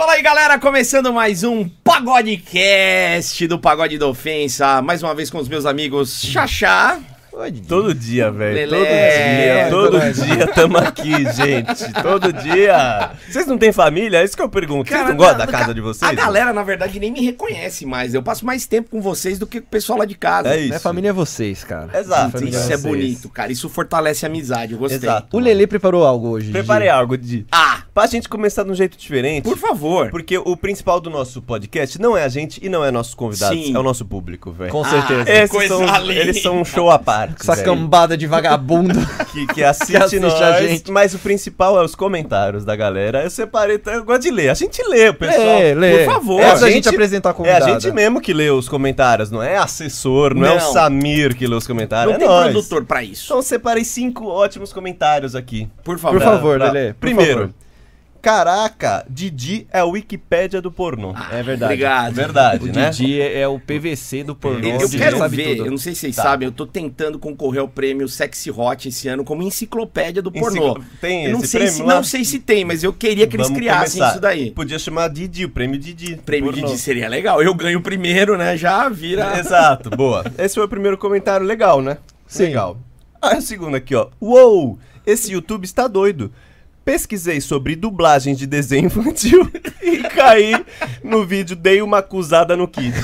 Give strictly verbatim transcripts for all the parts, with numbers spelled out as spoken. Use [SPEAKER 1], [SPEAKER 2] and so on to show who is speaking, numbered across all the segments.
[SPEAKER 1] Fala aí, galera, começando mais um Pagodecast do Pagode da Ofensa, mais uma vez com os meus amigos Xaxá.
[SPEAKER 2] Todo dia, velho. Todo
[SPEAKER 1] Lelé.
[SPEAKER 2] dia, todo dia tamo aqui, gente. Todo dia. Vocês não têm família? É isso que eu pergunto. Vocês não gostam da casa de vocês?
[SPEAKER 1] A galera, na verdade, nem me reconhece mais. Eu passo mais tempo com vocês do que com o pessoal lá de casa.
[SPEAKER 2] É isso.
[SPEAKER 3] Minha família é vocês, cara.
[SPEAKER 2] Exato.
[SPEAKER 1] Isso
[SPEAKER 2] Família
[SPEAKER 1] é
[SPEAKER 2] vocês.
[SPEAKER 1] bonito, cara. Isso fortalece a amizade, eu gostei.
[SPEAKER 2] Exato.
[SPEAKER 3] O Lelê preparou algo hoje.
[SPEAKER 2] Preparei algo, Didi.
[SPEAKER 1] Ah,
[SPEAKER 2] Pra gente começar de um jeito diferente.
[SPEAKER 1] por favor.
[SPEAKER 2] Porque o principal do nosso podcast não é a gente e não é nossos convidados,
[SPEAKER 1] Sim.
[SPEAKER 2] é o nosso público, velho.
[SPEAKER 3] Com
[SPEAKER 1] Ah,
[SPEAKER 3] certeza.
[SPEAKER 1] é.
[SPEAKER 2] Esses
[SPEAKER 1] coisa
[SPEAKER 2] são,
[SPEAKER 1] linda.
[SPEAKER 2] eles são um show à parte.
[SPEAKER 3] Essa
[SPEAKER 2] velho.
[SPEAKER 3] cambada de vagabundo.
[SPEAKER 2] que, que assiste,
[SPEAKER 3] Que assiste
[SPEAKER 2] nós,
[SPEAKER 3] a gente.
[SPEAKER 2] mas o principal é os comentários da galera. Eu separei, eu gosto de ler. A gente lê, o pessoal.
[SPEAKER 3] Lê, lê.
[SPEAKER 1] Por favor.
[SPEAKER 3] É
[SPEAKER 2] A
[SPEAKER 3] a gente
[SPEAKER 2] gente-
[SPEAKER 3] apresentar a
[SPEAKER 2] É a
[SPEAKER 3] convidada.
[SPEAKER 2] gente mesmo que lê os comentários, não é assessor, não, é
[SPEAKER 1] Não.
[SPEAKER 2] o Samir que lê os comentários,
[SPEAKER 1] Não
[SPEAKER 2] é
[SPEAKER 1] tem
[SPEAKER 2] nós.
[SPEAKER 1] produtor pra isso.
[SPEAKER 2] Então separei cinco ótimos comentários aqui.
[SPEAKER 1] Por favor.
[SPEAKER 3] Por favor,
[SPEAKER 2] Pra-
[SPEAKER 3] Lelê, por
[SPEAKER 2] Primeiro,
[SPEAKER 3] favor.
[SPEAKER 2] caraca, Didi é a Wikipédia do pornô.
[SPEAKER 3] É verdade.
[SPEAKER 1] Obrigado.
[SPEAKER 2] Verdade,
[SPEAKER 3] O
[SPEAKER 2] né?
[SPEAKER 3] Didi é, é o P V C do pornô.
[SPEAKER 1] Eu,
[SPEAKER 3] o
[SPEAKER 1] eu
[SPEAKER 3] Didi
[SPEAKER 1] quero
[SPEAKER 3] sabe
[SPEAKER 1] ver,
[SPEAKER 3] tudo.
[SPEAKER 1] eu não sei se vocês
[SPEAKER 2] Tá.
[SPEAKER 1] sabem, eu tô tentando concorrer ao prêmio Sexy Hot esse ano como enciclopédia do pornô.
[SPEAKER 2] Enciclo- Tem
[SPEAKER 1] Eu não
[SPEAKER 2] esse
[SPEAKER 1] sei
[SPEAKER 2] prêmio
[SPEAKER 1] se,
[SPEAKER 2] lá?
[SPEAKER 1] Não sei se tem, mas eu queria que eles
[SPEAKER 2] Vamos
[SPEAKER 1] criassem
[SPEAKER 2] começar.
[SPEAKER 1] isso daí.
[SPEAKER 2] Podia chamar Didi, o prêmio Didi.
[SPEAKER 1] Prêmio
[SPEAKER 2] pornô.
[SPEAKER 1] Didi seria legal. Eu ganho o primeiro, né? Já vira.
[SPEAKER 2] Exato, boa. Esse foi o primeiro comentário legal, né?
[SPEAKER 3] Sim.
[SPEAKER 2] Legal. Ah, o segundo aqui, ó. Uou! Esse YouTube está doido. Pesquisei sobre dublagem de desenho infantil e caí no vídeo Dei uma acusada no Kid.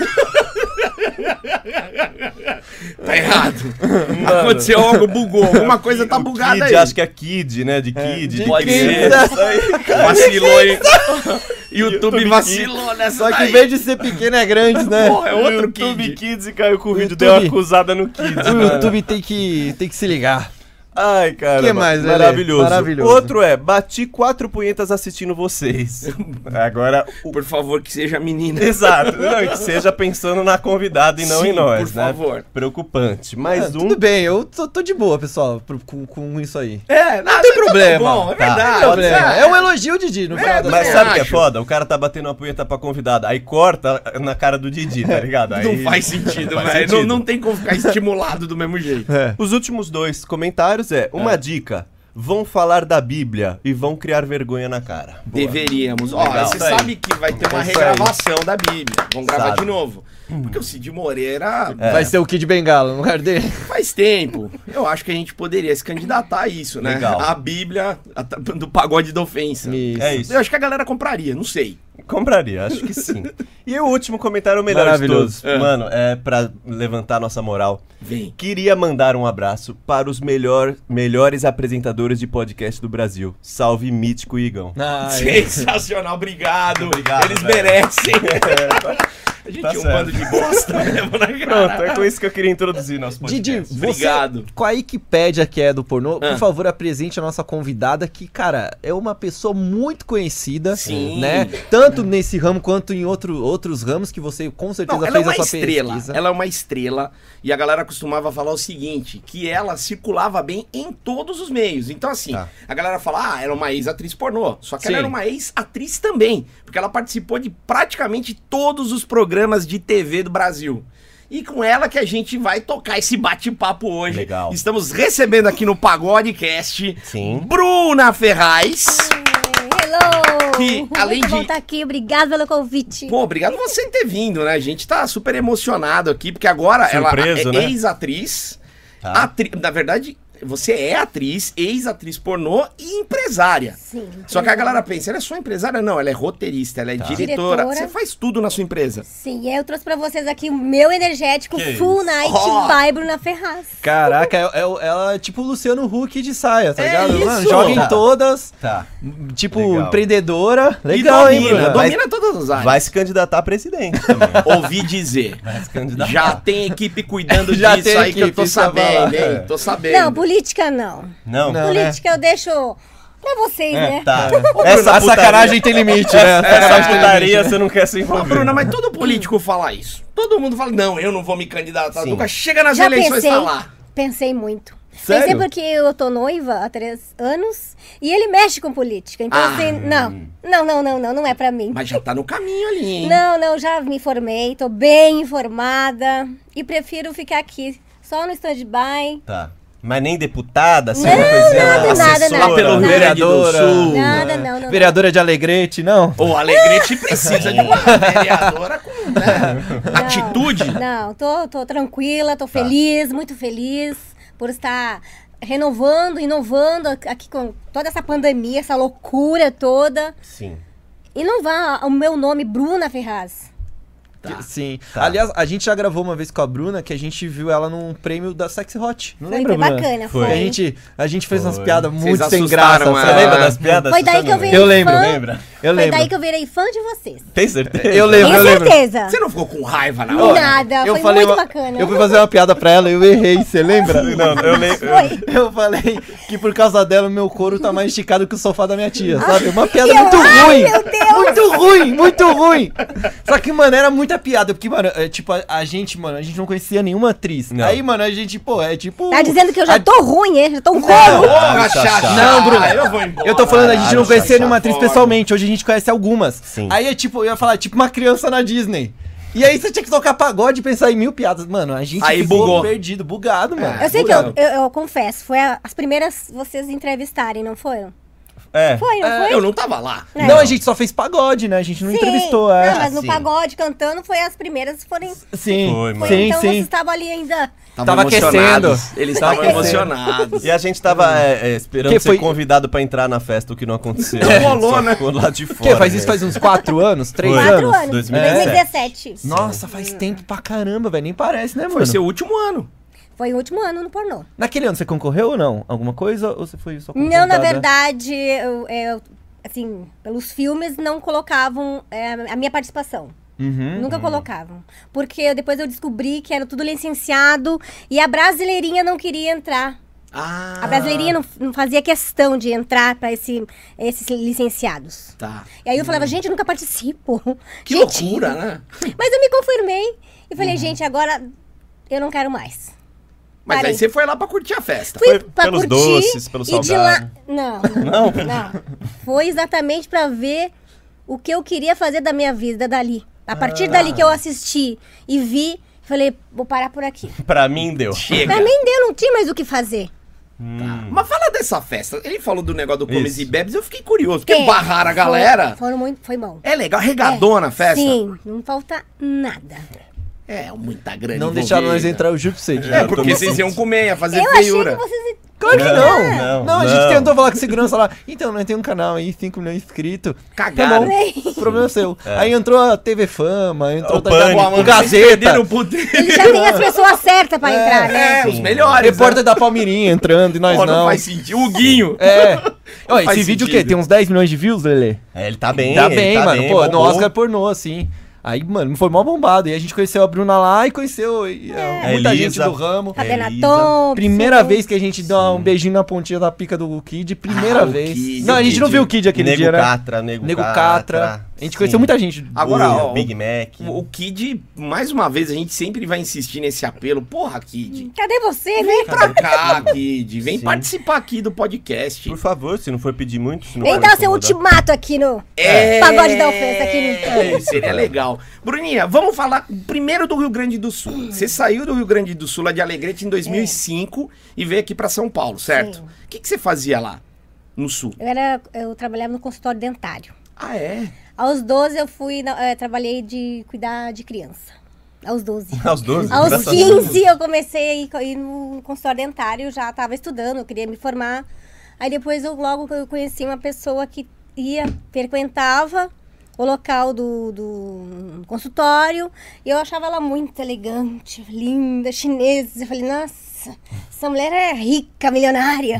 [SPEAKER 1] Tá errado. Aconteceu algo, bugou. Alguma coisa tá
[SPEAKER 2] O
[SPEAKER 1] bugada
[SPEAKER 2] Kid,
[SPEAKER 1] aí.
[SPEAKER 2] acho que é Kid, né? De Kid.
[SPEAKER 3] de
[SPEAKER 2] pode
[SPEAKER 3] Kid.
[SPEAKER 2] ser. Isso aí, cara.
[SPEAKER 1] Vacilou, hein? YouTube
[SPEAKER 2] YouTube
[SPEAKER 1] vacilou nessa
[SPEAKER 3] Só que
[SPEAKER 1] daí.
[SPEAKER 3] em vez de ser pequeno é grande, né?
[SPEAKER 1] Porra, é outro
[SPEAKER 2] YouTube
[SPEAKER 1] Kid.
[SPEAKER 2] Kids e caiu com o
[SPEAKER 3] O
[SPEAKER 2] vídeo
[SPEAKER 3] YouTube-
[SPEAKER 2] Deu uma acusada no Kid.
[SPEAKER 3] O YouTube tem que, tem que se ligar.
[SPEAKER 2] Ai, cara.
[SPEAKER 3] Que mais, Lelê?
[SPEAKER 2] Maravilhoso.
[SPEAKER 3] Maravilhoso.
[SPEAKER 2] Outro é, bati quatro punhetas assistindo vocês. Agora, o...
[SPEAKER 1] Por favor, que seja menina.
[SPEAKER 2] Exato. Não, e que seja pensando na convidada e não
[SPEAKER 1] Sim,
[SPEAKER 2] em nós,
[SPEAKER 1] por
[SPEAKER 2] né?
[SPEAKER 1] favor.
[SPEAKER 2] Preocupante. Mais
[SPEAKER 3] Ah,
[SPEAKER 2] um.
[SPEAKER 3] Tudo bem, eu tô, tô de boa, pessoal, pro- com, com isso aí.
[SPEAKER 1] É, não
[SPEAKER 3] tem problema.
[SPEAKER 1] Bom, é
[SPEAKER 2] Tá.
[SPEAKER 1] verdade.
[SPEAKER 3] Não tem problema.
[SPEAKER 1] é.
[SPEAKER 3] É um elogio, Didi, no
[SPEAKER 1] É,
[SPEAKER 3] final das
[SPEAKER 2] Mas
[SPEAKER 1] também
[SPEAKER 2] sabe o que é
[SPEAKER 1] acho.
[SPEAKER 2] foda? O cara tá batendo uma punheta pra convidada, aí corta na cara do Didi, tá ligado? Aí...
[SPEAKER 1] Não faz sentido,
[SPEAKER 2] Faz
[SPEAKER 1] velho. Não,
[SPEAKER 2] sentido.
[SPEAKER 1] não tem como ficar estimulado do mesmo jeito.
[SPEAKER 3] É.
[SPEAKER 2] Os últimos dois comentários é, uma dica, vão falar da Bíblia e vão criar vergonha na cara.
[SPEAKER 1] Deveríamos. Ó,
[SPEAKER 2] Legal.
[SPEAKER 1] você
[SPEAKER 2] Isso aí.
[SPEAKER 1] sabe que vai ter uma
[SPEAKER 2] Isso aí.
[SPEAKER 1] regravação da Bíblia. Vamos gravar
[SPEAKER 2] Sabe.
[SPEAKER 1] de novo. Porque o Cid Moreira
[SPEAKER 2] É.
[SPEAKER 3] Vai ser o Kid Bengala no lugar dele.
[SPEAKER 1] faz tempo. Eu acho que a gente poderia se candidatar a isso, né?
[SPEAKER 2] Legal.
[SPEAKER 1] A Bíblia a- do pagode da ofensa.
[SPEAKER 3] Isso.
[SPEAKER 2] É isso.
[SPEAKER 1] Eu acho que a galera compraria, não sei.
[SPEAKER 2] Compraria, acho que sim. E o último comentário, o melhor de
[SPEAKER 3] Maravilhoso.
[SPEAKER 2] todos.
[SPEAKER 1] É.
[SPEAKER 2] Mano, é pra levantar nossa moral.
[SPEAKER 1] Vem.
[SPEAKER 2] Queria mandar um abraço para os melhor, melhores apresentadores de podcast do Brasil. Salve Mítico e Igão.
[SPEAKER 3] Ai,
[SPEAKER 1] Sensacional, obrigado.
[SPEAKER 2] Obrigado,
[SPEAKER 1] Eles
[SPEAKER 2] velho.
[SPEAKER 1] merecem. A gente
[SPEAKER 2] Tá
[SPEAKER 1] é um
[SPEAKER 2] certo.
[SPEAKER 1] bando de bosta mesmo, né,
[SPEAKER 2] Pronto,
[SPEAKER 1] cara?
[SPEAKER 2] é com isso que eu queria introduzir nosso podcast.
[SPEAKER 3] Didi, você,
[SPEAKER 1] Obrigado.
[SPEAKER 3] com a Wikipédia que é do pornô,
[SPEAKER 1] Ah.
[SPEAKER 3] por favor, apresente a nossa convidada, que, cara, é uma pessoa muito conhecida,
[SPEAKER 1] Sim.
[SPEAKER 3] né? Tanto nesse ramo quanto em outro, outros ramos que você com certeza
[SPEAKER 1] Não, ela é
[SPEAKER 3] fez
[SPEAKER 1] uma
[SPEAKER 3] a sua
[SPEAKER 1] estrela,
[SPEAKER 3] pesquisa.
[SPEAKER 1] ela é uma estrela e a galera costumava falar o seguinte, que ela circulava bem em todos os meios. Então assim,
[SPEAKER 2] Tá.
[SPEAKER 1] a galera fala, ah, ela é uma ex-atriz pornô, só que ela
[SPEAKER 3] Sim.
[SPEAKER 1] era uma ex-atriz também, porque ela participou de praticamente todos os programas de T V do Brasil. E com ela que a gente vai tocar esse bate-papo hoje.
[SPEAKER 2] Legal.
[SPEAKER 1] Estamos recebendo aqui no Pagodecast
[SPEAKER 2] Sim.
[SPEAKER 1] Bruna Ferraz.
[SPEAKER 4] Hello!
[SPEAKER 1] Que, além
[SPEAKER 4] Muito bom
[SPEAKER 1] de-
[SPEAKER 4] estar aqui, obrigado pelo convite.
[SPEAKER 1] Pô, obrigado você por ter vindo, né? A gente tá super emocionado aqui, porque agora
[SPEAKER 2] Surpreso,
[SPEAKER 1] ela é
[SPEAKER 2] né?
[SPEAKER 1] ex-atriz.
[SPEAKER 2] Tá.
[SPEAKER 1] atri- Na verdade, você é atriz, ex-atriz pornô e empresária.
[SPEAKER 4] Sim.
[SPEAKER 1] Só que a galera pensa, ela é só empresária? Não, ela é roteirista, ela é diretora.
[SPEAKER 4] Diretora.
[SPEAKER 1] Você faz tudo na sua empresa.
[SPEAKER 4] Sim, eu trouxe pra vocês aqui o meu energético
[SPEAKER 2] Que
[SPEAKER 4] Full
[SPEAKER 2] isso?
[SPEAKER 4] Night
[SPEAKER 1] Ó.
[SPEAKER 4] by Bruna Ferraz.
[SPEAKER 3] Caraca, é, é- ela é tipo o Luciano Huck de saia, tá
[SPEAKER 1] É
[SPEAKER 3] ligado?
[SPEAKER 1] isso!
[SPEAKER 3] Mano, joga
[SPEAKER 2] Tá.
[SPEAKER 3] em todas,
[SPEAKER 2] Tá.
[SPEAKER 3] tipo,
[SPEAKER 2] Legal.
[SPEAKER 3] empreendedora. Legal,
[SPEAKER 1] e
[SPEAKER 3] hein,
[SPEAKER 1] domina,
[SPEAKER 3] Bruna?
[SPEAKER 1] domina todas as áreas.
[SPEAKER 2] Vai se candidatar a presidente também.
[SPEAKER 1] Ouvi dizer.
[SPEAKER 2] Vai se candidatar.
[SPEAKER 1] Já tem equipe cuidando
[SPEAKER 3] Já
[SPEAKER 1] disso
[SPEAKER 3] tem
[SPEAKER 1] aí que eu
[SPEAKER 3] equipe,
[SPEAKER 1] tô
[SPEAKER 3] isso eu ia
[SPEAKER 1] sabendo,
[SPEAKER 3] falar.
[SPEAKER 1] hein? Tô sabendo.
[SPEAKER 4] Não, política não.
[SPEAKER 2] Não?
[SPEAKER 3] Não.
[SPEAKER 4] política eu deixo pra vocês, né?
[SPEAKER 2] Tá.
[SPEAKER 3] Essa a sacanagem tem limite, né? A
[SPEAKER 2] Essa
[SPEAKER 3] sacanagem tem
[SPEAKER 2] putaria
[SPEAKER 3] limite, né?
[SPEAKER 2] você não quer se
[SPEAKER 1] Ô,
[SPEAKER 2] envolver.
[SPEAKER 1] Bruna, mas todo político fala isso. Todo mundo fala, não, eu não vou me candidatar.
[SPEAKER 2] Sim.
[SPEAKER 1] Nunca chega nas
[SPEAKER 4] Já
[SPEAKER 1] eleições
[SPEAKER 4] pensei,
[SPEAKER 1] tá lá.
[SPEAKER 4] pensei muito.
[SPEAKER 3] Sério?
[SPEAKER 4] Pensei porque eu tô noiva há três anos e ele mexe com política. Então,
[SPEAKER 1] Ah.
[SPEAKER 4] assim, não, não, não, não, não, não é pra mim.
[SPEAKER 1] Mas já tá no caminho ali, hein?
[SPEAKER 4] Não, não, já me formei, tô bem informada e prefiro ficar aqui, só no stand-by.
[SPEAKER 2] Tá. Mas nem deputada, assim,
[SPEAKER 4] Não,
[SPEAKER 2] uma coisinha
[SPEAKER 4] nada, nada,
[SPEAKER 2] assessora,
[SPEAKER 4] nada.
[SPEAKER 1] pelo Rio Grande do
[SPEAKER 3] vereadora.
[SPEAKER 1] Sul.
[SPEAKER 4] Nada, não, não.
[SPEAKER 3] Vereadora de Alegrete, não?
[SPEAKER 1] O Alegrete precisa de uma vereadora com né,
[SPEAKER 4] Não,
[SPEAKER 1] atitude.
[SPEAKER 4] Não, tô, tô tranquila, tô feliz, muito feliz por estar renovando, inovando aqui com toda essa pandemia, essa loucura toda.
[SPEAKER 2] Sim.
[SPEAKER 4] Inovar o meu nome, Bruna Ferraz.
[SPEAKER 1] Tá.
[SPEAKER 3] Sim.
[SPEAKER 2] Tá.
[SPEAKER 3] Aliás, a gente já gravou uma vez com a Bruna, que a gente viu ela num prêmio da Sexy Hot. Não
[SPEAKER 4] Foi,
[SPEAKER 3] lembra,
[SPEAKER 4] foi
[SPEAKER 3] Bruna?
[SPEAKER 4] bacana,
[SPEAKER 2] Foi.
[SPEAKER 4] foi.
[SPEAKER 3] A gente, a gente fez umas
[SPEAKER 2] Foi.
[SPEAKER 3] piadas muito sem
[SPEAKER 1] assustaram
[SPEAKER 3] graça.
[SPEAKER 1] ela.
[SPEAKER 3] Você lembra
[SPEAKER 2] das
[SPEAKER 3] das
[SPEAKER 2] piadas?
[SPEAKER 4] Foi daí que eu virei
[SPEAKER 3] Eu lembro,
[SPEAKER 4] fã.
[SPEAKER 2] lembra?
[SPEAKER 3] Eu
[SPEAKER 4] Foi
[SPEAKER 3] lembro.
[SPEAKER 4] daí que eu virei fã de vocês.
[SPEAKER 2] Tem certeza?
[SPEAKER 3] Eu lembro, eu
[SPEAKER 4] Tenho
[SPEAKER 3] lembro.
[SPEAKER 4] certeza.
[SPEAKER 1] Você não ficou com raiva na hora?
[SPEAKER 4] Nada,
[SPEAKER 3] Eu
[SPEAKER 4] foi
[SPEAKER 3] falei
[SPEAKER 4] muito
[SPEAKER 3] uma-
[SPEAKER 4] bacana.
[SPEAKER 3] Eu fui fazer uma piada pra ela e eu errei, você lembra?
[SPEAKER 2] Não, eu lembro.
[SPEAKER 4] Foi.
[SPEAKER 3] Eu falei que por causa dela o meu couro tá mais esticado que o sofá da minha tia, sabe? Uma piada
[SPEAKER 4] eu-
[SPEAKER 3] muito
[SPEAKER 4] ai,
[SPEAKER 3] ruim.
[SPEAKER 4] meu Deus.
[SPEAKER 3] Muito ruim, muito ruim. Só que, mano, era muita piada. Porque, mano, é, tipo, a, a gente, mano, a gente não conhecia nenhuma atriz.
[SPEAKER 2] Não.
[SPEAKER 3] Aí, mano, a gente, pô, é tipo.
[SPEAKER 4] Tá dizendo que eu já
[SPEAKER 3] a-
[SPEAKER 4] tô ruim, hein? Já tô ruim.
[SPEAKER 1] Porra,
[SPEAKER 2] Ah,
[SPEAKER 1] Xaxá.
[SPEAKER 2] Xaxá.
[SPEAKER 3] Não, Bruna,
[SPEAKER 1] eu vou embora.
[SPEAKER 3] Eu tô falando, a gente
[SPEAKER 2] Caralho,
[SPEAKER 3] não conhecia
[SPEAKER 2] Xaxá,
[SPEAKER 3] nenhuma atriz
[SPEAKER 1] foda.
[SPEAKER 3] pessoalmente. Hoje a gente conhece algumas.
[SPEAKER 2] Sim.
[SPEAKER 3] Aí é tipo, eu ia falar, tipo uma criança na Disney. E aí você tinha que tocar pagode e pensar em mil piadas. Mano, a gente
[SPEAKER 1] Aí
[SPEAKER 3] ficou
[SPEAKER 1] bugou.
[SPEAKER 3] perdido, bugado, mano.
[SPEAKER 4] Eu sei que eu,
[SPEAKER 3] Bugado.
[SPEAKER 4] eu, eu confesso, foi a- as primeiras vocês entrevistarem, não foram?
[SPEAKER 2] É.
[SPEAKER 4] Foi, não foi?
[SPEAKER 1] Eu não tava lá.
[SPEAKER 4] É.
[SPEAKER 3] Não, a gente só fez pagode, né? A gente não
[SPEAKER 4] Sim.
[SPEAKER 3] entrevistou, é.
[SPEAKER 4] Não, mas no
[SPEAKER 2] sim.
[SPEAKER 4] pagode cantando foi as primeiras que forem.
[SPEAKER 3] Sim,
[SPEAKER 2] Foi, mano.
[SPEAKER 3] sim,
[SPEAKER 4] então
[SPEAKER 3] sim.
[SPEAKER 4] vocês estavam ali ainda.
[SPEAKER 3] Tava
[SPEAKER 1] emocionados.
[SPEAKER 3] aquecendo.
[SPEAKER 1] Eles
[SPEAKER 3] Tava
[SPEAKER 1] estavam
[SPEAKER 3] aquecendo.
[SPEAKER 1] emocionados.
[SPEAKER 2] E a gente tava é, é, esperando
[SPEAKER 3] Que
[SPEAKER 2] ser
[SPEAKER 3] foi-
[SPEAKER 2] convidado pra entrar na festa, o que não aconteceu.
[SPEAKER 1] Não rolou,
[SPEAKER 2] Só
[SPEAKER 1] né?
[SPEAKER 2] ficou lá de
[SPEAKER 3] O
[SPEAKER 2] fora.
[SPEAKER 3] quê? Faz isso
[SPEAKER 2] né?
[SPEAKER 3] faz uns quatro anos? Três
[SPEAKER 2] Foi.
[SPEAKER 4] Quatro
[SPEAKER 3] anos?
[SPEAKER 4] anos.
[SPEAKER 2] dois mil e dezessete.
[SPEAKER 4] dois mil e dezessete.
[SPEAKER 3] Nossa, faz tempo pra caramba, velho. Nem parece, né, mano?
[SPEAKER 1] Foi seu último ano.
[SPEAKER 4] Foi o último ano no pornô.
[SPEAKER 3] Naquele ano você concorreu ou não? Alguma coisa? Ou você foi só
[SPEAKER 4] Não,
[SPEAKER 3] convidada?
[SPEAKER 4] na verdade, eu, eu, assim, pelos filmes não colocavam é, a minha participação.
[SPEAKER 3] Uhum.
[SPEAKER 4] Nunca colocavam. Porque depois eu descobri que era tudo licenciado e a brasileirinha não queria entrar.
[SPEAKER 1] Ah.
[SPEAKER 4] A brasileirinha não, não fazia questão de entrar para esse, esses licenciados.
[SPEAKER 1] Tá.
[SPEAKER 4] E aí eu falava, gente, eu nunca participo.
[SPEAKER 1] Que
[SPEAKER 4] Gente,
[SPEAKER 1] loucura, né?
[SPEAKER 4] Mas eu me conformei e falei, gente, agora eu não quero mais.
[SPEAKER 1] Mas
[SPEAKER 4] Parei.
[SPEAKER 1] aí você foi lá pra curtir a festa.
[SPEAKER 4] Fui
[SPEAKER 2] Foi
[SPEAKER 4] pra
[SPEAKER 2] pelos
[SPEAKER 4] curtir
[SPEAKER 2] doces, pelo
[SPEAKER 4] e de lá...
[SPEAKER 2] salgado.
[SPEAKER 4] Não, não, não. Foi exatamente pra ver o que eu queria fazer da minha vida dali. A partir dali que eu assisti e vi, falei, vou parar por aqui.
[SPEAKER 2] Pra mim deu.
[SPEAKER 1] Chega.
[SPEAKER 4] Pra mim deu, não tinha mais o que fazer.
[SPEAKER 1] Mas fala dessa festa. Ele falou do negócio do Comes
[SPEAKER 2] Isso.
[SPEAKER 1] e Bebes, eu fiquei curioso. Porque
[SPEAKER 4] É,
[SPEAKER 1] barraram a
[SPEAKER 4] foi-
[SPEAKER 1] galera.
[SPEAKER 4] Foram muito, foi bom.
[SPEAKER 1] É legal, regadona a festa.
[SPEAKER 4] Sim, não falta nada.
[SPEAKER 1] É, muita grana
[SPEAKER 3] Não deixaram nós
[SPEAKER 1] envolvida.
[SPEAKER 3] entrar o Júpiter.
[SPEAKER 1] É,
[SPEAKER 3] É,
[SPEAKER 2] Eu tô
[SPEAKER 1] porque
[SPEAKER 2] me
[SPEAKER 1] vocês iam comer, ia fazer
[SPEAKER 4] Eu achei
[SPEAKER 1] feiura.
[SPEAKER 4] que vocês...
[SPEAKER 3] claro que não.
[SPEAKER 2] Não,
[SPEAKER 3] Não,
[SPEAKER 2] não,
[SPEAKER 3] a gente
[SPEAKER 2] não.
[SPEAKER 3] tentou falar com segurança lá. Então, nós temos um canal aí, cinco milhões de inscritos.
[SPEAKER 1] Cagaram.
[SPEAKER 3] Tá bom, problema seu. Aí entrou a T V Fama, entrou
[SPEAKER 2] O
[SPEAKER 3] da-
[SPEAKER 2] Pânico.
[SPEAKER 3] o
[SPEAKER 1] Vocês
[SPEAKER 3] Gazeta,
[SPEAKER 1] perderam o poder.
[SPEAKER 4] Ele já tem as pessoas certas pra entrar, né?
[SPEAKER 1] É, os melhores.
[SPEAKER 3] repórter
[SPEAKER 1] né?
[SPEAKER 3] da Palmeirinha entrando e nós
[SPEAKER 1] Pô,
[SPEAKER 3] não.
[SPEAKER 1] não faz sentido. O Guinho.
[SPEAKER 3] É. Ó,
[SPEAKER 1] faz
[SPEAKER 3] esse vídeo o
[SPEAKER 1] sentido.
[SPEAKER 3] quê? Tem uns dez milhões de views, Lelê?
[SPEAKER 2] É, ele tá bem.
[SPEAKER 3] Tá
[SPEAKER 2] ele
[SPEAKER 3] bem,
[SPEAKER 2] tá
[SPEAKER 3] mano.
[SPEAKER 2] bem,
[SPEAKER 3] Pô, no
[SPEAKER 2] bombou.
[SPEAKER 3] Oscar pornô, assim. Aí, mano, foi mó bombado. E a gente conheceu a Bruna lá e conheceu e, é, muita
[SPEAKER 2] Elisa.
[SPEAKER 3] gente do ramo.
[SPEAKER 4] Fabiana
[SPEAKER 2] Elisa.
[SPEAKER 4] Thompson.
[SPEAKER 3] Primeira vez que a gente dá um beijinho na pontinha da pica do Kid. Primeira
[SPEAKER 1] Ah, o
[SPEAKER 3] vez.
[SPEAKER 1] Kid,
[SPEAKER 3] não, a
[SPEAKER 1] o
[SPEAKER 3] gente não
[SPEAKER 1] Kid.
[SPEAKER 3] viu o Kid aquele
[SPEAKER 2] Nego
[SPEAKER 3] dia, né?
[SPEAKER 2] Catra, Nego,
[SPEAKER 3] Nego
[SPEAKER 2] Catra.
[SPEAKER 3] Catra. A gente
[SPEAKER 2] Sim.
[SPEAKER 3] conheceu muita gente.
[SPEAKER 1] Agora,
[SPEAKER 2] O
[SPEAKER 1] ó,
[SPEAKER 2] Big Mac.
[SPEAKER 1] O, o Kid, mais uma vez, a gente sempre vai insistir nesse apelo. Porra, Kid.
[SPEAKER 4] Cadê você, né?
[SPEAKER 1] Vem pra cá, Kid. Vem
[SPEAKER 2] Sim.
[SPEAKER 1] participar aqui do podcast.
[SPEAKER 2] Por favor, se não for pedir muito, se não
[SPEAKER 4] Vem
[SPEAKER 2] for
[SPEAKER 4] dar seu
[SPEAKER 2] incomodar.
[SPEAKER 4] ultimato aqui no
[SPEAKER 1] É,
[SPEAKER 4] Pagode da Ofensa aqui no...
[SPEAKER 1] É, seria legal. Bruninha, vamos falar primeiro do Rio Grande do Sul. Você saiu do Rio Grande do Sul, lá de Alegrete, em dois mil e cinco e veio aqui pra São Paulo, certo?
[SPEAKER 4] Sim.
[SPEAKER 1] O que, que você fazia lá, no Sul?
[SPEAKER 4] Eu, era, eu trabalhava no consultório dentário.
[SPEAKER 1] Ah, é?
[SPEAKER 4] Aos doze eu fui, na- eh, trabalhei de cuidar de criança. Aos doze.
[SPEAKER 2] Aos doze?
[SPEAKER 4] Aos
[SPEAKER 2] graças a Deus.
[SPEAKER 4] quinze eu comecei a ir, co- ir no consultório dentário, já estava estudando, eu queria me formar. Aí depois eu logo eu conheci uma pessoa que ia, frequentava o local do, do consultório e eu achava ela muito elegante, linda, chinesa. Eu falei, nossa, essa mulher é rica, milionária.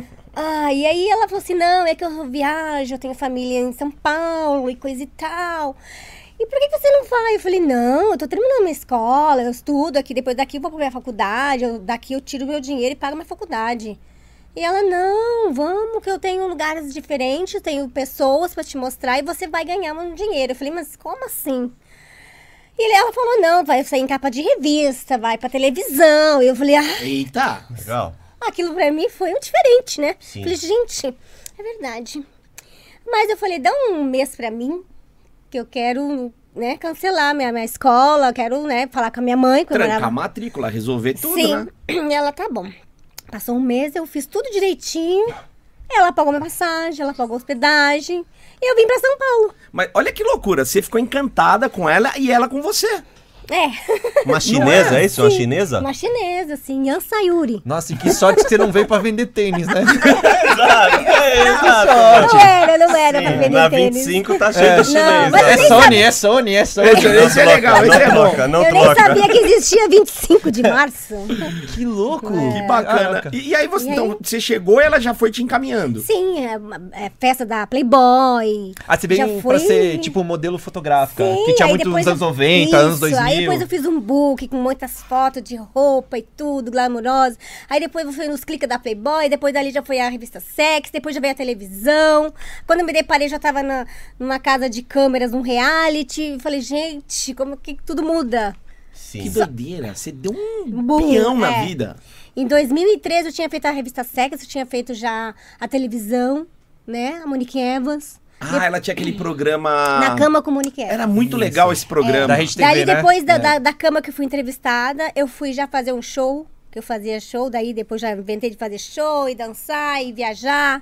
[SPEAKER 4] Ah, e aí ela falou assim, não, é que eu viajo, eu tenho família em São Paulo e coisa e tal. E por que, que você não vai? Eu falei, não, eu tô terminando minha escola, eu estudo aqui, depois daqui eu vou pra minha faculdade, eu, daqui eu tiro meu dinheiro e pago minha faculdade. E ela, não, vamos, que eu tenho lugares diferentes, tenho pessoas pra te mostrar e você vai ganhar um dinheiro. Eu falei, mas como assim? E ele- ela falou, não, vai sair em capa de revista, vai pra televisão. E eu falei, ah,
[SPEAKER 1] Eita!
[SPEAKER 2] Legal.
[SPEAKER 4] aquilo pra mim foi um diferente, né?
[SPEAKER 2] Sim.
[SPEAKER 4] Falei, gente, é verdade. Mas eu falei, dá um mês pra mim, que eu quero, né, cancelar minha, minha escola, quero, né, falar com a minha mãe. Que eu
[SPEAKER 1] Trancar a
[SPEAKER 4] morava...
[SPEAKER 1] matrícula, resolver tudo,
[SPEAKER 4] Sim,
[SPEAKER 1] né?
[SPEAKER 4] e ela, tá bom. Passou um mês, eu fiz tudo direitinho. Ela pagou minha passagem, ela pagou hospedagem. E eu vim pra São Paulo.
[SPEAKER 1] Mas olha que loucura, você ficou encantada com ela e ela com você.
[SPEAKER 4] É.
[SPEAKER 2] Uma chinesa,
[SPEAKER 1] é?
[SPEAKER 2] é isso? Uma
[SPEAKER 4] Sim,
[SPEAKER 2] chinesa?
[SPEAKER 4] Uma chinesa, assim, Yan Sayuri.
[SPEAKER 3] Nossa, e que sorte que você não veio pra vender tênis, né?
[SPEAKER 2] Exato, é, exato.
[SPEAKER 4] Não era, não era pra vender
[SPEAKER 2] Na
[SPEAKER 4] tênis.
[SPEAKER 2] vinte e cinco tá cheio de chinês.
[SPEAKER 4] mas
[SPEAKER 2] né?
[SPEAKER 3] É
[SPEAKER 4] nem
[SPEAKER 3] Sony, é Sony, é Sony.
[SPEAKER 1] Esse, esse é legal,
[SPEAKER 2] não
[SPEAKER 1] esse é bom.
[SPEAKER 2] troca, não
[SPEAKER 4] eu
[SPEAKER 2] troca.
[SPEAKER 4] nem sabia que existia vinte e cinco de março.
[SPEAKER 3] Que louco.
[SPEAKER 1] Que bacana.
[SPEAKER 3] Caraca.
[SPEAKER 1] E, e aí você,
[SPEAKER 4] E aí?
[SPEAKER 1] então, você chegou e ela já foi te encaminhando.
[SPEAKER 4] Sim, é, uma- é festa da Playboy.
[SPEAKER 3] Ah, você
[SPEAKER 4] Já
[SPEAKER 3] veio
[SPEAKER 4] fui-
[SPEAKER 3] pra ser, tipo, modelo fotográfica.
[SPEAKER 4] Sim,
[SPEAKER 3] que tinha
[SPEAKER 4] aí
[SPEAKER 3] muito
[SPEAKER 4] depois
[SPEAKER 3] nos anos
[SPEAKER 4] eu-
[SPEAKER 3] noventa, anos
[SPEAKER 4] Isso,
[SPEAKER 3] dois mil.
[SPEAKER 4] Aí depois eu fiz um book com muitas fotos de roupa e tudo, glamourosa. Aí depois eu fui nos cliques da Playboy, depois dali já foi a revista Sex, depois já veio a televisão. Quando eu me deparei, já tava na, numa casa de câmeras, num reality. Falei, gente, como que tudo muda?
[SPEAKER 2] Sim.
[SPEAKER 1] Que doideira, você deu um
[SPEAKER 4] Boom,
[SPEAKER 1] peão na
[SPEAKER 4] é.
[SPEAKER 1] vida.
[SPEAKER 4] Em dois mil e treze eu tinha feito a revista Sex, eu tinha feito já a televisão, né? A Monique Evans.
[SPEAKER 1] Ah, ela tinha aquele programa...
[SPEAKER 4] Na cama com Monique Evans.
[SPEAKER 1] Era muito legal esse programa.
[SPEAKER 3] Da Rede T V,
[SPEAKER 4] Daí,
[SPEAKER 3] né?
[SPEAKER 4] depois da,
[SPEAKER 3] É.
[SPEAKER 4] da, da cama que eu fui entrevistada, eu fui já fazer um show, que eu fazia show, daí depois já inventei de fazer show, e dançar, e viajar.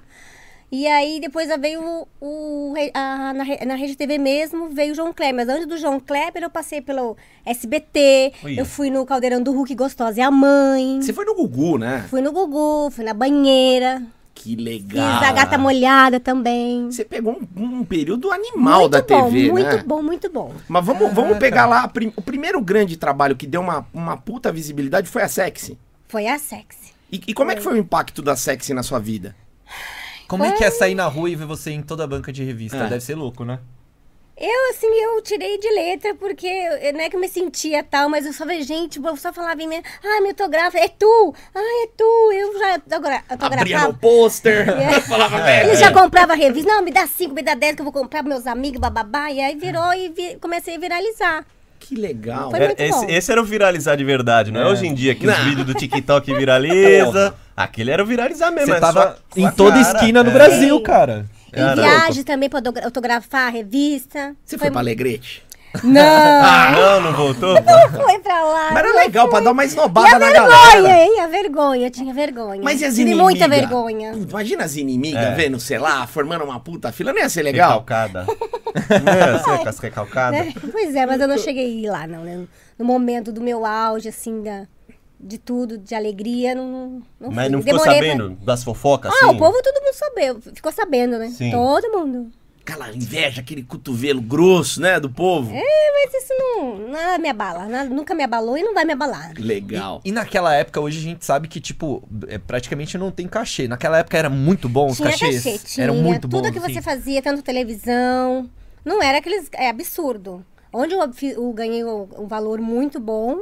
[SPEAKER 4] E aí depois veio o, o- a- na, Re- na Rede T V mesmo, veio o João Kleber. Mas antes do João Kleber, eu passei pelo S B T,
[SPEAKER 2] Ui.
[SPEAKER 4] eu fui no Caldeirão do Hulk Gostosa e a Mãe,
[SPEAKER 1] Você foi no Gugu, né?
[SPEAKER 4] fui no Gugu, fui na banheira,
[SPEAKER 1] Que
[SPEAKER 4] fiz
[SPEAKER 1] legal.
[SPEAKER 4] a Gata Molhada também.
[SPEAKER 1] Você pegou um, um período animal
[SPEAKER 4] muito
[SPEAKER 1] da
[SPEAKER 4] bom,
[SPEAKER 1] T V,
[SPEAKER 4] muito
[SPEAKER 1] né?
[SPEAKER 4] bom, muito bom.
[SPEAKER 1] Mas vamos, vamos pegar lá, a prim- o primeiro grande trabalho que deu uma, uma puta visibilidade foi a Sexy.
[SPEAKER 4] Foi a Sexy.
[SPEAKER 1] E, e como é que foi o impacto da Sexy na sua vida?
[SPEAKER 3] Como é que é sair na rua e ver você em toda a banca de revista?
[SPEAKER 1] É.
[SPEAKER 3] Deve ser louco, né?
[SPEAKER 4] Eu, assim, eu tirei de letra, porque eu- não é que eu me sentia tal, mas eu só vejo gente, eu só falava em mim, ah, me autografa, é tu, ah, é tu, eu já autogra-
[SPEAKER 1] Abria no
[SPEAKER 4] autografava.
[SPEAKER 1] pôster,
[SPEAKER 4] É.
[SPEAKER 1] falava, velho.
[SPEAKER 4] Ele já comprava revista, não, me dá cinco, me dá dez, que eu vou comprar pros meus amigos, bababá, e aí virou e vi- comecei a viralizar.
[SPEAKER 1] Que legal.
[SPEAKER 4] Foi
[SPEAKER 2] Era-
[SPEAKER 4] muito
[SPEAKER 2] esse,
[SPEAKER 4] bom.
[SPEAKER 2] esse era o viralizar de verdade, não é,
[SPEAKER 3] É.
[SPEAKER 2] hoje em dia que os
[SPEAKER 1] Não.
[SPEAKER 2] vídeos do TikTok viraliza. Aquele era o viralizar mesmo.
[SPEAKER 3] Você
[SPEAKER 2] é
[SPEAKER 3] tava
[SPEAKER 2] sua-
[SPEAKER 3] em
[SPEAKER 2] sua
[SPEAKER 3] toda
[SPEAKER 2] cara.
[SPEAKER 3] esquina no
[SPEAKER 2] É.
[SPEAKER 3] Brasil, cara.
[SPEAKER 4] Em
[SPEAKER 2] Caramba.
[SPEAKER 4] viagem também pra autogra- autografar a revista.
[SPEAKER 1] Você foi pra Alegrete?
[SPEAKER 4] Não,
[SPEAKER 2] Ah, não, não voltou?
[SPEAKER 4] foi pra lá.
[SPEAKER 1] Mas era
[SPEAKER 4] não
[SPEAKER 1] legal, pra
[SPEAKER 4] fui.
[SPEAKER 1] dar uma
[SPEAKER 4] E
[SPEAKER 1] esnobada
[SPEAKER 4] a
[SPEAKER 1] na
[SPEAKER 4] vergonha,
[SPEAKER 1] galera.
[SPEAKER 4] hein? A vergonha, eu tinha vergonha.
[SPEAKER 1] Mas e as
[SPEAKER 4] Tive
[SPEAKER 1] inimigas?
[SPEAKER 4] muita vergonha.
[SPEAKER 1] Imagina as inimigas
[SPEAKER 2] É.
[SPEAKER 1] vendo, sei lá, formando uma puta fila. Não ia ser legal?
[SPEAKER 2] Recalcada. Não é assim, com as recalcadas?
[SPEAKER 4] Né? Pois é, mas eu não cheguei a ir lá, não, né? No momento do meu auge, assim, da, de tudo, de alegria, não, não
[SPEAKER 2] Mas
[SPEAKER 4] fui.
[SPEAKER 2] não ficou
[SPEAKER 4] Demorei pra-
[SPEAKER 2] sabendo das fofocas,
[SPEAKER 4] Ah,
[SPEAKER 2] assim?
[SPEAKER 4] o povo, todo mundo sabeu, ficou sabendo, né?
[SPEAKER 2] Sim.
[SPEAKER 4] Todo mundo.
[SPEAKER 1] Aquela inveja, aquele cotovelo grosso, né, do povo.
[SPEAKER 4] É, mas isso não, nada me abala, nada, nunca me abalou e não vai me abalar.
[SPEAKER 1] Legal.
[SPEAKER 3] E naquela época, hoje a gente sabe que, tipo, é, praticamente não tem cachê. Naquela época era muito bom os
[SPEAKER 4] Tinha
[SPEAKER 3] cachês.
[SPEAKER 4] cachê, tinha,
[SPEAKER 3] Eram muito
[SPEAKER 4] tudo
[SPEAKER 3] bons.
[SPEAKER 4] que você
[SPEAKER 3] assim.
[SPEAKER 4] fazia, tanto televisão, não era aqueles, é absurdo. Onde eu, fi- eu ganhei um, um valor muito bom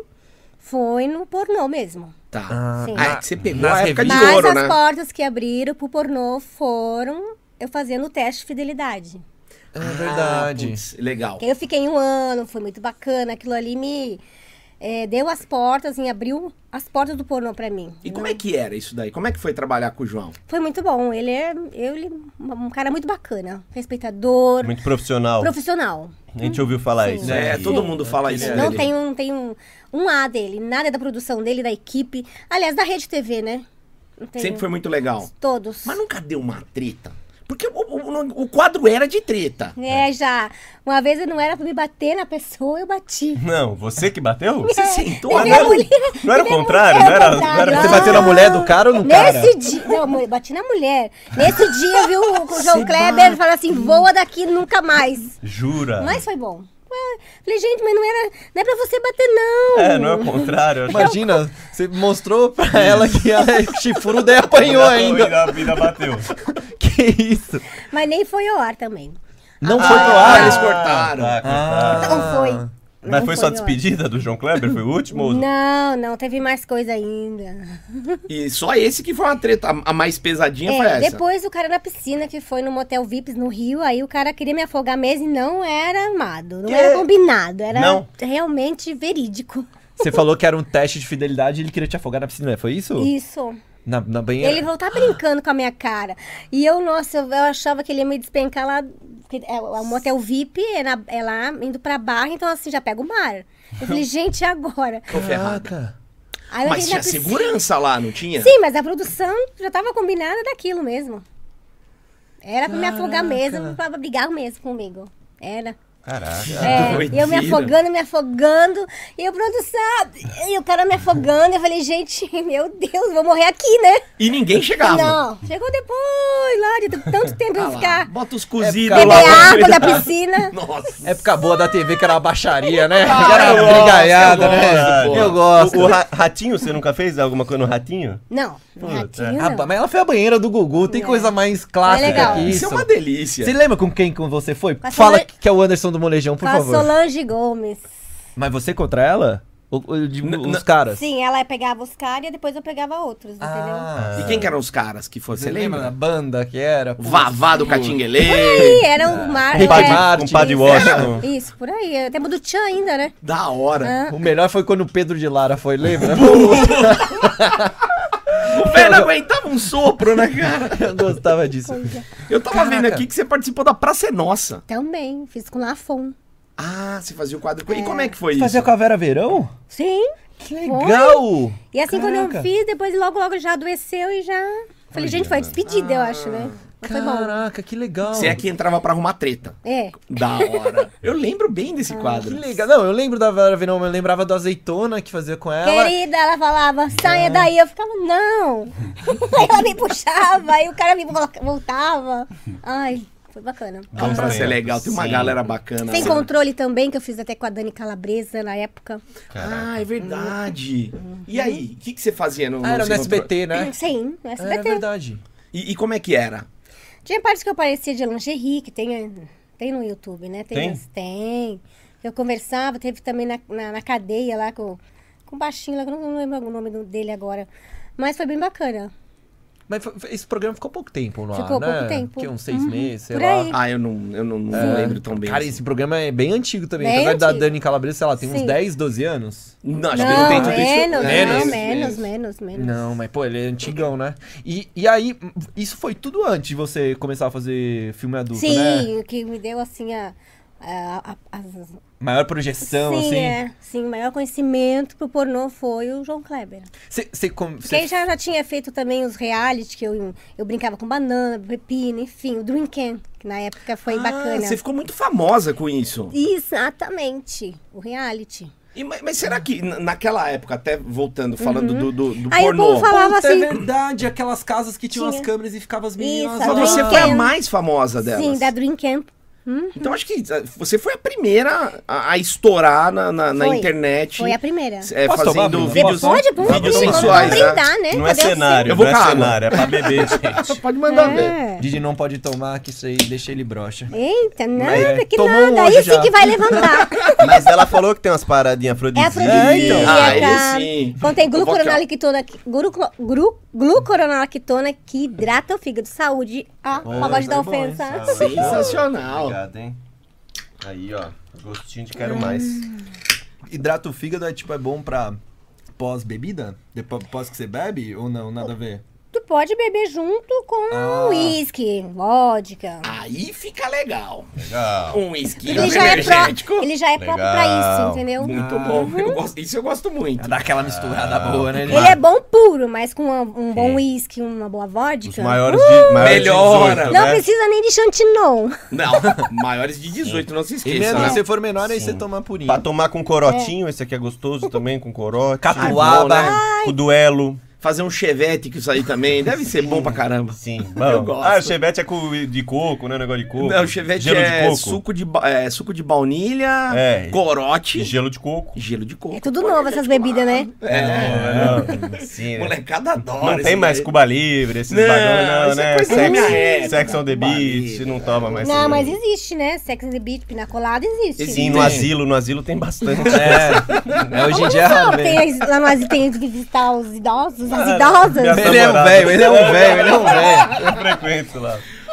[SPEAKER 4] foi no pornô mesmo.
[SPEAKER 1] Tá.
[SPEAKER 3] Ah,
[SPEAKER 4] Sim.
[SPEAKER 1] Ah, é que você pegou
[SPEAKER 3] nas
[SPEAKER 1] a época de
[SPEAKER 3] revistas.
[SPEAKER 4] Mas
[SPEAKER 1] ouro,
[SPEAKER 4] as
[SPEAKER 1] né?
[SPEAKER 4] portas que abriram pro pornô foram eu fazendo o teste de fidelidade.
[SPEAKER 3] É verdade.
[SPEAKER 1] Ah, putz, legal.
[SPEAKER 4] Que aí eu fiquei um ano, foi muito bacana. Aquilo ali me eh, deu as portas, e abriu as portas do pornô pra mim.
[SPEAKER 1] E como é que era isso daí? Como é que foi trabalhar com o João?
[SPEAKER 4] Foi muito bom. Ele é ele, um cara muito bacana, respeitador,
[SPEAKER 2] Muito profissional.
[SPEAKER 4] profissional.
[SPEAKER 2] A gente ouviu falar
[SPEAKER 4] Sim.
[SPEAKER 2] isso.
[SPEAKER 1] É,
[SPEAKER 2] né?
[SPEAKER 1] todo mundo fala isso
[SPEAKER 4] Não
[SPEAKER 1] dele.
[SPEAKER 4] tem um, tem um, um A dele, nada da produção dele, da equipe. Aliás, da Rede T V, né? Não tem-
[SPEAKER 1] Sempre foi muito legal.
[SPEAKER 4] Todos.
[SPEAKER 1] Mas nunca deu uma treta? Porque o, o- o quadro era de treta.
[SPEAKER 4] É, já. Uma vez não era pra me bater na pessoa, eu bati.
[SPEAKER 2] Não, você que bateu?
[SPEAKER 1] Você sentou
[SPEAKER 2] Mas
[SPEAKER 4] Minha
[SPEAKER 2] não era,
[SPEAKER 4] mulher-
[SPEAKER 2] não era o
[SPEAKER 4] minha
[SPEAKER 2] contrário?
[SPEAKER 4] mulher
[SPEAKER 2] Não era,
[SPEAKER 4] ao
[SPEAKER 2] não era
[SPEAKER 4] contrário.
[SPEAKER 3] Você
[SPEAKER 4] Ah,
[SPEAKER 3] bateu na mulher do cara ou no cara?
[SPEAKER 4] Nesse dia. Não, eu bati na mulher. Nesse dia, viu, o
[SPEAKER 1] Você
[SPEAKER 4] João Kleber falou assim: voa daqui nunca mais.
[SPEAKER 2] Jura?
[SPEAKER 4] Mas foi bom. Ué, falei, gente, mas não era. Não é pra você bater, não.
[SPEAKER 2] É, não é o contrário.
[SPEAKER 3] Imagina, você mostrou pra ela que ela é chifruda e apanhou ainda.
[SPEAKER 2] A vida bateu.
[SPEAKER 3] Que isso?
[SPEAKER 4] Mas nem foi ao ar também.
[SPEAKER 3] Não
[SPEAKER 1] Ah,
[SPEAKER 3] foi pro ar?
[SPEAKER 1] eles cortaram.
[SPEAKER 2] Tá, cortaram.
[SPEAKER 4] Não foi.
[SPEAKER 2] Mas
[SPEAKER 4] Não
[SPEAKER 2] foi só
[SPEAKER 4] ao ar.
[SPEAKER 2] despedida do João Kleber? Foi o último? ou-
[SPEAKER 4] Não, não, teve mais coisa ainda.
[SPEAKER 1] E só esse que foi uma treta. A, a mais pesadinha foi
[SPEAKER 4] É,
[SPEAKER 1] essa.
[SPEAKER 4] depois o cara na piscina, que foi no Motel V I Ps no Rio, aí o cara queria me afogar mesmo e não era armado, não
[SPEAKER 2] Que?
[SPEAKER 4] era combinado, era
[SPEAKER 2] Não?
[SPEAKER 4] realmente verídico.
[SPEAKER 3] Você falou que era um teste de fidelidade e ele queria te afogar na piscina, foi isso?
[SPEAKER 4] Isso.
[SPEAKER 3] Na, na banheira?
[SPEAKER 4] Ele voltava brincando com a minha cara. E eu, nossa, eu, eu achava que ele ia me despencar lá. que É, o motel V I P é, na- é lá indo pra Barra, então assim, já pega o mar. Eu falei, gente, e agora?
[SPEAKER 1] Tô ferrado.
[SPEAKER 3] Caraca.
[SPEAKER 4] Aí eu
[SPEAKER 1] Mas
[SPEAKER 4] entrei
[SPEAKER 1] tinha
[SPEAKER 4] na piscina.
[SPEAKER 1] segurança lá, não tinha?
[SPEAKER 4] Sim, mas a produção já tava combinada daquilo mesmo. Era pra me afogar mesmo, pra brigar mesmo comigo. Era.
[SPEAKER 2] Caraca.
[SPEAKER 4] É,
[SPEAKER 1] doideira.
[SPEAKER 4] e eu me afogando, me afogando, e eu produção, e o cara me afogando, eu falei, gente, meu Deus, vou morrer aqui, né?
[SPEAKER 1] E ninguém chegava.
[SPEAKER 4] Não, chegou depois, lá, de tanto tempo
[SPEAKER 1] Ah
[SPEAKER 4] eu
[SPEAKER 1] lá,
[SPEAKER 4] ficar,
[SPEAKER 1] bota os cozidos
[SPEAKER 3] É,
[SPEAKER 1] lá.
[SPEAKER 4] beber
[SPEAKER 1] pra
[SPEAKER 4] água da
[SPEAKER 1] fritar.
[SPEAKER 4] piscina.
[SPEAKER 1] Nossa.
[SPEAKER 3] Época boa da T V, que era uma baixaria, né?
[SPEAKER 1] Ah,
[SPEAKER 3] Que era
[SPEAKER 1] eu gosto,
[SPEAKER 3] brigaiada,
[SPEAKER 1] eu
[SPEAKER 3] né?
[SPEAKER 1] gosto, pô.
[SPEAKER 3] Eu gosto.
[SPEAKER 2] O, o ra- ratinho, você nunca fez alguma coisa no ratinho?
[SPEAKER 4] Não, no ratinho
[SPEAKER 3] Ah,
[SPEAKER 4] não.
[SPEAKER 3] mas ela foi a banheira do Gugu, tem
[SPEAKER 4] É.
[SPEAKER 3] coisa mais clássica
[SPEAKER 4] legal.
[SPEAKER 3] que
[SPEAKER 1] Isso
[SPEAKER 3] isso.
[SPEAKER 1] é uma delícia.
[SPEAKER 3] Você lembra com quem com você foi?
[SPEAKER 4] Com a
[SPEAKER 3] Fala
[SPEAKER 4] Solan-
[SPEAKER 3] que é o Anderson do Molejão, por
[SPEAKER 4] Com a
[SPEAKER 3] favor.
[SPEAKER 4] Solange Gomes.
[SPEAKER 3] Mas você contra ela? Ou, ou de-
[SPEAKER 1] N-
[SPEAKER 3] os
[SPEAKER 1] n-
[SPEAKER 3] caras?
[SPEAKER 4] Sim, ela pegava os caras e depois eu pegava outros, entendeu?
[SPEAKER 3] Ah,
[SPEAKER 1] E quem que eram os caras que foram?
[SPEAKER 3] você
[SPEAKER 1] Você
[SPEAKER 3] lembra da
[SPEAKER 1] lembra?
[SPEAKER 3] banda que era?
[SPEAKER 1] O Vavá do Catinguelê.
[SPEAKER 4] Ih, era o Mar...
[SPEAKER 3] Rick
[SPEAKER 4] é,
[SPEAKER 3] Martin.
[SPEAKER 2] Com o Padre
[SPEAKER 4] isso,
[SPEAKER 2] Washington.
[SPEAKER 4] Isso, por aí. Temos do Tchan ainda, né?
[SPEAKER 1] Da hora.
[SPEAKER 4] Ah.
[SPEAKER 3] O melhor foi quando o Pedro de Lara foi, lembra?
[SPEAKER 1] O velho não aguentava um sopro, né, cara?
[SPEAKER 3] Eu gostava disso.
[SPEAKER 1] Eu tava
[SPEAKER 3] Caraca.
[SPEAKER 1] vendo aqui que você participou da Praça é Nossa.
[SPEAKER 4] Também, fiz com Lafon.
[SPEAKER 1] Ah, você fazia o quadro com... E como é que foi isso?
[SPEAKER 3] Fazia com a Vera Verão?
[SPEAKER 4] Sim.
[SPEAKER 3] Que legal!
[SPEAKER 4] E assim, quando
[SPEAKER 3] Caraca.
[SPEAKER 4] eu fiz, depois logo, logo já adoeceu e já... Falei, gente, foi despedida, eu acho, né? Mas foi bom.
[SPEAKER 3] Caraca, que legal.
[SPEAKER 1] Você é que entrava pra arrumar treta.
[SPEAKER 4] É.
[SPEAKER 1] Da hora. Eu lembro bem desse
[SPEAKER 3] Que
[SPEAKER 1] quadro.
[SPEAKER 3] legal. Não, eu lembro da Vera Verão, eu lembrava do Azeitona que fazia com ela.
[SPEAKER 4] Querida, ela falava, saia daí. Eu ficava, não. Aí ela me puxava, aí o cara me vol- voltava. Ai, foi bacana.
[SPEAKER 1] Vamos pra ser legal. Tem uma
[SPEAKER 2] Sim.
[SPEAKER 1] galera bacana.
[SPEAKER 4] Sem
[SPEAKER 1] né?
[SPEAKER 4] controle também, que eu fiz até com a Dani Calabresa na época.
[SPEAKER 1] Ah, é verdade. E aí, o que, que você fazia no,
[SPEAKER 3] Ah, era no
[SPEAKER 1] Sem
[SPEAKER 3] S B
[SPEAKER 1] Controle?
[SPEAKER 3] T, né?
[SPEAKER 4] Sim, no S B T.
[SPEAKER 3] É verdade.
[SPEAKER 1] E, e como é que era?
[SPEAKER 4] Tinha partes que eu aparecia de lingerie, que tem, tem no YouTube, né?
[SPEAKER 2] Tem?
[SPEAKER 4] as- tem. Eu conversava, teve também na, na, na cadeia lá com, com o baixinho lá, que eu não lembro o nome do- dele agora. Mas foi bem bacana.
[SPEAKER 3] Mas foi- esse programa ficou pouco tempo no ar,
[SPEAKER 4] Ficou
[SPEAKER 3] né?
[SPEAKER 4] pouco tempo.
[SPEAKER 3] Que uns seis
[SPEAKER 4] Uhum.
[SPEAKER 3] meses, sei
[SPEAKER 4] Por
[SPEAKER 3] lá.
[SPEAKER 4] aí.
[SPEAKER 1] Ah, eu não, eu não, não
[SPEAKER 3] É.
[SPEAKER 1] lembro tão bem.
[SPEAKER 3] Cara,
[SPEAKER 1] assim.
[SPEAKER 3] esse programa é bem antigo também.
[SPEAKER 4] Bem
[SPEAKER 3] Apesar da
[SPEAKER 4] antigo.
[SPEAKER 3] Dani Calabresa, sei lá, tem uns
[SPEAKER 4] Sim.
[SPEAKER 3] dez, doze anos.
[SPEAKER 1] Não, acho que
[SPEAKER 4] Não,
[SPEAKER 1] não tem tudo isso.
[SPEAKER 4] menos,
[SPEAKER 1] É,
[SPEAKER 4] não,
[SPEAKER 1] isso,
[SPEAKER 4] menos,
[SPEAKER 1] isso.
[SPEAKER 4] menos, menos.
[SPEAKER 3] Não, mas pô, ele é antigão, né? E, e aí, isso foi tudo antes de você começar a fazer filme adulto,
[SPEAKER 4] Sim,
[SPEAKER 3] né?
[SPEAKER 4] o que me deu assim a. a, a, as-
[SPEAKER 3] Maior projeção,
[SPEAKER 4] sim,
[SPEAKER 3] assim.
[SPEAKER 4] é, sim, o maior conhecimento pro pornô foi o João Kleber.
[SPEAKER 3] Você, você, com-
[SPEAKER 4] Porque
[SPEAKER 3] você-
[SPEAKER 4] aí já, já tinha feito também os reality, que eu, eu brincava com banana, pepino, enfim, o Dream Camp, que na época foi
[SPEAKER 1] Ah,
[SPEAKER 4] bacana.
[SPEAKER 1] você ficou muito famosa com isso.
[SPEAKER 4] Exatamente, o reality.
[SPEAKER 1] E, mas, mas será que n- naquela época, até voltando, falando do, do, do
[SPEAKER 4] Aí o
[SPEAKER 1] pornô,
[SPEAKER 4] povo falava
[SPEAKER 3] Puta,
[SPEAKER 4] assim.
[SPEAKER 3] é verdade, aquelas casas que tinham
[SPEAKER 4] Tinha.
[SPEAKER 3] as câmeras e ficavam as meninas
[SPEAKER 4] Isso,
[SPEAKER 1] só
[SPEAKER 4] a
[SPEAKER 3] lá.
[SPEAKER 1] você
[SPEAKER 4] Dream
[SPEAKER 1] foi a
[SPEAKER 4] Camp.
[SPEAKER 1] mais famosa delas.
[SPEAKER 4] Sim, da Dream Camp.
[SPEAKER 1] Então acho que ah, você foi a primeira a, a estourar na, na, na
[SPEAKER 4] Foi.
[SPEAKER 1] internet.
[SPEAKER 4] Foi a primeira.
[SPEAKER 1] é,
[SPEAKER 3] Posso tomar,
[SPEAKER 1] fazendo
[SPEAKER 3] Bruno?
[SPEAKER 1] vídeos,
[SPEAKER 4] Pode, pode,
[SPEAKER 1] vídeos
[SPEAKER 4] vamos
[SPEAKER 1] sensuais, né?
[SPEAKER 4] brindar, né?
[SPEAKER 2] Não é
[SPEAKER 4] Cadê o
[SPEAKER 2] cenário,
[SPEAKER 1] Eu vou
[SPEAKER 2] não
[SPEAKER 1] com
[SPEAKER 2] é
[SPEAKER 1] água.
[SPEAKER 2] cenário, é pra beber, gente.
[SPEAKER 1] Pode mandar
[SPEAKER 4] seu?
[SPEAKER 1] ver.
[SPEAKER 4] É.
[SPEAKER 3] Didi não pode tomar, que isso aí deixa ele broxa.
[SPEAKER 4] Eita, nada,
[SPEAKER 3] é,
[SPEAKER 4] que
[SPEAKER 3] tomou um
[SPEAKER 4] nada.
[SPEAKER 3] hoje
[SPEAKER 4] Aí
[SPEAKER 3] já.
[SPEAKER 4] sim que vai levantar.
[SPEAKER 2] Mas ela falou que tem umas paradinhas
[SPEAKER 4] É
[SPEAKER 2] afrodisíacas.
[SPEAKER 4] afrodisíaca.
[SPEAKER 1] Ah, aí sim.
[SPEAKER 4] Contém
[SPEAKER 1] Eu vou aqui, ó.
[SPEAKER 4] glucoronolactona, gluco- glu- glucoronolactona que hidrata o fígado. Saúde. Ó, pagode da
[SPEAKER 3] tá bom, hein?
[SPEAKER 4] ofensa.
[SPEAKER 1] Sensacional.
[SPEAKER 2] Obrigado, hein? Aí, ó. Gostinho de quero mais.
[SPEAKER 3] Hidrata o fígado é tipo, é bom pra pós-bebida? Depois pós que você bebe ou não? Nada a ver?
[SPEAKER 4] Tu pode beber junto com
[SPEAKER 3] Ah.
[SPEAKER 4] uísque, vodka.
[SPEAKER 1] Aí fica legal.
[SPEAKER 2] Legal.
[SPEAKER 1] Um whisky
[SPEAKER 4] Ele já, é
[SPEAKER 1] energético.
[SPEAKER 4] pró- ele já é próprio pra
[SPEAKER 2] Legal.
[SPEAKER 4] isso, entendeu?
[SPEAKER 1] Muito bom. Eu gosto, isso eu gosto muito.
[SPEAKER 3] Dá aquela misturada boa, né?
[SPEAKER 4] Ele é bom puro, mas com uma- um bom uísque, uma boa
[SPEAKER 2] Os
[SPEAKER 4] vodka.
[SPEAKER 2] maiores de, maiores
[SPEAKER 1] melhora.
[SPEAKER 2] de dezoito,
[SPEAKER 4] Não
[SPEAKER 2] né?
[SPEAKER 4] precisa nem de chantinon.
[SPEAKER 1] Não, maiores de dezoito, não se
[SPEAKER 3] E
[SPEAKER 1] esqueça.
[SPEAKER 3] mesmo
[SPEAKER 1] né?
[SPEAKER 3] se você for menor, aí você toma purinho.
[SPEAKER 2] Pra tomar com corotinho, esse aqui é gostoso também, com corote.
[SPEAKER 3] Catuaba.
[SPEAKER 1] Ah, é bom, né?
[SPEAKER 2] Com duelo.
[SPEAKER 1] Fazer um chevette com isso aí também, deve ser bom pra caramba.
[SPEAKER 2] Sim.
[SPEAKER 1] Eu gosto.
[SPEAKER 2] Ah, o chevette é com, de coco, né? Negócio de coco.
[SPEAKER 1] Não, o chevette
[SPEAKER 2] Gelo
[SPEAKER 1] é
[SPEAKER 2] de coco.
[SPEAKER 1] suco de, ba- é suco de baunilha,
[SPEAKER 2] É.
[SPEAKER 1] corote,
[SPEAKER 2] E gelo de coco.
[SPEAKER 1] gelo de coco.
[SPEAKER 4] É tudo novo essas bebidas, né?
[SPEAKER 1] É,
[SPEAKER 2] Sim, né?
[SPEAKER 1] molecada adora.
[SPEAKER 2] Não
[SPEAKER 1] isso
[SPEAKER 2] tem mais
[SPEAKER 1] daí.
[SPEAKER 2] Cuba Livre, esses
[SPEAKER 1] Não,
[SPEAKER 2] bagulho, não,
[SPEAKER 1] isso é
[SPEAKER 2] né?
[SPEAKER 1] coisa da minha
[SPEAKER 2] Sex,
[SPEAKER 1] época.
[SPEAKER 2] Sex on the
[SPEAKER 1] Cuba
[SPEAKER 2] Beach,
[SPEAKER 1] Livre.
[SPEAKER 2] não toma mais.
[SPEAKER 4] Não, mas
[SPEAKER 2] cerveja.
[SPEAKER 4] existe, né? Sex and the Beach, pina colada existe.
[SPEAKER 2] Sim, no
[SPEAKER 3] Tem.
[SPEAKER 2] asilo, no asilo tem bastante.
[SPEAKER 3] É, é, hoje em dia é
[SPEAKER 4] Não,
[SPEAKER 3] raro
[SPEAKER 4] tem,
[SPEAKER 3] mesmo.
[SPEAKER 4] as- lá no Asilo tem que visitar os idosos, as idosas.
[SPEAKER 2] minha
[SPEAKER 3] Ele é um velho, ele é um velho, ele é um velho.
[SPEAKER 2] Eu frequento lá.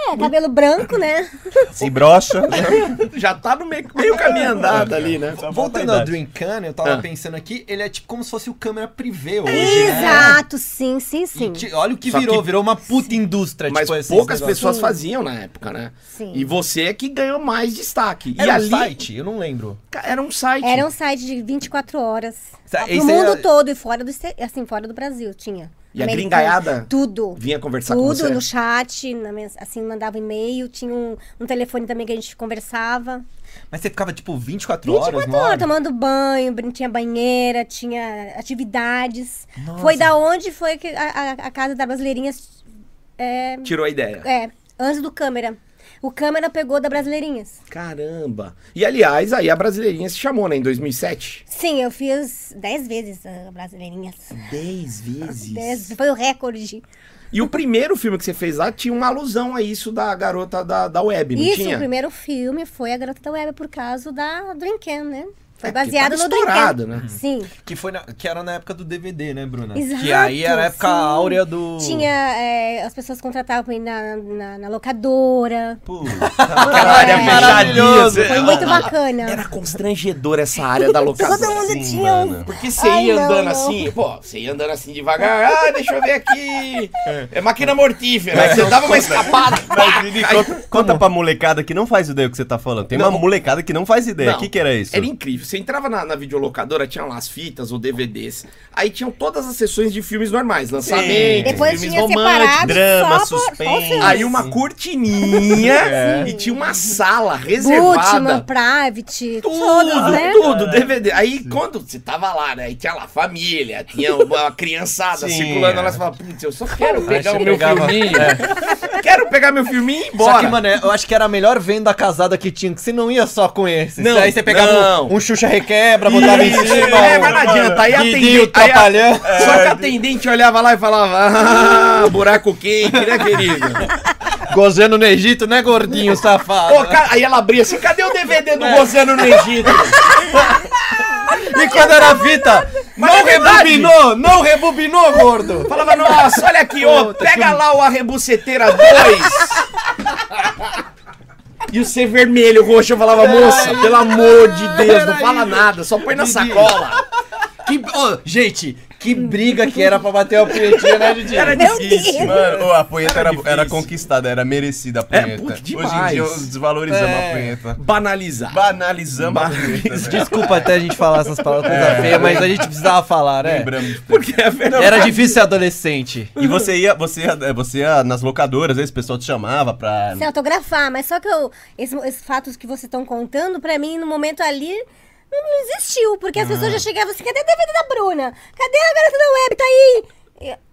[SPEAKER 4] É, cabelo branco, né?
[SPEAKER 2] Se brocha.
[SPEAKER 1] Já tá no meio, meio caminho andado ali, né?
[SPEAKER 3] Voltando ao Dreamcam, eu tava
[SPEAKER 1] Ah.
[SPEAKER 3] pensando aqui, ele é tipo como se fosse o câmera privê hoje, né?
[SPEAKER 4] Exato, sim, sim,
[SPEAKER 3] E
[SPEAKER 4] sim.
[SPEAKER 3] ti- olha o que
[SPEAKER 1] Só
[SPEAKER 3] virou,
[SPEAKER 1] que-
[SPEAKER 3] virou uma puta indústria,
[SPEAKER 1] Mas
[SPEAKER 3] tipo, esses
[SPEAKER 1] poucas
[SPEAKER 3] negócios.
[SPEAKER 1] pessoas
[SPEAKER 4] Sim.
[SPEAKER 1] faziam na época, né?
[SPEAKER 4] Sim.
[SPEAKER 1] E você é que ganhou mais destaque. e
[SPEAKER 3] Era um
[SPEAKER 1] ali
[SPEAKER 3] site, eu não lembro.
[SPEAKER 1] ca- era um site.
[SPEAKER 4] Era um site de vinte e quatro horas.
[SPEAKER 3] Sa-
[SPEAKER 4] Pro
[SPEAKER 3] esse
[SPEAKER 4] mundo
[SPEAKER 3] é-
[SPEAKER 4] todo e fora do, este- assim, fora do Brasil tinha.
[SPEAKER 1] E a
[SPEAKER 4] Americano,
[SPEAKER 1] gringaiada
[SPEAKER 4] Tudo.
[SPEAKER 1] vinha conversar com
[SPEAKER 4] Tudo
[SPEAKER 1] você.
[SPEAKER 4] no chat, na mens- assim, mandava e-mail, tinha um, um telefone também que a gente conversava.
[SPEAKER 3] Mas você ficava, tipo, vinte e quatro
[SPEAKER 4] vinte e
[SPEAKER 3] horas
[SPEAKER 4] quatro
[SPEAKER 3] no ar?
[SPEAKER 4] horas, tomando banho, brin- tinha banheira, tinha atividades.
[SPEAKER 3] Nossa.
[SPEAKER 4] Foi da onde foi que a, a, a Casa da Brasileirinhas é,
[SPEAKER 1] Tirou a ideia.
[SPEAKER 4] é, antes do câmera. O câmera pegou da Brasileirinhas.
[SPEAKER 1] Caramba. E aliás, aí a Brasileirinha se chamou, né? Em dois mil e sete.
[SPEAKER 4] Sim, eu fiz dez vezes a Brasileirinhas.
[SPEAKER 1] Dez vezes.
[SPEAKER 4] Dez, foi o recorde.
[SPEAKER 1] E o primeiro filme que você fez lá tinha uma alusão a isso da garota da, da web, não
[SPEAKER 4] Isso,
[SPEAKER 1] tinha?
[SPEAKER 4] o primeiro filme foi A Garota da Web por causa da Dreamcam, né? Foi
[SPEAKER 1] É, porque
[SPEAKER 4] baseado
[SPEAKER 1] tava
[SPEAKER 4] no
[SPEAKER 1] estourado,
[SPEAKER 4] Dreamcam.
[SPEAKER 1] né?
[SPEAKER 4] Sim.
[SPEAKER 3] Que, foi na- que era na época do D V D, né, Bruna?
[SPEAKER 4] Exato,
[SPEAKER 3] Que aí era a época
[SPEAKER 4] sim.
[SPEAKER 3] áurea do...
[SPEAKER 4] Tinha, é, as pessoas contratavam pra ir na, na, na locadora.
[SPEAKER 2] Puta.
[SPEAKER 1] Aquela área
[SPEAKER 4] É,
[SPEAKER 1] fechadinha.
[SPEAKER 4] Foi
[SPEAKER 1] Era-
[SPEAKER 4] muito bacana.
[SPEAKER 1] Era constrangedor essa área da locadora.
[SPEAKER 4] Todo mundo
[SPEAKER 2] Sim,
[SPEAKER 4] tinha um...
[SPEAKER 2] mano.
[SPEAKER 1] Porque você
[SPEAKER 4] Ai,
[SPEAKER 1] ia
[SPEAKER 4] não,
[SPEAKER 1] andando
[SPEAKER 4] não.
[SPEAKER 1] assim, pô, você ia andando assim devagar, ah, deixa eu ver aqui. É máquina mortífera. Aí você dava uma escapada. pá,
[SPEAKER 2] Mas, Vini,
[SPEAKER 1] cai-
[SPEAKER 2] conta, conta pra molecada que não faz ideia do que você tá falando. Tem
[SPEAKER 1] Não.
[SPEAKER 2] uma molecada que não faz ideia. O
[SPEAKER 1] Não.
[SPEAKER 2] que, que era isso?
[SPEAKER 1] Era incrível. Você entrava na, na videolocadora, tinha lá as fitas ou D V Ds. Aí tinham todas as sessões de filmes normais, lançamentos,
[SPEAKER 4] Depois
[SPEAKER 1] filmes
[SPEAKER 4] tinha
[SPEAKER 1] românticos.
[SPEAKER 4] separado
[SPEAKER 2] drama,
[SPEAKER 4] só, por- só
[SPEAKER 2] suspense.
[SPEAKER 4] os filmes.
[SPEAKER 1] Aí uma cortininha e tinha uma sala
[SPEAKER 4] Bootman,
[SPEAKER 1] reservada.
[SPEAKER 4] Private,
[SPEAKER 1] Tudo,
[SPEAKER 4] todos, né?
[SPEAKER 1] tudo, D V D. Aí quando você tava lá, né? Aí tinha lá família, tinha uma criançada
[SPEAKER 2] Sim,
[SPEAKER 1] circulando
[SPEAKER 2] é.
[SPEAKER 1] lá, você fala, putz, eu só quero pegar
[SPEAKER 3] você
[SPEAKER 1] o meu
[SPEAKER 3] pegava-
[SPEAKER 1] filminho. Quero pegar meu filminho e ir
[SPEAKER 3] Só
[SPEAKER 1] embora.
[SPEAKER 3] que, mano, é, eu acho que era a melhor venda casada que tinha, que você não ia só com esses.
[SPEAKER 1] Não,
[SPEAKER 3] Aí você pegava
[SPEAKER 1] não.
[SPEAKER 3] um, um Xuxa Requebra, botava em
[SPEAKER 1] Isso,
[SPEAKER 3] cima.
[SPEAKER 1] é,
[SPEAKER 3] um-
[SPEAKER 1] mas não adianta. Aí a
[SPEAKER 3] Didi,
[SPEAKER 1] atendente.
[SPEAKER 3] o Trapalhão.
[SPEAKER 1] Só que a atendente olhava lá e falava, ah, buraco quente, né, querido?
[SPEAKER 3] Gozando no Egito, né, gordinho safado?
[SPEAKER 1] Ô, cara, aí ela abria assim, cadê o D V D do Gozando no Egito?
[SPEAKER 3] E quando era fita,
[SPEAKER 1] Mas
[SPEAKER 3] não
[SPEAKER 1] é verdade.
[SPEAKER 3] rebobinou, não rebobinou, gordo.
[SPEAKER 1] Falava, nossa, olha aqui, ó,
[SPEAKER 3] Puta,
[SPEAKER 1] pega
[SPEAKER 3] que-
[SPEAKER 1] lá o Arrebuceteira dois. E o ser vermelho, roxo, eu falava, moça, pelo amor de Deus, não fala nada, só põe na
[SPEAKER 3] Didi.
[SPEAKER 1] sacola.
[SPEAKER 3] Que, ô, gente, que briga que era pra bater a punhetinha, né, Didi?
[SPEAKER 1] Era
[SPEAKER 4] Meu
[SPEAKER 1] difícil.
[SPEAKER 4] Deus.
[SPEAKER 2] Mano, ô, a punheta era,
[SPEAKER 1] difícil.
[SPEAKER 2] era conquistada, era merecida a punheta.
[SPEAKER 1] puta,
[SPEAKER 2] Hoje em
[SPEAKER 1] demais.
[SPEAKER 2] dia desvalorizamos
[SPEAKER 3] É.
[SPEAKER 2] a punheta.
[SPEAKER 1] Banalizar.
[SPEAKER 2] Banalizamos a
[SPEAKER 1] Banalizar.
[SPEAKER 2] punheta. né?
[SPEAKER 3] Desculpa até a gente falar essas palavras coisa feia, mas a gente precisava falar, né?
[SPEAKER 2] Lembramos.
[SPEAKER 1] Porque é verdade.
[SPEAKER 3] Era difícil ser adolescente.
[SPEAKER 2] E você ia, você ia, você ia nas locadoras, às vezes o pessoal te chamava pra...
[SPEAKER 4] Se autografar, mas só que eu, esses, esses fatos que vocês estão contando, pra mim, no momento ali, não, não existiu. Porque as pessoas já chegavam assim, cadê a D V D da Bruna? Cadê a garota da web? Tá aí! E-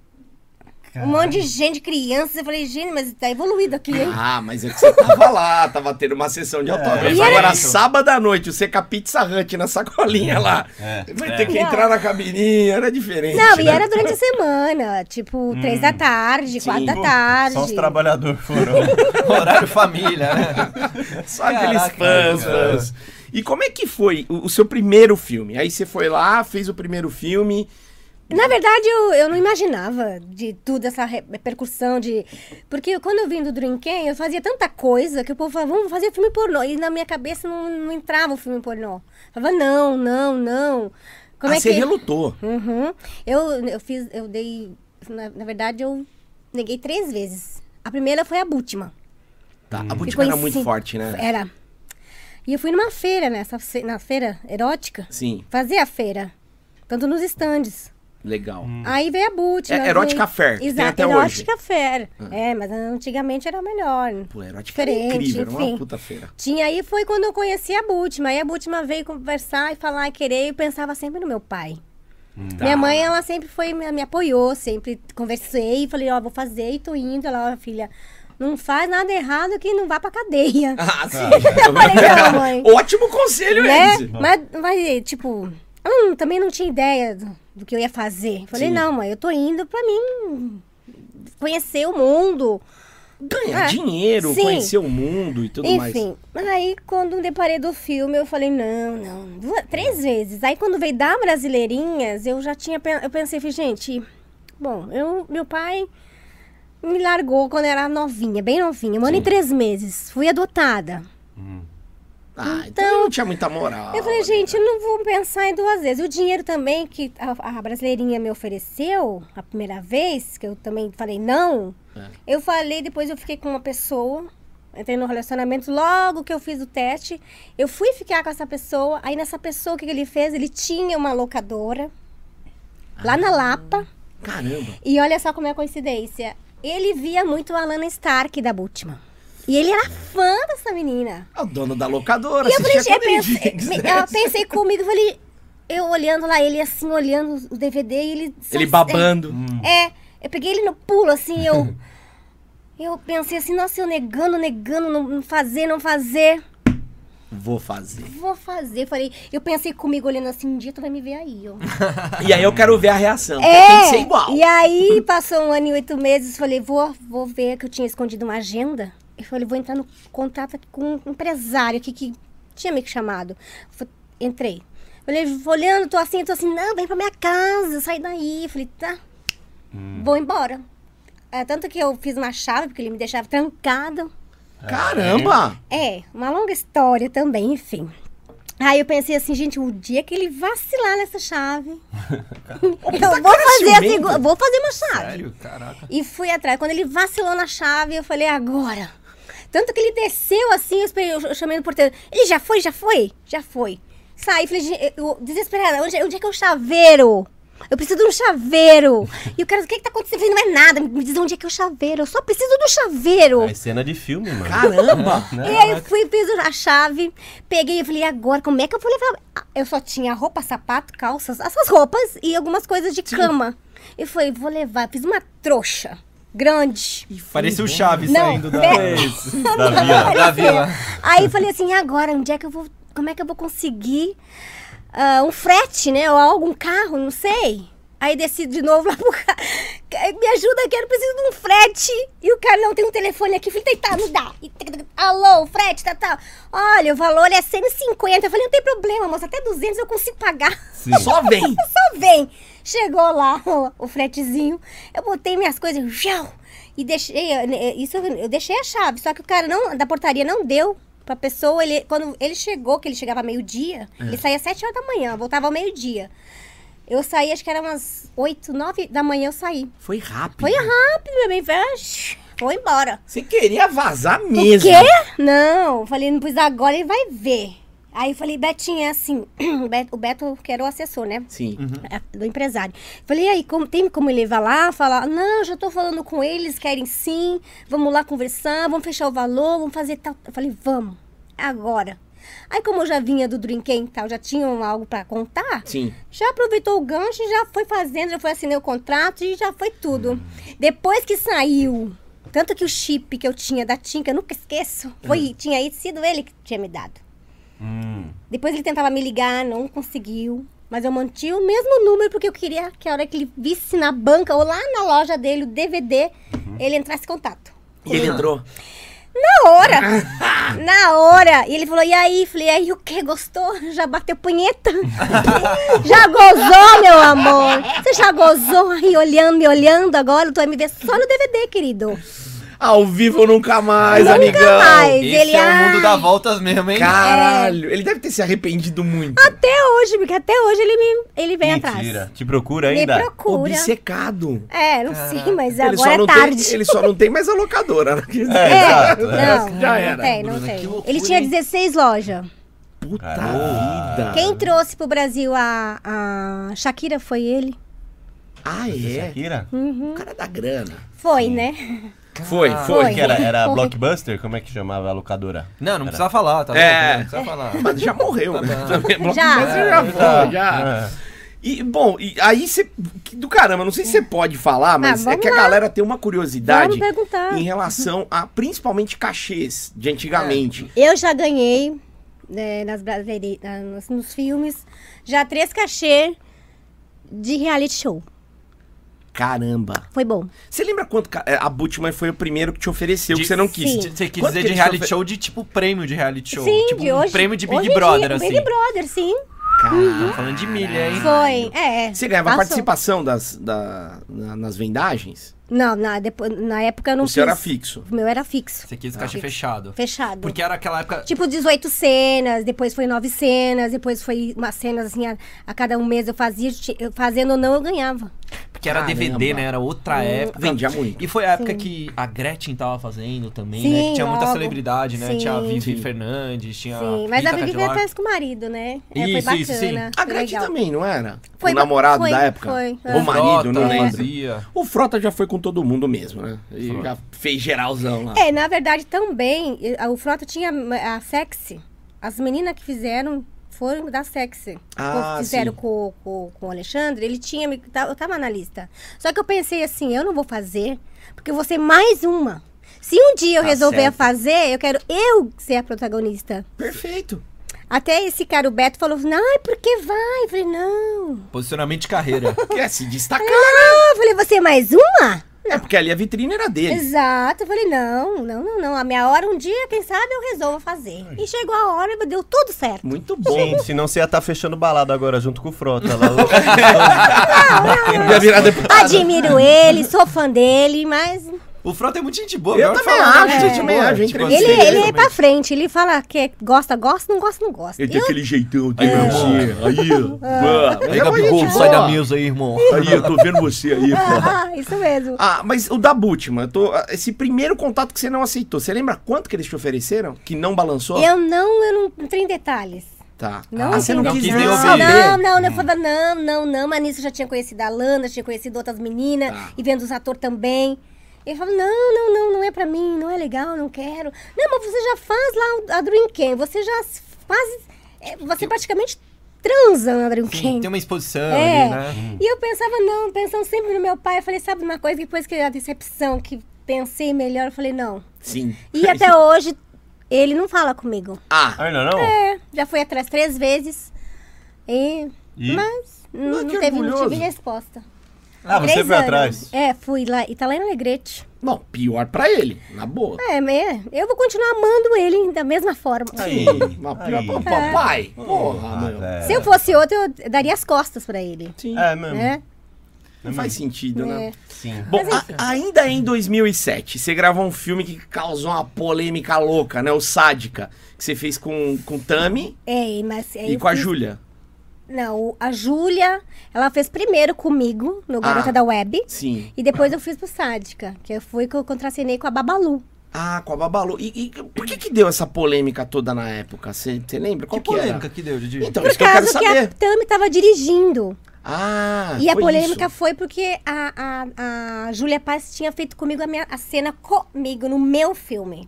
[SPEAKER 4] Um monte de gente, crianças. Eu falei, gente, mas tá evoluído aqui, hein?
[SPEAKER 1] Ah, mas é que você tava lá, tava tendo uma sessão de autógrafos.
[SPEAKER 4] E
[SPEAKER 1] Agora,
[SPEAKER 4] era-
[SPEAKER 1] sábado à noite, você com a Pizza Hut na sacolinha lá. Vai ter que entrar na cabininha, era diferente.
[SPEAKER 4] Não, e
[SPEAKER 1] né?
[SPEAKER 4] era durante a semana. Tipo, três da tarde, quatro da
[SPEAKER 1] Sim.
[SPEAKER 4] tarde.
[SPEAKER 2] Só os trabalhadores foram.
[SPEAKER 3] Horário família, né?
[SPEAKER 1] Só aqueles
[SPEAKER 3] Caraca,
[SPEAKER 1] fãs,
[SPEAKER 2] cara.
[SPEAKER 1] fãs. E como é que foi o, o seu primeiro filme? Aí você foi lá, fez o primeiro filme.
[SPEAKER 4] Na verdade, eu, eu não imaginava de tudo, essa repercussão de... Porque quando eu vim do Dreamcam, eu fazia tanta coisa que o povo falava, vamos fazer filme pornô. E na minha cabeça não, não entrava o filme pornô. Eu falava, não, não, não. Como
[SPEAKER 1] ah,
[SPEAKER 4] é
[SPEAKER 1] você
[SPEAKER 4] que...
[SPEAKER 1] relutou.
[SPEAKER 4] Uhum. Eu, eu fiz, eu dei... Na, na verdade, eu neguei três vezes. A primeira foi a Bútima.
[SPEAKER 1] Tá, a
[SPEAKER 4] Ficou
[SPEAKER 1] Bútima era
[SPEAKER 4] em
[SPEAKER 1] muito
[SPEAKER 4] cima.
[SPEAKER 1] forte, né?
[SPEAKER 4] Era. E eu fui numa feira, nessa fe- na feira erótica,
[SPEAKER 1] Sim,
[SPEAKER 4] fazer a feira. Tanto nos estandes.
[SPEAKER 1] legal.
[SPEAKER 4] Aí veio a Bútima.
[SPEAKER 1] É, Erótica Fair, que tem
[SPEAKER 4] Exato,
[SPEAKER 1] até
[SPEAKER 4] Erótica Fair. É, mas antigamente era melhor.
[SPEAKER 1] Pô, erótica era
[SPEAKER 4] Diferente,
[SPEAKER 1] incrível, era uma
[SPEAKER 4] enfim.
[SPEAKER 1] puta feira.
[SPEAKER 4] Tinha aí, foi quando eu conheci a Bútima. Aí a Bútima veio conversar e falar e querer, e eu pensava sempre no meu pai.
[SPEAKER 1] Tá.
[SPEAKER 4] Minha mãe, ela sempre foi, me, me apoiou, sempre conversei, falei, ó, vou fazer e tô indo. Ela, ó, filha, não faz nada errado que não vá pra cadeia.
[SPEAKER 1] Ah, sim.
[SPEAKER 4] falei, não, mãe.
[SPEAKER 1] Ótimo conselho
[SPEAKER 4] Né?
[SPEAKER 1] esse.
[SPEAKER 4] Mas, mas, tipo, eu não- também não tinha ideia do, do que eu ia fazer. Falei,
[SPEAKER 1] Sim.
[SPEAKER 4] não, mãe, eu tô indo pra mim conhecer o mundo.
[SPEAKER 1] Ganhar
[SPEAKER 4] É.
[SPEAKER 1] dinheiro,
[SPEAKER 4] Sim.
[SPEAKER 1] conhecer o mundo e tudo mais.
[SPEAKER 4] Enfim, aí quando me deparei do filme, eu falei, não, não, duas, três vezes. Aí quando veio da Brasileirinhas, eu já tinha, pen- eu pensei, falei, gente, bom, eu, meu pai me largou quando eu era novinha, bem novinha. Um ano e três meses. Fui adotada.
[SPEAKER 1] Ah, então,
[SPEAKER 4] Então,
[SPEAKER 1] não tinha muita moral.
[SPEAKER 4] Eu falei, gente, eu não vou pensar em duas vezes. O dinheiro também que a, a brasileirinha me ofereceu, a primeira vez, que eu também falei não,
[SPEAKER 1] É.
[SPEAKER 4] eu falei, depois eu fiquei com uma pessoa, entrei no relacionamento, logo que eu fiz o teste, eu fui ficar com essa pessoa, aí nessa pessoa, o que que ele fez? Ele tinha uma locadora, lá na Lapa,
[SPEAKER 1] Caramba.
[SPEAKER 4] e olha só como é a coincidência, ele via muito a Alana Stark da Bultmann. E ele era fã dessa menina.
[SPEAKER 1] É o dono da locadora,
[SPEAKER 4] E eu falei,
[SPEAKER 1] assistia
[SPEAKER 4] eu pensei,
[SPEAKER 1] Comedy Games,
[SPEAKER 4] eu pensei comigo, eu falei, eu olhando lá, ele assim, olhando o D V D, e ele... só-
[SPEAKER 1] Ele babando.
[SPEAKER 4] É, eu peguei ele no pulo, assim, eu... eu pensei assim, nossa, eu negando, negando, não, não fazer, não fazer.
[SPEAKER 1] Vou fazer.
[SPEAKER 4] Vou fazer, eu falei, eu pensei comigo, olhando assim, um dia tu vai me ver aí, ó.
[SPEAKER 1] E aí eu quero ver a reação. porque tem que ser igual.
[SPEAKER 4] E aí, passou um ano e oito meses, falei, vou, vou ver que eu tinha escondido uma agenda. Eu falei, vou entrar no contato aqui com um empresário aqui que tinha me chamado. Fui- Entrei. Falei, vou olhando, tô assim, tô assim, não, vem pra minha casa, sai daí. Falei, tá, vou embora. É, tanto que eu fiz uma chave, porque ele me deixava trancada.
[SPEAKER 1] Caramba!
[SPEAKER 4] É, uma longa história também, enfim. Aí eu pensei assim, gente, o dia que ele vacilar nessa chave, eu vou
[SPEAKER 1] cara
[SPEAKER 4] fazer a
[SPEAKER 1] ciumento.
[SPEAKER 4] segunda, vou fazer uma chave.
[SPEAKER 3] Sério? Caraca.
[SPEAKER 4] E fui atrás. Quando ele vacilou na chave, eu falei, agora. Tanto que ele desceu assim, eu, esperei, eu chamei no porteiro. Ele já foi, já foi? Já foi. Saí, falei, gente, eu, desesperada, onde, onde é que é o chaveiro? Eu preciso de um chaveiro. E o cara, o que que tá acontecendo? Eu falei, não é nada, me diz onde é que é o chaveiro. Eu só preciso do chaveiro.
[SPEAKER 2] É cena de filme, mano.
[SPEAKER 1] Caramba!
[SPEAKER 4] E aí eu fui, fiz a chave, peguei e falei, agora, como é que eu vou levar? Eu só tinha roupa, sapato, calças, essas roupas e algumas coisas de cama. Eu falei, vou levar, fiz uma trouxa grande.
[SPEAKER 3] Parecia o Chaves
[SPEAKER 4] Não,
[SPEAKER 3] saindo da,
[SPEAKER 4] pera-
[SPEAKER 2] Da vila.
[SPEAKER 3] da vila.
[SPEAKER 4] Aí falei assim, agora, onde é que eu vou, como é que eu vou conseguir ah, um frete, né? Ou algum carro, não sei. Aí desci de novo lá pro cara. Me ajuda aqui, eu preciso de um frete. E o cara, não tem um telefone aqui. Eu falei, tá, me dá. E, alô, frete, tá, tá. Olha, o valor é cento e cinquenta. Eu falei, não tem problema, moça, até duzentos eu consigo pagar.
[SPEAKER 1] Só vem.
[SPEAKER 4] Só vem. Chegou lá o, o fretezinho. Eu botei minhas coisas, jau, e deixei, isso eu, eu deixei a chave. Só que o cara não, da portaria não deu pra pessoa. Ele, quando ele chegou, que ele chegava meio-dia, ele saía às sete horas da manhã, voltava ao meio-dia. Eu saí, acho que era umas oito, nove da manhã eu saí.
[SPEAKER 1] Foi rápido.
[SPEAKER 4] Foi rápido, meu bem, velho. Vou embora.
[SPEAKER 1] Você queria vazar
[SPEAKER 4] O
[SPEAKER 1] mesmo.
[SPEAKER 4] quê? Não, falei, não pus agora, ele vai ver. Aí eu falei, Betinho, é assim, o Beto, o Beto que era o assessor, né?
[SPEAKER 1] Sim.
[SPEAKER 4] É, do empresário. Falei, e aí, como, tem como ele levar lá? Falar, não, já tô falando com eles, querem sim, vamos lá conversar, vamos fechar o valor, vamos fazer tal. Eu falei, vamos, agora. Aí, como eu já vinha do Drinquem e tal, já tinham algo pra contar,
[SPEAKER 1] Sim.
[SPEAKER 4] já aproveitou o gancho e já foi fazendo, já foi assinei o contrato e já foi tudo. Depois que saiu, tanto que o chip que eu tinha da TIM, que eu nunca esqueço, foi, tinha sido ele que tinha me dado.
[SPEAKER 2] Hum.
[SPEAKER 4] Depois ele tentava me ligar, não conseguiu. Mas eu mantive o mesmo número porque eu queria que a hora que ele visse na banca ou lá na loja dele o D V D, ele entrasse em contato.
[SPEAKER 1] E ele entrou.
[SPEAKER 4] Na hora! Na hora! E ele falou, e aí? Falei, aí o que? Gostou? Já bateu punheta? Já gozou, meu amor? Você já gozou aí olhando, me olhando agora? Tu vai me ver só no D V D, querido.
[SPEAKER 1] Ao vivo nunca mais,
[SPEAKER 4] Nunca
[SPEAKER 1] amigão.
[SPEAKER 4] mais.
[SPEAKER 3] Esse
[SPEAKER 4] Ele,
[SPEAKER 3] é o mundo
[SPEAKER 4] ai.
[SPEAKER 3] dá voltas mesmo, hein?
[SPEAKER 1] Caralho. Ele deve ter se arrependido muito.
[SPEAKER 4] Até hoje, porque até hoje ele, me, ele vem atrás.
[SPEAKER 2] Mentira. Te procura
[SPEAKER 4] Me
[SPEAKER 2] ainda?
[SPEAKER 4] procura.
[SPEAKER 1] Obcecado.
[SPEAKER 4] É, não sei, mas
[SPEAKER 1] Ele só,
[SPEAKER 4] agora
[SPEAKER 1] não
[SPEAKER 4] é tarde.
[SPEAKER 1] tem, ele só não tem mais a locadora. Né?
[SPEAKER 4] É,
[SPEAKER 2] Exato,
[SPEAKER 4] não,
[SPEAKER 1] já
[SPEAKER 4] não
[SPEAKER 1] era.
[SPEAKER 4] tem, não
[SPEAKER 3] Bruna,
[SPEAKER 4] tem.
[SPEAKER 3] que loucura,
[SPEAKER 4] Ele tinha
[SPEAKER 3] hein?
[SPEAKER 4] dezesseis lojas.
[SPEAKER 1] Puta
[SPEAKER 2] Caramba.
[SPEAKER 1] vida.
[SPEAKER 4] Quem trouxe pro Brasil a, a Shakira foi ele.
[SPEAKER 1] Ah, é?
[SPEAKER 2] Shakira?
[SPEAKER 4] Uhum.
[SPEAKER 1] O cara é da grana.
[SPEAKER 4] Foi, né?
[SPEAKER 1] Foi,
[SPEAKER 3] Ah.
[SPEAKER 1] foi.
[SPEAKER 4] Foi.
[SPEAKER 2] Que era, era
[SPEAKER 4] Foi.
[SPEAKER 2] Blockbuster? Como é que chamava a locadora?
[SPEAKER 3] Não, não precisa falar, tá
[SPEAKER 1] É.
[SPEAKER 3] bom? Não precisa falar.
[SPEAKER 1] Mas já morreu, né?
[SPEAKER 3] bom.
[SPEAKER 1] Também, Blockbuster
[SPEAKER 4] Já.
[SPEAKER 1] já
[SPEAKER 3] É,
[SPEAKER 1] foi, já.
[SPEAKER 2] É.
[SPEAKER 1] E, bom, e aí você... Do caramba, não sei se você pode falar, mas
[SPEAKER 4] Ah,
[SPEAKER 1] é
[SPEAKER 4] vamos
[SPEAKER 1] que a
[SPEAKER 4] lá.
[SPEAKER 1] galera tem uma curiosidade
[SPEAKER 4] Vamos perguntar.
[SPEAKER 1] em relação a, principalmente, cachês de antigamente.
[SPEAKER 4] Eu já ganhei né, nas brasileiras, nos, nos filmes, já três cachê de reality show.
[SPEAKER 1] Caramba.
[SPEAKER 4] Foi bom.
[SPEAKER 1] Você lembra quanto ca- é, a Bultmann foi o primeiro que te ofereceu,
[SPEAKER 3] De-
[SPEAKER 1] que você não quis?
[SPEAKER 4] Sim.
[SPEAKER 3] Você quis
[SPEAKER 1] Quanto
[SPEAKER 3] dizer
[SPEAKER 1] que
[SPEAKER 3] de
[SPEAKER 1] eles
[SPEAKER 3] reality
[SPEAKER 1] ofe-
[SPEAKER 3] show de tipo prêmio de reality show.
[SPEAKER 4] Sim,
[SPEAKER 3] tipo
[SPEAKER 4] de
[SPEAKER 3] um
[SPEAKER 4] hoje.
[SPEAKER 3] prêmio de Big
[SPEAKER 4] hoje em
[SPEAKER 3] Brother,
[SPEAKER 4] dia,
[SPEAKER 3] assim.
[SPEAKER 4] Big Brother, sim.
[SPEAKER 3] Estamos falando de milha, hein?
[SPEAKER 4] Foi, é.
[SPEAKER 1] Você ganhava
[SPEAKER 4] Passou.
[SPEAKER 1] participação das, da, na- nas vendagens?
[SPEAKER 4] Não, na, depois, na época eu não
[SPEAKER 1] O seu
[SPEAKER 4] fiz.
[SPEAKER 1] era fixo.
[SPEAKER 4] O meu era fixo.
[SPEAKER 3] Você quis caixa fechado.
[SPEAKER 4] Fechado.
[SPEAKER 3] Porque era aquela época...
[SPEAKER 4] Tipo, dezoito cenas, depois foi nove cenas, depois foi umas cenas assim, a, a cada um mês eu fazia, eu fazendo ou não, eu ganhava.
[SPEAKER 3] Porque era
[SPEAKER 1] Caramba.
[SPEAKER 3] D V D, né? Era outra época.
[SPEAKER 1] Vendia muito.
[SPEAKER 3] E foi a época
[SPEAKER 4] Sim.
[SPEAKER 3] que a Gretchen tava fazendo também,
[SPEAKER 4] Sim,
[SPEAKER 3] né? Que tinha muita
[SPEAKER 4] logo.
[SPEAKER 3] celebridade, né?
[SPEAKER 4] Sim.
[SPEAKER 3] Tinha a Vivi
[SPEAKER 1] Sim.
[SPEAKER 3] Fernandes, tinha
[SPEAKER 4] Sim, mas
[SPEAKER 3] Rita
[SPEAKER 4] a Vivi
[SPEAKER 3] Cadillac.
[SPEAKER 4] fez com o marido, né? É, foi
[SPEAKER 3] Isso,
[SPEAKER 4] bacana.
[SPEAKER 3] isso, sim.
[SPEAKER 1] A
[SPEAKER 4] foi
[SPEAKER 1] Gretchen
[SPEAKER 4] legal.
[SPEAKER 1] também, não era?
[SPEAKER 4] Foi
[SPEAKER 1] o
[SPEAKER 4] ba-
[SPEAKER 1] namorado
[SPEAKER 4] foi,
[SPEAKER 1] da época?
[SPEAKER 4] foi,
[SPEAKER 1] O
[SPEAKER 4] é.
[SPEAKER 1] marido, não
[SPEAKER 3] Frota
[SPEAKER 1] lembro.
[SPEAKER 3] fazia.
[SPEAKER 1] O Frota já foi com todo mundo mesmo, né? Ele já fez geralzão lá.
[SPEAKER 4] É, na verdade também, eh, o Frota tinha a Sexy. As meninas que fizeram foram da Sexy.
[SPEAKER 1] Ah,
[SPEAKER 4] fizeram
[SPEAKER 1] sim.
[SPEAKER 4] com, com, com o Alexandre, ele tinha, me- tá- eu tava na lista. Só que eu pensei assim, eu não vou fazer, porque eu vou ser mais uma. Se um dia eu
[SPEAKER 1] Tá
[SPEAKER 4] resolver
[SPEAKER 1] certo.
[SPEAKER 4] fazer, eu quero eu ser a protagonista.
[SPEAKER 1] Perfeito.
[SPEAKER 4] Até esse cara, o Beto, falou, não, por que vai? Eu falei, não.
[SPEAKER 3] Posicionamento de carreira.
[SPEAKER 1] Quer se destacar?
[SPEAKER 4] Ah, eu falei, você é mais uma?
[SPEAKER 1] É, porque ali a vitrine era dele.
[SPEAKER 4] Exato, eu falei, não, não, não, não. A minha hora, um dia, quem sabe, eu resolvo fazer. E chegou a hora e deu tudo certo.
[SPEAKER 1] Muito bom.
[SPEAKER 2] Gente, senão você ia estar fechando balada agora junto com o Frota. Lá.
[SPEAKER 1] Ia virar deputado.
[SPEAKER 4] Admiro ele, sou fã dele, mas
[SPEAKER 3] O Frota é muito gente boa.
[SPEAKER 1] Eu
[SPEAKER 3] melhor
[SPEAKER 1] também
[SPEAKER 3] falar,
[SPEAKER 1] acho,
[SPEAKER 3] né?
[SPEAKER 1] eu também acho, eu
[SPEAKER 3] Tipo,
[SPEAKER 1] entrevistei
[SPEAKER 4] ele,
[SPEAKER 3] assim,
[SPEAKER 4] ele é
[SPEAKER 3] realmente.
[SPEAKER 4] pra frente. Ele fala que gosta, gosta, não gosta, não gosta.
[SPEAKER 1] Ele tem
[SPEAKER 4] Eu-
[SPEAKER 1] aquele jeitão, tem
[SPEAKER 3] É.
[SPEAKER 1] você. Aí, ó.
[SPEAKER 3] Aí, Gabigol, sai da mesa aí, irmão.
[SPEAKER 1] Aí, eu tô vendo você aí, pô.
[SPEAKER 4] Ah, isso mesmo.
[SPEAKER 1] Ah, mas o da Bultmann, eu tô, esse primeiro contato que você não aceitou, você lembra quanto que eles te ofereceram? Que não balançou?
[SPEAKER 4] Eu não, eu não entrei em detalhes.
[SPEAKER 1] Tá.
[SPEAKER 4] Não,
[SPEAKER 1] ah, você não
[SPEAKER 4] entrei em
[SPEAKER 1] quis
[SPEAKER 3] nem
[SPEAKER 1] nem
[SPEAKER 3] ouvir.
[SPEAKER 1] saber.
[SPEAKER 4] Não, não, não, eu falava, não, não, não, mas nisso eu já tinha conhecido a Lana, tinha conhecido outras meninas,
[SPEAKER 1] Tá.
[SPEAKER 4] e vendo os atores também. Ele falava, não, não, não, não é pra mim, não é legal, não quero. Não, mas você já faz lá o- a Dream Camp, você já faz, é, você praticamente transa na Dream
[SPEAKER 3] Sim,
[SPEAKER 4] Camp.
[SPEAKER 3] tem uma exposição
[SPEAKER 4] É.
[SPEAKER 3] ali, né?
[SPEAKER 4] E eu pensava, não, pensando sempre no meu pai, eu falei, sabe uma coisa, depois que a decepção, que pensei melhor, eu falei, não.
[SPEAKER 1] Sim.
[SPEAKER 4] E até hoje, ele não fala comigo.
[SPEAKER 1] Ah,
[SPEAKER 2] Ainda não?
[SPEAKER 4] É, já fui atrás três vezes, e...
[SPEAKER 2] E?
[SPEAKER 4] Mas não,
[SPEAKER 1] Ah,
[SPEAKER 4] não
[SPEAKER 1] que
[SPEAKER 4] teve, não
[SPEAKER 1] orgulhoso.
[SPEAKER 4] tive resposta.
[SPEAKER 2] Ah, você
[SPEAKER 4] Três
[SPEAKER 2] foi
[SPEAKER 4] anos.
[SPEAKER 2] atrás?
[SPEAKER 4] É, fui lá, e tá lá em Alegrete.
[SPEAKER 1] bom, pior pra ele, na boa.
[SPEAKER 4] É, mas eu vou continuar amando ele da mesma forma.
[SPEAKER 2] Aí,
[SPEAKER 1] Mas pior
[SPEAKER 2] aí.
[SPEAKER 1] pra papai. Porra,
[SPEAKER 2] Ah,
[SPEAKER 1] meu.
[SPEAKER 2] velho.
[SPEAKER 4] Se eu fosse outro, eu daria as costas pra ele.
[SPEAKER 1] Sim.
[SPEAKER 2] É mesmo.
[SPEAKER 4] Né?
[SPEAKER 1] Não faz sentido, né?
[SPEAKER 4] É.
[SPEAKER 2] Sim.
[SPEAKER 1] Bom, a- ainda em dois mil e sete, você gravou um filme que causou uma polêmica louca, né? O Sádica, que você fez com, com Tami
[SPEAKER 4] É, mas aí
[SPEAKER 1] e
[SPEAKER 4] eu
[SPEAKER 1] com a
[SPEAKER 4] fiz-
[SPEAKER 1] Júlia.
[SPEAKER 4] Não, a Júlia, ela fez primeiro comigo, no Garota
[SPEAKER 1] Ah.
[SPEAKER 4] da Web.
[SPEAKER 1] Sim.
[SPEAKER 4] E depois eu fiz pro Sádica, que eu fui que eu contracenei com a Babalu.
[SPEAKER 1] Ah, com a Babalu. E, e por que que deu essa polêmica toda na época? Você você lembra? Qual
[SPEAKER 3] Que
[SPEAKER 1] que,
[SPEAKER 3] polêmica
[SPEAKER 1] era?
[SPEAKER 3] que deu, Didi?
[SPEAKER 1] Então,
[SPEAKER 4] Por
[SPEAKER 1] isso que eu quero
[SPEAKER 4] causa que,
[SPEAKER 1] saber.
[SPEAKER 4] a Tami tava dirigindo.
[SPEAKER 1] Ah,
[SPEAKER 4] E a
[SPEAKER 1] foi
[SPEAKER 4] polêmica
[SPEAKER 1] isso.
[SPEAKER 4] foi porque a, a, a Júlia Paz tinha feito comigo a, minha, a cena comigo no meu filme.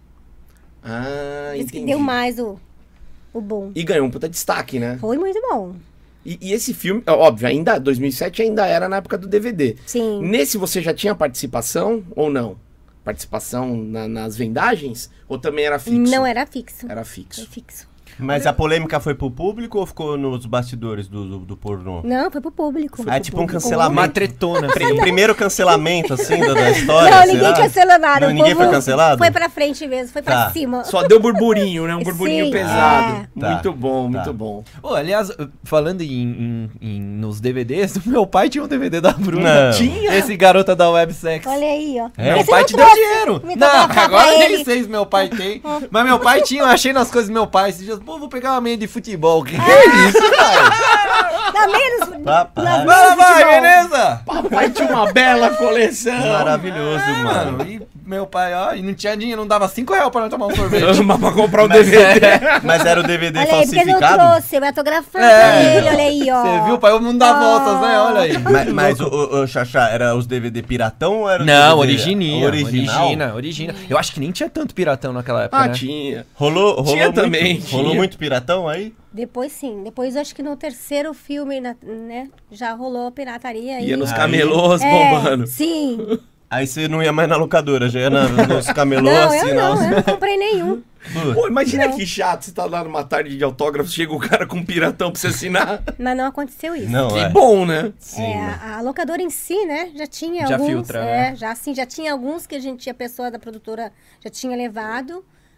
[SPEAKER 1] Ah,
[SPEAKER 4] Isso que
[SPEAKER 1] entendi.
[SPEAKER 4] deu mais o, o bom.
[SPEAKER 1] E ganhou um puta destaque, né?
[SPEAKER 4] Foi muito bom.
[SPEAKER 1] E, e esse filme, ó, óbvio, ainda dois mil e sete ainda era na época do D V D.
[SPEAKER 4] Sim.
[SPEAKER 1] Nesse você já tinha participação ou não? Participação na- nas vendagens? Ou também era fixo?
[SPEAKER 4] Não era fixo.
[SPEAKER 1] Era
[SPEAKER 4] Foi
[SPEAKER 1] fixo.
[SPEAKER 4] fixo.
[SPEAKER 2] Mas a polêmica foi pro público ou ficou nos bastidores do, do, do pornô?
[SPEAKER 4] Não, foi pro público.
[SPEAKER 2] Ah, é tipo um cancelamento.
[SPEAKER 3] Uma tretona.
[SPEAKER 2] Pri- Primeiro cancelamento, assim, da, da história?
[SPEAKER 4] Não,
[SPEAKER 2] será?
[SPEAKER 4] ninguém cancelou nada.
[SPEAKER 2] Não,
[SPEAKER 4] o
[SPEAKER 2] ninguém
[SPEAKER 4] povo
[SPEAKER 2] foi cancelado?
[SPEAKER 4] Foi pra frente mesmo, foi pra
[SPEAKER 2] Tá.
[SPEAKER 4] cima.
[SPEAKER 1] Só deu burburinho, né? Um burburinho
[SPEAKER 4] Sim,
[SPEAKER 1] pesado.
[SPEAKER 2] é. Tá.
[SPEAKER 1] Muito bom,
[SPEAKER 2] Tá.
[SPEAKER 1] muito bom.
[SPEAKER 3] Pô, aliás, falando em, em- em- nos D V Ds, meu pai tinha um D V D da Bruna.
[SPEAKER 2] Não.
[SPEAKER 1] Tinha?
[SPEAKER 3] Esse garota da Websex.
[SPEAKER 4] Olha aí, ó.
[SPEAKER 3] É,
[SPEAKER 4] Por
[SPEAKER 3] meu
[SPEAKER 4] que você
[SPEAKER 3] pai
[SPEAKER 4] não
[SPEAKER 3] te deu
[SPEAKER 4] trouxe
[SPEAKER 3] dinheiro.
[SPEAKER 4] me
[SPEAKER 3] Não,
[SPEAKER 4] fotografar
[SPEAKER 3] agora
[SPEAKER 4] pra
[SPEAKER 3] eu
[SPEAKER 4] ele?
[SPEAKER 3] nem sei se meu pai tem. Mas meu pai tinha, eu achei nas coisas do meu pai. Esses dias, pô, vou pegar uma meia de futebol. Que que é isso, pai?
[SPEAKER 4] Dá menos.
[SPEAKER 2] Papai.
[SPEAKER 4] nas
[SPEAKER 3] Vai,
[SPEAKER 4] meias de
[SPEAKER 3] vai,
[SPEAKER 4] futebol.
[SPEAKER 3] beleza?
[SPEAKER 1] Papai tinha uma bela coleção.
[SPEAKER 2] Maravilhoso, mano.
[SPEAKER 3] Mano, e meu pai, ó, e não tinha dinheiro, não dava cinco reais pra nós tomar um sorvete.
[SPEAKER 1] Ama pra comprar o
[SPEAKER 2] Mas,
[SPEAKER 1] D V D.
[SPEAKER 2] mas era o D V D
[SPEAKER 4] Olha aí, porque não
[SPEAKER 2] falsificado?
[SPEAKER 4] trouxe. Eu ia autografar
[SPEAKER 3] É.
[SPEAKER 4] pra ele, olha aí, ó.
[SPEAKER 3] Você viu, pai? O mundo dá voltas, né? Olha aí.
[SPEAKER 2] Mas, mas o, o, o Xaxá, era os D V D piratão ou era o
[SPEAKER 3] Não,
[SPEAKER 2] D V D
[SPEAKER 3] origininha.
[SPEAKER 2] original?
[SPEAKER 3] Origina, origina. Eu acho que nem tinha tanto piratão naquela época,
[SPEAKER 1] Ah,
[SPEAKER 3] né?
[SPEAKER 1] tinha.
[SPEAKER 2] Rolou, rolou
[SPEAKER 1] Tinha
[SPEAKER 2] muito,
[SPEAKER 1] também,
[SPEAKER 2] Rolou
[SPEAKER 1] tinha.
[SPEAKER 2] muito piratão aí?
[SPEAKER 4] Depois sim. Depois eu acho que no terceiro filme, na- né? Já rolou pirataria aí.
[SPEAKER 1] Ia nos
[SPEAKER 2] Aí-
[SPEAKER 1] camelôs
[SPEAKER 4] É,
[SPEAKER 1] bombando.
[SPEAKER 4] sim.
[SPEAKER 2] Aí você não ia mais na locadora, já ia na, nos camelôs,
[SPEAKER 4] Não, eu
[SPEAKER 2] assinar
[SPEAKER 4] não,
[SPEAKER 2] os-
[SPEAKER 4] eu não comprei nenhum.
[SPEAKER 2] Pô,
[SPEAKER 1] Pô, imagina
[SPEAKER 4] Não.
[SPEAKER 1] que chato, você tá lá numa tarde de autógrafos, chega o cara com um piratão pra você assinar.
[SPEAKER 4] Mas não aconteceu isso.
[SPEAKER 2] Não,
[SPEAKER 1] Que
[SPEAKER 2] é.
[SPEAKER 1] bom, né?
[SPEAKER 2] Sim,
[SPEAKER 4] É,
[SPEAKER 2] né?
[SPEAKER 4] a, a locadora em si, né, já tinha
[SPEAKER 3] Já
[SPEAKER 4] alguns,
[SPEAKER 3] filtra,
[SPEAKER 4] é,
[SPEAKER 3] né?
[SPEAKER 4] já assim, já tinha alguns que a gente, a pessoa da produtora já tinha levado,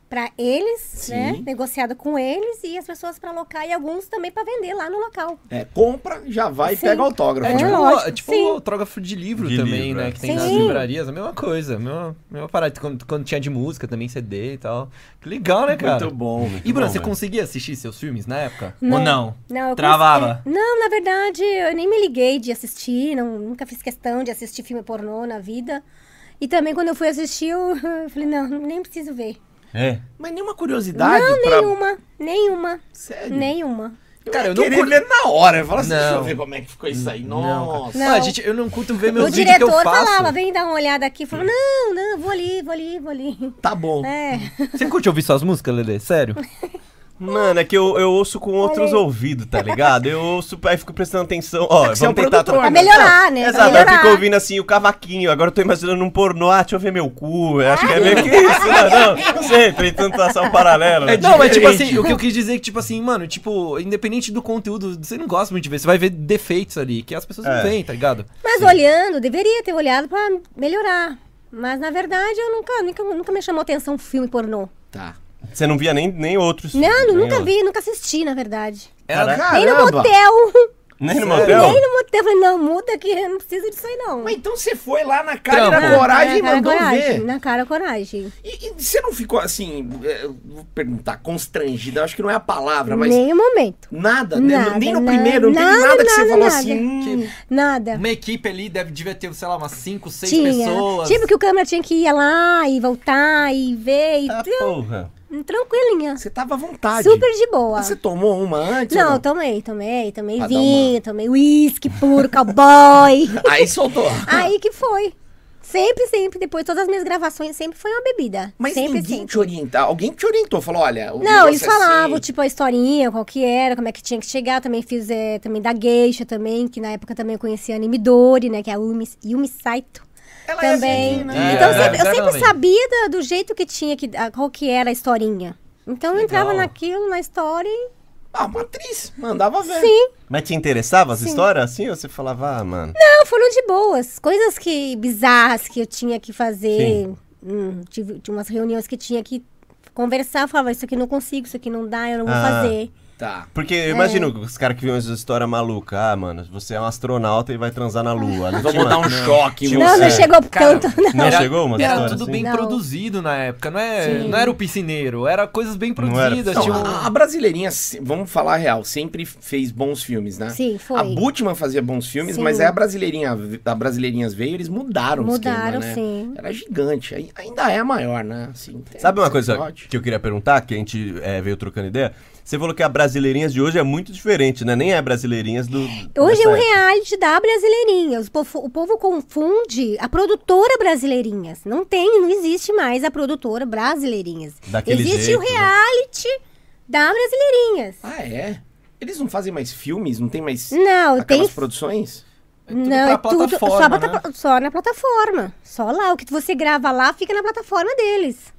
[SPEAKER 4] pra eles,
[SPEAKER 1] Sim.
[SPEAKER 4] né? Negociado com eles e as pessoas pra alocar e alguns também pra vender lá no local.
[SPEAKER 1] É, compra, já vai e
[SPEAKER 4] Sim.
[SPEAKER 1] pega autógrafo.
[SPEAKER 3] É,
[SPEAKER 4] É,
[SPEAKER 3] tipo,
[SPEAKER 4] lógico,
[SPEAKER 3] é tipo
[SPEAKER 4] sim.
[SPEAKER 3] autógrafo de livro
[SPEAKER 2] De
[SPEAKER 3] também,
[SPEAKER 2] livro,
[SPEAKER 3] né?
[SPEAKER 2] é.
[SPEAKER 3] Que tem
[SPEAKER 4] Sim.
[SPEAKER 3] nas livrarias, a mesma coisa, a mesma, mesma parada. Quando, quando tinha de música também, C D e tal. Que legal, né, cara?
[SPEAKER 1] Muito bom. Muito
[SPEAKER 3] E, Bruno,
[SPEAKER 1] bom,
[SPEAKER 3] você
[SPEAKER 1] velho.
[SPEAKER 3] conseguia assistir seus filmes na época?
[SPEAKER 4] Não.
[SPEAKER 3] Ou não?
[SPEAKER 4] Não, eu
[SPEAKER 3] Travava?
[SPEAKER 4] cons- é, Não, na verdade, eu nem me liguei de assistir, não, nunca fiz questão de assistir filme pornô na vida. E também quando eu fui assistir, eu, eu falei, não, nem preciso ver.
[SPEAKER 2] É.
[SPEAKER 1] Mas nenhuma curiosidade
[SPEAKER 4] não,
[SPEAKER 1] pra...
[SPEAKER 4] nenhuma, nenhuma,
[SPEAKER 1] Sério?
[SPEAKER 4] nenhuma.
[SPEAKER 1] Eu
[SPEAKER 3] Cara,
[SPEAKER 1] ia
[SPEAKER 3] eu não
[SPEAKER 1] querer
[SPEAKER 3] curto-
[SPEAKER 1] ver na hora. Eu falo assim, deixa eu
[SPEAKER 3] Não.
[SPEAKER 1] ver como é que ficou isso aí.
[SPEAKER 3] Não, cara.
[SPEAKER 1] Nossa.
[SPEAKER 4] Não.
[SPEAKER 3] Ah, gente, eu não curto ver meus
[SPEAKER 4] O
[SPEAKER 3] vídeos que eu
[SPEAKER 4] diretor
[SPEAKER 3] faço.
[SPEAKER 4] falava, vem dar uma olhada aqui. Falou, não, não, vou ali, vou ali, vou ali.
[SPEAKER 1] Tá bom.
[SPEAKER 4] É,
[SPEAKER 3] Você curte ouvir suas músicas, Lelê? Sério?
[SPEAKER 2] Mano, é que eu, eu ouço com outros
[SPEAKER 4] aí.
[SPEAKER 2] ouvidos, tá ligado? Eu ouço, aí fico prestando atenção. Ó,
[SPEAKER 1] É que você é
[SPEAKER 2] vamos
[SPEAKER 1] um
[SPEAKER 2] tentar
[SPEAKER 1] produtor,
[SPEAKER 4] pra
[SPEAKER 1] né?
[SPEAKER 4] melhorar, né? Pra
[SPEAKER 2] Exato, eu
[SPEAKER 4] melhorar.
[SPEAKER 2] fico ouvindo assim o cavaquinho. Agora eu tô imaginando um pornô. Ah, deixa eu ver meu cu. Eu acho que é meio que isso, né? Não, não sei, tentando traçar um paralelo. né?
[SPEAKER 1] É
[SPEAKER 3] Não, mas tipo
[SPEAKER 1] diferente.
[SPEAKER 3] assim, o que eu quis dizer é que, tipo assim, mano, tipo, independente do conteúdo, você não gosta muito de ver, você vai ver defeitos ali, que as pessoas
[SPEAKER 2] É.
[SPEAKER 3] não veem, tá ligado?
[SPEAKER 4] Mas olhando, deveria ter olhado pra melhorar. Mas na verdade, eu nunca, nunca, nunca me chamou atenção um filme pornô.
[SPEAKER 1] Tá.
[SPEAKER 2] Você não via nem, nem outros.
[SPEAKER 4] Não,
[SPEAKER 2] nem
[SPEAKER 4] nunca
[SPEAKER 2] outros.
[SPEAKER 4] vi, nunca assisti, na verdade.
[SPEAKER 3] Era,
[SPEAKER 2] Caraca.
[SPEAKER 4] Nem no
[SPEAKER 1] Caramba.
[SPEAKER 4] motel.
[SPEAKER 2] Nem no
[SPEAKER 3] Sério?
[SPEAKER 2] motel?
[SPEAKER 4] Nem no motel. Eu falei, não, muda que eu não preciso disso aí, não.
[SPEAKER 1] Mas então você foi lá na cara e
[SPEAKER 3] Trampo.
[SPEAKER 1] na coragem e
[SPEAKER 4] na cara,
[SPEAKER 1] mandou
[SPEAKER 4] coragem,
[SPEAKER 1] ver.
[SPEAKER 4] Na cara, coragem.
[SPEAKER 1] E, e você não ficou assim, é, eu vou perguntar, constrangida, eu acho que não é a palavra, mas
[SPEAKER 4] Nem um momento.
[SPEAKER 1] nada, né?
[SPEAKER 4] Nada,
[SPEAKER 1] nem no
[SPEAKER 4] nada,
[SPEAKER 1] primeiro, não teve
[SPEAKER 4] nada,
[SPEAKER 1] nada que você
[SPEAKER 4] nada,
[SPEAKER 1] falou
[SPEAKER 4] nada.
[SPEAKER 1] assim, hum,
[SPEAKER 4] Nada.
[SPEAKER 3] Uma equipe ali deve, devia ter, sei lá, umas cinco, seis
[SPEAKER 4] Tinha.
[SPEAKER 3] pessoas.
[SPEAKER 4] Tipo que o câmera tinha que ir lá e voltar e ver. E
[SPEAKER 2] Ah,
[SPEAKER 4] tru-
[SPEAKER 2] porra.
[SPEAKER 4] tranquilinha.
[SPEAKER 1] você tava à vontade.
[SPEAKER 4] Super de boa.
[SPEAKER 1] Você tomou uma antes? ou
[SPEAKER 4] Não,
[SPEAKER 1] não?
[SPEAKER 4] tomei, tomei, tomei
[SPEAKER 1] Pra dar
[SPEAKER 4] vinho, tomei uísque puro, cowboy.
[SPEAKER 1] Aí soltou.
[SPEAKER 4] Aí que foi. Sempre, sempre, depois todas as minhas gravações, sempre foi uma bebida.
[SPEAKER 1] Mas
[SPEAKER 4] sempre,
[SPEAKER 1] ninguém
[SPEAKER 4] sempre.
[SPEAKER 1] te orientou, alguém te orientou, falou, olha... o
[SPEAKER 4] Não,
[SPEAKER 1] negócio
[SPEAKER 4] eles
[SPEAKER 1] é
[SPEAKER 4] falavam,
[SPEAKER 1] assim.
[SPEAKER 4] tipo, a historinha, qual que era, como é que tinha que chegar. Eu também fiz, é, também da Geisha também, que na época também eu conhecia a Anime Dori, né, que é a Yumi, Yumi Saito.
[SPEAKER 1] Ela é
[SPEAKER 4] Também.
[SPEAKER 1] assim, né?
[SPEAKER 3] É,
[SPEAKER 4] Então,
[SPEAKER 3] é,
[SPEAKER 4] sempre- eu sempre
[SPEAKER 3] exatamente.
[SPEAKER 4] sabia da- do jeito que tinha, que, a- qual que era a historinha. Então, eu entrava
[SPEAKER 3] Legal.
[SPEAKER 4] naquilo, na história e...
[SPEAKER 1] Ah, uma atriz, mandava ver.
[SPEAKER 4] Sim.
[SPEAKER 2] Mas te interessava as
[SPEAKER 4] Sim.
[SPEAKER 2] histórias assim? Ou você falava, ah, mano.
[SPEAKER 4] Não, foram de boas. Coisas que bizarras que eu tinha que fazer.
[SPEAKER 2] Sim.
[SPEAKER 4] Hum, tive, tinha umas reuniões que tinha que conversar. Eu falava, isso aqui não consigo, isso aqui não dá, eu não vou
[SPEAKER 2] Ah.
[SPEAKER 4] fazer.
[SPEAKER 1] Tá.
[SPEAKER 2] Porque eu imagino os caras que viam essa história maluca. Ah, mano, você é um astronauta e vai transar na lua. Não
[SPEAKER 1] Vamos
[SPEAKER 2] tinha-
[SPEAKER 1] dar um choque.
[SPEAKER 2] Tinha
[SPEAKER 1] em
[SPEAKER 2] um-
[SPEAKER 4] Não,
[SPEAKER 1] você.
[SPEAKER 4] não
[SPEAKER 2] É.
[SPEAKER 4] chegou
[SPEAKER 3] Cara,
[SPEAKER 4] tanto, não.
[SPEAKER 2] Não
[SPEAKER 3] Era-
[SPEAKER 2] chegou uma
[SPEAKER 3] Era
[SPEAKER 2] história
[SPEAKER 3] tudo
[SPEAKER 2] assim?
[SPEAKER 3] bem
[SPEAKER 4] Não.
[SPEAKER 3] produzido na época, não, é,
[SPEAKER 4] Sim.
[SPEAKER 3] não era o piscineiro, era coisas bem
[SPEAKER 2] Não era
[SPEAKER 3] produzidas.
[SPEAKER 1] Não,
[SPEAKER 3] tinha um-
[SPEAKER 1] a, a Brasileirinha, se- vamos falar a real, sempre fez bons filmes, né?
[SPEAKER 4] Sim, foi.
[SPEAKER 1] A Butman fazia bons filmes,
[SPEAKER 4] Sim.
[SPEAKER 1] mas aí a Brasileirinha, a Brasileirinhas veio, eles mudaram,
[SPEAKER 4] Mudaram,
[SPEAKER 1] o esquema, né?
[SPEAKER 4] sim.
[SPEAKER 1] Era gigante, aí- ainda é a maior, né? Assim, tem-
[SPEAKER 2] Sabe uma coisa
[SPEAKER 1] pode.
[SPEAKER 2] que eu queria perguntar, que a gente é, veio trocando ideia? Você falou que a Brasileirinhas de hoje é muito diferente, né? Nem é Brasileirinhas do...
[SPEAKER 4] Hoje é um
[SPEAKER 2] dessa época.
[SPEAKER 4] reality da Brasileirinhas. O povo, o povo confunde a produtora Brasileirinhas. Não tem, não existe mais a produtora Brasileirinhas.
[SPEAKER 2] Daquele
[SPEAKER 4] existe
[SPEAKER 2] jeito,
[SPEAKER 4] o reality da Brasileirinhas.
[SPEAKER 1] Ah, é? Eles não fazem mais filmes? Não tem mais
[SPEAKER 4] Não,
[SPEAKER 1] aquelas
[SPEAKER 4] tem
[SPEAKER 1] produções?
[SPEAKER 3] É tudo
[SPEAKER 4] não,
[SPEAKER 3] pra
[SPEAKER 4] é tudo
[SPEAKER 3] plataforma,
[SPEAKER 4] só,
[SPEAKER 3] né?
[SPEAKER 4] plata- só na plataforma. Só lá. O que você grava lá fica na plataforma deles.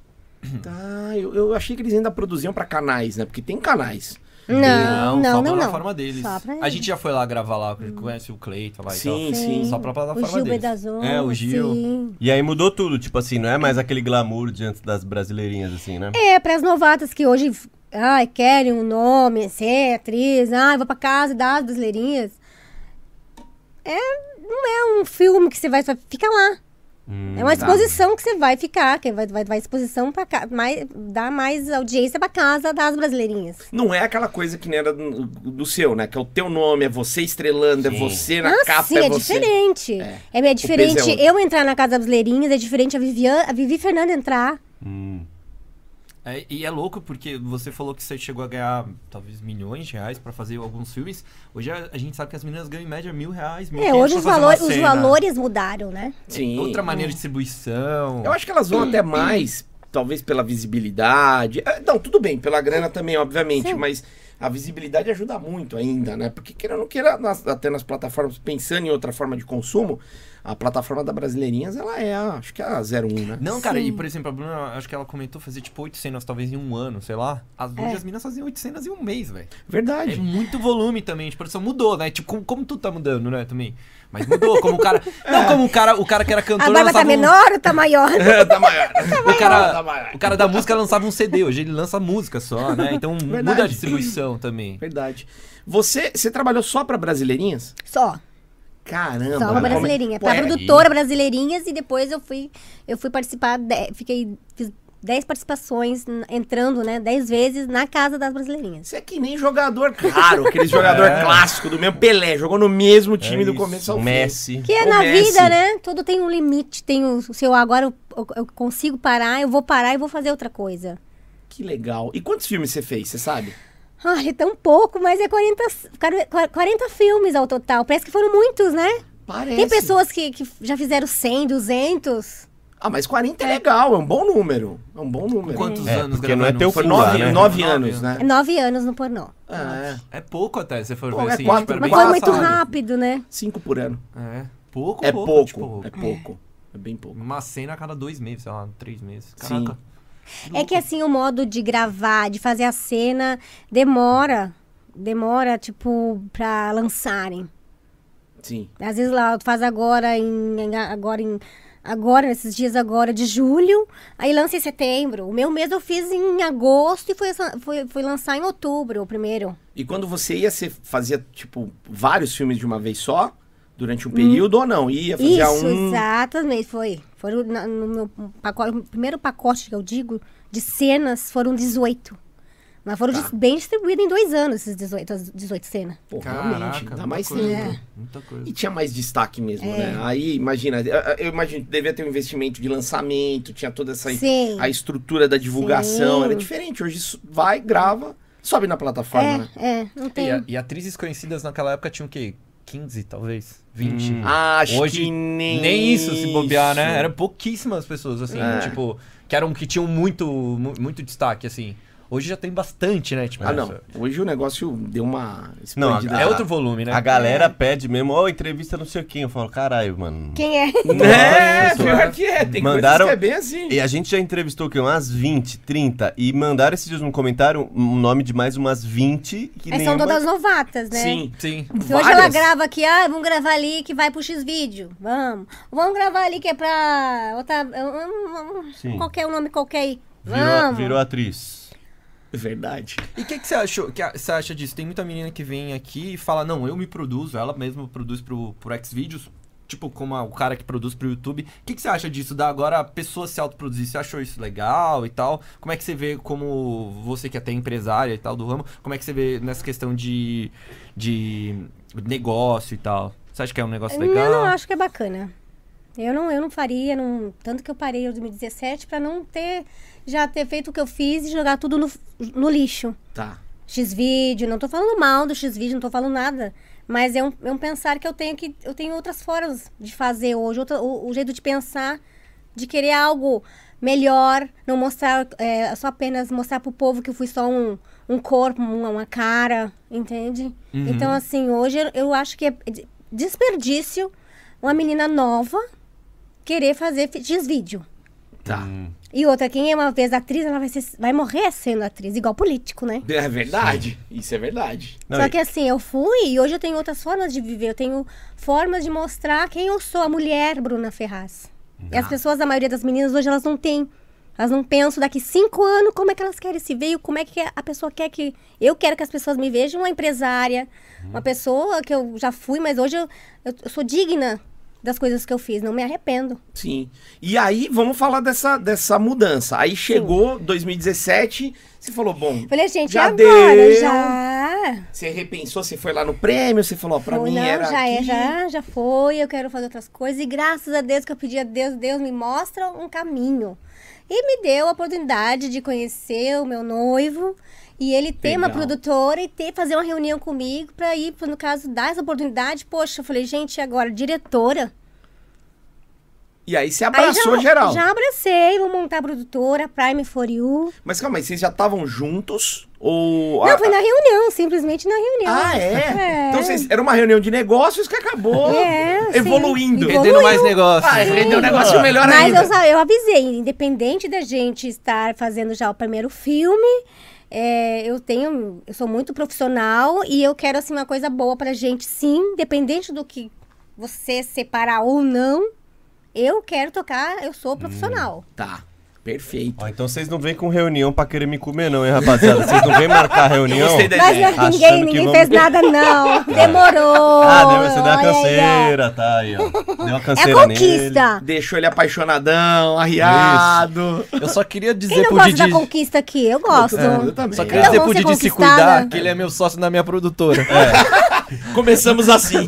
[SPEAKER 1] Ah, eu, eu achei que eles ainda produziam pra canais, né? Porque tem canais.
[SPEAKER 4] Não, não,
[SPEAKER 3] só
[SPEAKER 4] não,
[SPEAKER 3] pra
[SPEAKER 4] não.
[SPEAKER 3] plataforma deles.
[SPEAKER 4] Só pra
[SPEAKER 3] A
[SPEAKER 4] eles.
[SPEAKER 3] gente já foi lá gravar lá, conhece o Cleiton lá
[SPEAKER 1] Sim,
[SPEAKER 3] e tal.
[SPEAKER 1] sim.
[SPEAKER 3] Só pra
[SPEAKER 4] O
[SPEAKER 3] plataforma
[SPEAKER 4] Gil
[SPEAKER 3] deles.
[SPEAKER 4] Bedazon.
[SPEAKER 3] É, o Gil.
[SPEAKER 4] Sim.
[SPEAKER 2] E aí mudou tudo, tipo assim, não é mais aquele glamour diante das brasileirinhas, assim, né?
[SPEAKER 4] É, para as novatas que hoje ai, querem um nome, ser atriz, ai, vou pra casa das brasileirinhas. É, não é um filme que você vai, vai fica lá.
[SPEAKER 2] Hum,
[SPEAKER 4] É uma
[SPEAKER 1] tá.
[SPEAKER 4] exposição que você vai ficar, que vai, vai, vai exposição para mais, dar mais audiência pra casa das brasileirinhas.
[SPEAKER 1] Não é aquela coisa que nem era do, do seu, né? Que é o teu nome, é você estrelando, é
[SPEAKER 2] Sim.
[SPEAKER 1] você na
[SPEAKER 4] Ah,
[SPEAKER 1] capa,
[SPEAKER 4] sim,
[SPEAKER 1] é,
[SPEAKER 4] é
[SPEAKER 1] você.
[SPEAKER 4] diferente.
[SPEAKER 1] É.
[SPEAKER 4] É, é diferente
[SPEAKER 1] peso é outro.
[SPEAKER 4] eu entrar na casa das brasileirinhas, é diferente a, Vivian, a Vivi Fernanda entrar.
[SPEAKER 2] Hum.
[SPEAKER 3] É, e é louco porque você falou que você chegou a ganhar talvez milhões de reais pra fazer alguns filmes. Hoje a, a gente sabe que as meninas ganham em média mil reais. mil e
[SPEAKER 4] É,
[SPEAKER 3] quinhentos
[SPEAKER 4] hoje os,
[SPEAKER 3] pra fazer uma
[SPEAKER 4] valor, os
[SPEAKER 3] cena.
[SPEAKER 4] valores mudaram, né?
[SPEAKER 1] Sim.
[SPEAKER 3] Outra maneira de distribuição.
[SPEAKER 1] Eu acho que elas vão até mais, talvez pela visibilidade. É, não, tudo bem, pela grana também, obviamente,
[SPEAKER 4] Sim.
[SPEAKER 1] mas a visibilidade ajuda muito ainda, né? Porque queira ou não queira, nas, até nas plataformas, pensando em outra forma de consumo, a plataforma da Brasileirinhas, ela é, a, acho que é a zero um, né?
[SPEAKER 3] Não, cara,
[SPEAKER 4] Sim.
[SPEAKER 3] e por exemplo, a Bruna, acho que ela comentou fazer tipo oito cenas, talvez em um ano, sei lá. As duas
[SPEAKER 4] É.
[SPEAKER 3] as minas faziam oito cenas em um mês, velho. É
[SPEAKER 1] Verdade.
[SPEAKER 3] muito volume também, de produção mudou, né? Tipo, como, como tudo tá mudando, né, também. Mas mudou, como o cara... Não, como o cara, o cara que era cantor...
[SPEAKER 4] A barba tá
[SPEAKER 3] lançava um-
[SPEAKER 4] menor ou tá maior?
[SPEAKER 1] tá maior.
[SPEAKER 3] O cara,
[SPEAKER 1] Tá maior.
[SPEAKER 3] o cara da música lançava um C D, hoje ele lança música só, né? Então muda a
[SPEAKER 1] Verdade.
[SPEAKER 3] distribuição também.
[SPEAKER 1] Verdade. Você, você trabalhou só pra Brasileirinhas?
[SPEAKER 4] Só.
[SPEAKER 1] Caramba.
[SPEAKER 4] Só uma
[SPEAKER 1] como é-
[SPEAKER 4] brasileirinha.
[SPEAKER 1] Pô,
[SPEAKER 4] Pra
[SPEAKER 1] é-
[SPEAKER 4] produtora Brasileirinhas e depois eu fui, eu fui participar, de- fiquei, fiz dez participações, n- entrando, né, dez vezes na casa das Brasileirinhas.
[SPEAKER 1] Você é que nem jogador raro, aquele jogador
[SPEAKER 2] É.
[SPEAKER 1] clássico do mesmo Pelé, jogou no mesmo time
[SPEAKER 2] É
[SPEAKER 1] do
[SPEAKER 2] isso,
[SPEAKER 1] começo ao fim.
[SPEAKER 2] Messi.
[SPEAKER 4] Que é
[SPEAKER 1] O
[SPEAKER 4] na
[SPEAKER 1] Messi.
[SPEAKER 4] vida, né? Tudo tem um limite, tem o seu agora eu, eu- eu consigo parar, eu vou parar e vou fazer outra coisa.
[SPEAKER 1] Que legal. E quantos filmes você fez, você sabe?
[SPEAKER 4] Ah, é tão pouco, mas é quarenta, quarenta filmes ao total. Parece que foram muitos, né?
[SPEAKER 1] Parece.
[SPEAKER 4] Tem pessoas que, que já fizeram cem, duzentos.
[SPEAKER 1] Ah, mas quarenta é legal, é um bom número. É um bom número.
[SPEAKER 3] Quantos
[SPEAKER 2] É,
[SPEAKER 3] anos
[SPEAKER 2] porque não é
[SPEAKER 3] gravando?
[SPEAKER 2] teu
[SPEAKER 1] Foi
[SPEAKER 2] full
[SPEAKER 1] nove,
[SPEAKER 2] lá, né?
[SPEAKER 1] nove
[SPEAKER 3] Nove
[SPEAKER 1] anos, né?
[SPEAKER 4] É nove anos no pornô.
[SPEAKER 1] É,
[SPEAKER 3] É pouco até, se você for
[SPEAKER 1] Pô,
[SPEAKER 3] ver
[SPEAKER 1] é
[SPEAKER 3] assim.
[SPEAKER 1] quatro-
[SPEAKER 3] tipo, era
[SPEAKER 4] Mas
[SPEAKER 3] bem
[SPEAKER 4] foi muito
[SPEAKER 3] passado.
[SPEAKER 4] rápido, né?
[SPEAKER 1] cinco por ano.
[SPEAKER 3] É, pouco,
[SPEAKER 1] É pouco,
[SPEAKER 3] tipo,
[SPEAKER 1] é pouco. É bem pouco.
[SPEAKER 3] Uma cena a cada dois meses, sei lá, três meses.
[SPEAKER 1] Sim.
[SPEAKER 3] Caraca.
[SPEAKER 4] É que assim, o modo de gravar, de fazer a cena, demora. Demora, tipo, pra lançarem.
[SPEAKER 1] Sim.
[SPEAKER 4] Às vezes lá, tu faz agora em, em- agora em, agora, nesses dias agora de julho, aí lança em setembro. O meu mês eu fiz em agosto e foi, foi, foi lançar em outubro, o primeiro.
[SPEAKER 1] E quando você ia, você fazia, tipo, vários filmes de uma vez só? Durante um período ou não? Ia fazer
[SPEAKER 4] Isso,
[SPEAKER 1] um...
[SPEAKER 4] exatamente, foi. Foram na- no meu pacote, o primeiro pacote que eu digo, de cenas, foram dezoito. Mas foram
[SPEAKER 1] Tá.
[SPEAKER 4] dis- bem distribuídos em dois anos, esses dezoito, as dezoito cenas.
[SPEAKER 1] Pô,
[SPEAKER 3] Caraca,
[SPEAKER 1] realmente, dá
[SPEAKER 3] muita
[SPEAKER 1] mais
[SPEAKER 3] coisa,
[SPEAKER 1] tempo.
[SPEAKER 3] né? Muita coisa.
[SPEAKER 1] E tinha mais destaque mesmo,
[SPEAKER 4] É.
[SPEAKER 1] né? Aí, imagina, eu, eu imagino que devia ter um investimento de lançamento, tinha toda essa
[SPEAKER 4] Sim.
[SPEAKER 1] a estrutura da divulgação,
[SPEAKER 4] Sim.
[SPEAKER 1] era diferente. Hoje isso vai, grava, sobe na plataforma, né?
[SPEAKER 4] É, é, não tem.
[SPEAKER 3] E, a- e atrizes conhecidas naquela época tinham o quê? quinze, talvez? vinte?
[SPEAKER 2] Hum.
[SPEAKER 1] Acho
[SPEAKER 3] Hoje,
[SPEAKER 1] que nem,
[SPEAKER 3] Nem isso, se bobear, né?
[SPEAKER 1] isso.
[SPEAKER 3] Eram pouquíssimas pessoas, assim,
[SPEAKER 1] É.
[SPEAKER 3] tipo, que eram que tinham muito, mu- muito destaque, assim. Hoje já tem bastante, né? Tipo,
[SPEAKER 1] Ah, não.
[SPEAKER 3] essa-
[SPEAKER 1] Hoje o negócio deu uma
[SPEAKER 2] Não,
[SPEAKER 1] expandida.
[SPEAKER 3] É outro volume, né?
[SPEAKER 2] A galera pede mesmo, ó, entrevista não sei quem. Eu falo, caralho, mano.
[SPEAKER 4] Quem é?
[SPEAKER 1] É,
[SPEAKER 2] Nossa,
[SPEAKER 1] pior que é. Tem
[SPEAKER 2] Mandaram-
[SPEAKER 1] coisas que é bem assim.
[SPEAKER 2] E a gente já entrevistou que umas vinte, trinta, e mandaram esses dias no comentário um nome de mais umas vinte. Que
[SPEAKER 4] É,
[SPEAKER 2] nenhuma...
[SPEAKER 4] são todas novatas, né?
[SPEAKER 1] Sim.
[SPEAKER 3] Sim.
[SPEAKER 4] Se hoje ela
[SPEAKER 1] Várias.
[SPEAKER 4] grava aqui, ah, vamos gravar ali que vai pro X-Vídeo. Vamos. Vamos gravar ali que é pra. Outra, um- um-
[SPEAKER 2] Sim.
[SPEAKER 4] qualquer um nome qualquer aí.
[SPEAKER 2] Virou,
[SPEAKER 4] Vamos.
[SPEAKER 2] virou atriz.
[SPEAKER 1] Verdade.
[SPEAKER 3] E o que, que você achou? Que a- você acha disso? Tem muita menina que vem aqui e fala, não, eu me produzo, ela mesma produz pro, pro Xvideos, tipo, como a- o cara que produz pro YouTube. O que, que você acha disso? Da agora a pessoa se autoproduzir, você achou isso legal e tal? Como é que você vê como você que é até empresária e tal do ramo, como é que você vê nessa questão de, de negócio e tal? Você acha que é um negócio legal?
[SPEAKER 4] Eu não acho que é bacana. Eu não, eu não faria, não, tanto que eu parei em dois mil e dezessete pra não ter, já ter feito o que eu fiz e jogar tudo no, no lixo.
[SPEAKER 1] Tá.
[SPEAKER 4] X-Vídeo, não tô falando mal do X-Vídeo, não tô falando nada. Mas é um, é um pensar que eu tenho que eu tenho outras formas de fazer hoje, outra, o, o jeito de pensar, de querer algo melhor, não mostrar, é, só apenas mostrar pro povo que eu fui só um, um corpo, uma, uma cara, entende?
[SPEAKER 3] Uhum.
[SPEAKER 4] Então, assim, hoje eu, eu acho que é de- desperdício uma menina nova querer fazer fi- X-Vídeo.
[SPEAKER 1] Tá.
[SPEAKER 4] E outra, quem é uma vez atriz, ela vai, ser, vai morrer sendo atriz, igual político, né?
[SPEAKER 1] É verdade. Isso é verdade.
[SPEAKER 2] Não,
[SPEAKER 4] Só
[SPEAKER 2] e-
[SPEAKER 4] que assim, eu fui e hoje eu tenho outras formas de viver. Eu tenho formas de mostrar quem eu sou, a mulher Bruna Ferraz. E as pessoas, a maioria das meninas hoje, elas não têm. Elas não pensam daqui cinco anos como é que elas querem se ver, como é que a pessoa quer que... Eu quero que as pessoas me vejam uma empresária, uma pessoa que eu já fui, mas hoje eu, eu, eu sou digna das coisas que eu fiz, não me arrependo.
[SPEAKER 1] Sim. E aí, vamos falar dessa, dessa mudança. Aí chegou dois mil e dezessete, você falou, bom,
[SPEAKER 4] Falei, gente,
[SPEAKER 1] já
[SPEAKER 4] agora,
[SPEAKER 1] deu.
[SPEAKER 4] já...
[SPEAKER 1] Você repensou, você foi lá no prêmio, você falou, ó, pra
[SPEAKER 4] Foi,
[SPEAKER 1] mim
[SPEAKER 4] não,
[SPEAKER 1] era
[SPEAKER 4] já é,
[SPEAKER 1] aqui.
[SPEAKER 4] já, já foi, eu quero fazer outras coisas. E graças a Deus que eu pedi a Deus, Deus me mostra um caminho. E me deu a oportunidade de conhecer o meu noivo. E ele ter uma
[SPEAKER 1] Legal.
[SPEAKER 4] produtora e ter, fazer uma reunião comigo pra ir, no caso, dar essa oportunidade. Poxa, eu falei, gente, e agora, diretora.
[SPEAKER 1] E aí você
[SPEAKER 4] Aí
[SPEAKER 1] abraçou
[SPEAKER 4] já,
[SPEAKER 1] geral.
[SPEAKER 4] Já abracei, vou montar a produtora, Prime for You.
[SPEAKER 1] Mas calma aí, vocês já estavam juntos Ou...
[SPEAKER 4] Não,
[SPEAKER 1] a-
[SPEAKER 4] foi na reunião, simplesmente na reunião.
[SPEAKER 1] Ah, é?
[SPEAKER 4] É.
[SPEAKER 1] Então vocês, era uma reunião de negócios que acabou
[SPEAKER 4] É, sim.
[SPEAKER 1] evoluindo.
[SPEAKER 4] Evolu-
[SPEAKER 3] Rendendo mais negócio.
[SPEAKER 1] Ah, rendeu um negócio melhor
[SPEAKER 4] Mas
[SPEAKER 1] ainda.
[SPEAKER 4] eu, sa- eu avisei, independente da gente estar fazendo já o primeiro filme, é, eu tenho, eu sou muito profissional e eu quero assim uma coisa boa pra gente, sim, independente do que você separar ou não, eu quero tocar, eu sou profissional.
[SPEAKER 1] Tá, perfeito.
[SPEAKER 2] Ó, então vocês não vêm com reunião pra querer me comer não, hein, rapaziada? Vocês não vêm marcar reunião?
[SPEAKER 1] gostei da
[SPEAKER 4] Mas
[SPEAKER 1] ideia.
[SPEAKER 4] não,
[SPEAKER 2] Achando
[SPEAKER 4] ninguém,
[SPEAKER 2] que
[SPEAKER 4] ninguém
[SPEAKER 2] vamos-
[SPEAKER 4] fez nada não, demorou.
[SPEAKER 2] Ah, deu, você deu uma
[SPEAKER 4] Olha aí, ó.
[SPEAKER 2] canseira, tá aí, ó. Deu uma
[SPEAKER 4] É
[SPEAKER 2] canseira nele.
[SPEAKER 4] conquista.
[SPEAKER 1] Deixou ele apaixonadão, arriado.
[SPEAKER 3] Eu só queria
[SPEAKER 4] Quem
[SPEAKER 3] dizer
[SPEAKER 4] não
[SPEAKER 3] pro
[SPEAKER 4] gosta
[SPEAKER 3] Didi...
[SPEAKER 4] da conquista aqui? Eu gosto.
[SPEAKER 1] Eu também.
[SPEAKER 3] Só queria
[SPEAKER 4] Então,
[SPEAKER 3] dizer pro
[SPEAKER 4] vamos ser
[SPEAKER 3] Didi se
[SPEAKER 4] conquistada.
[SPEAKER 3] cuidar, que ele é meu sócio na minha produtora.
[SPEAKER 1] Começamos assim.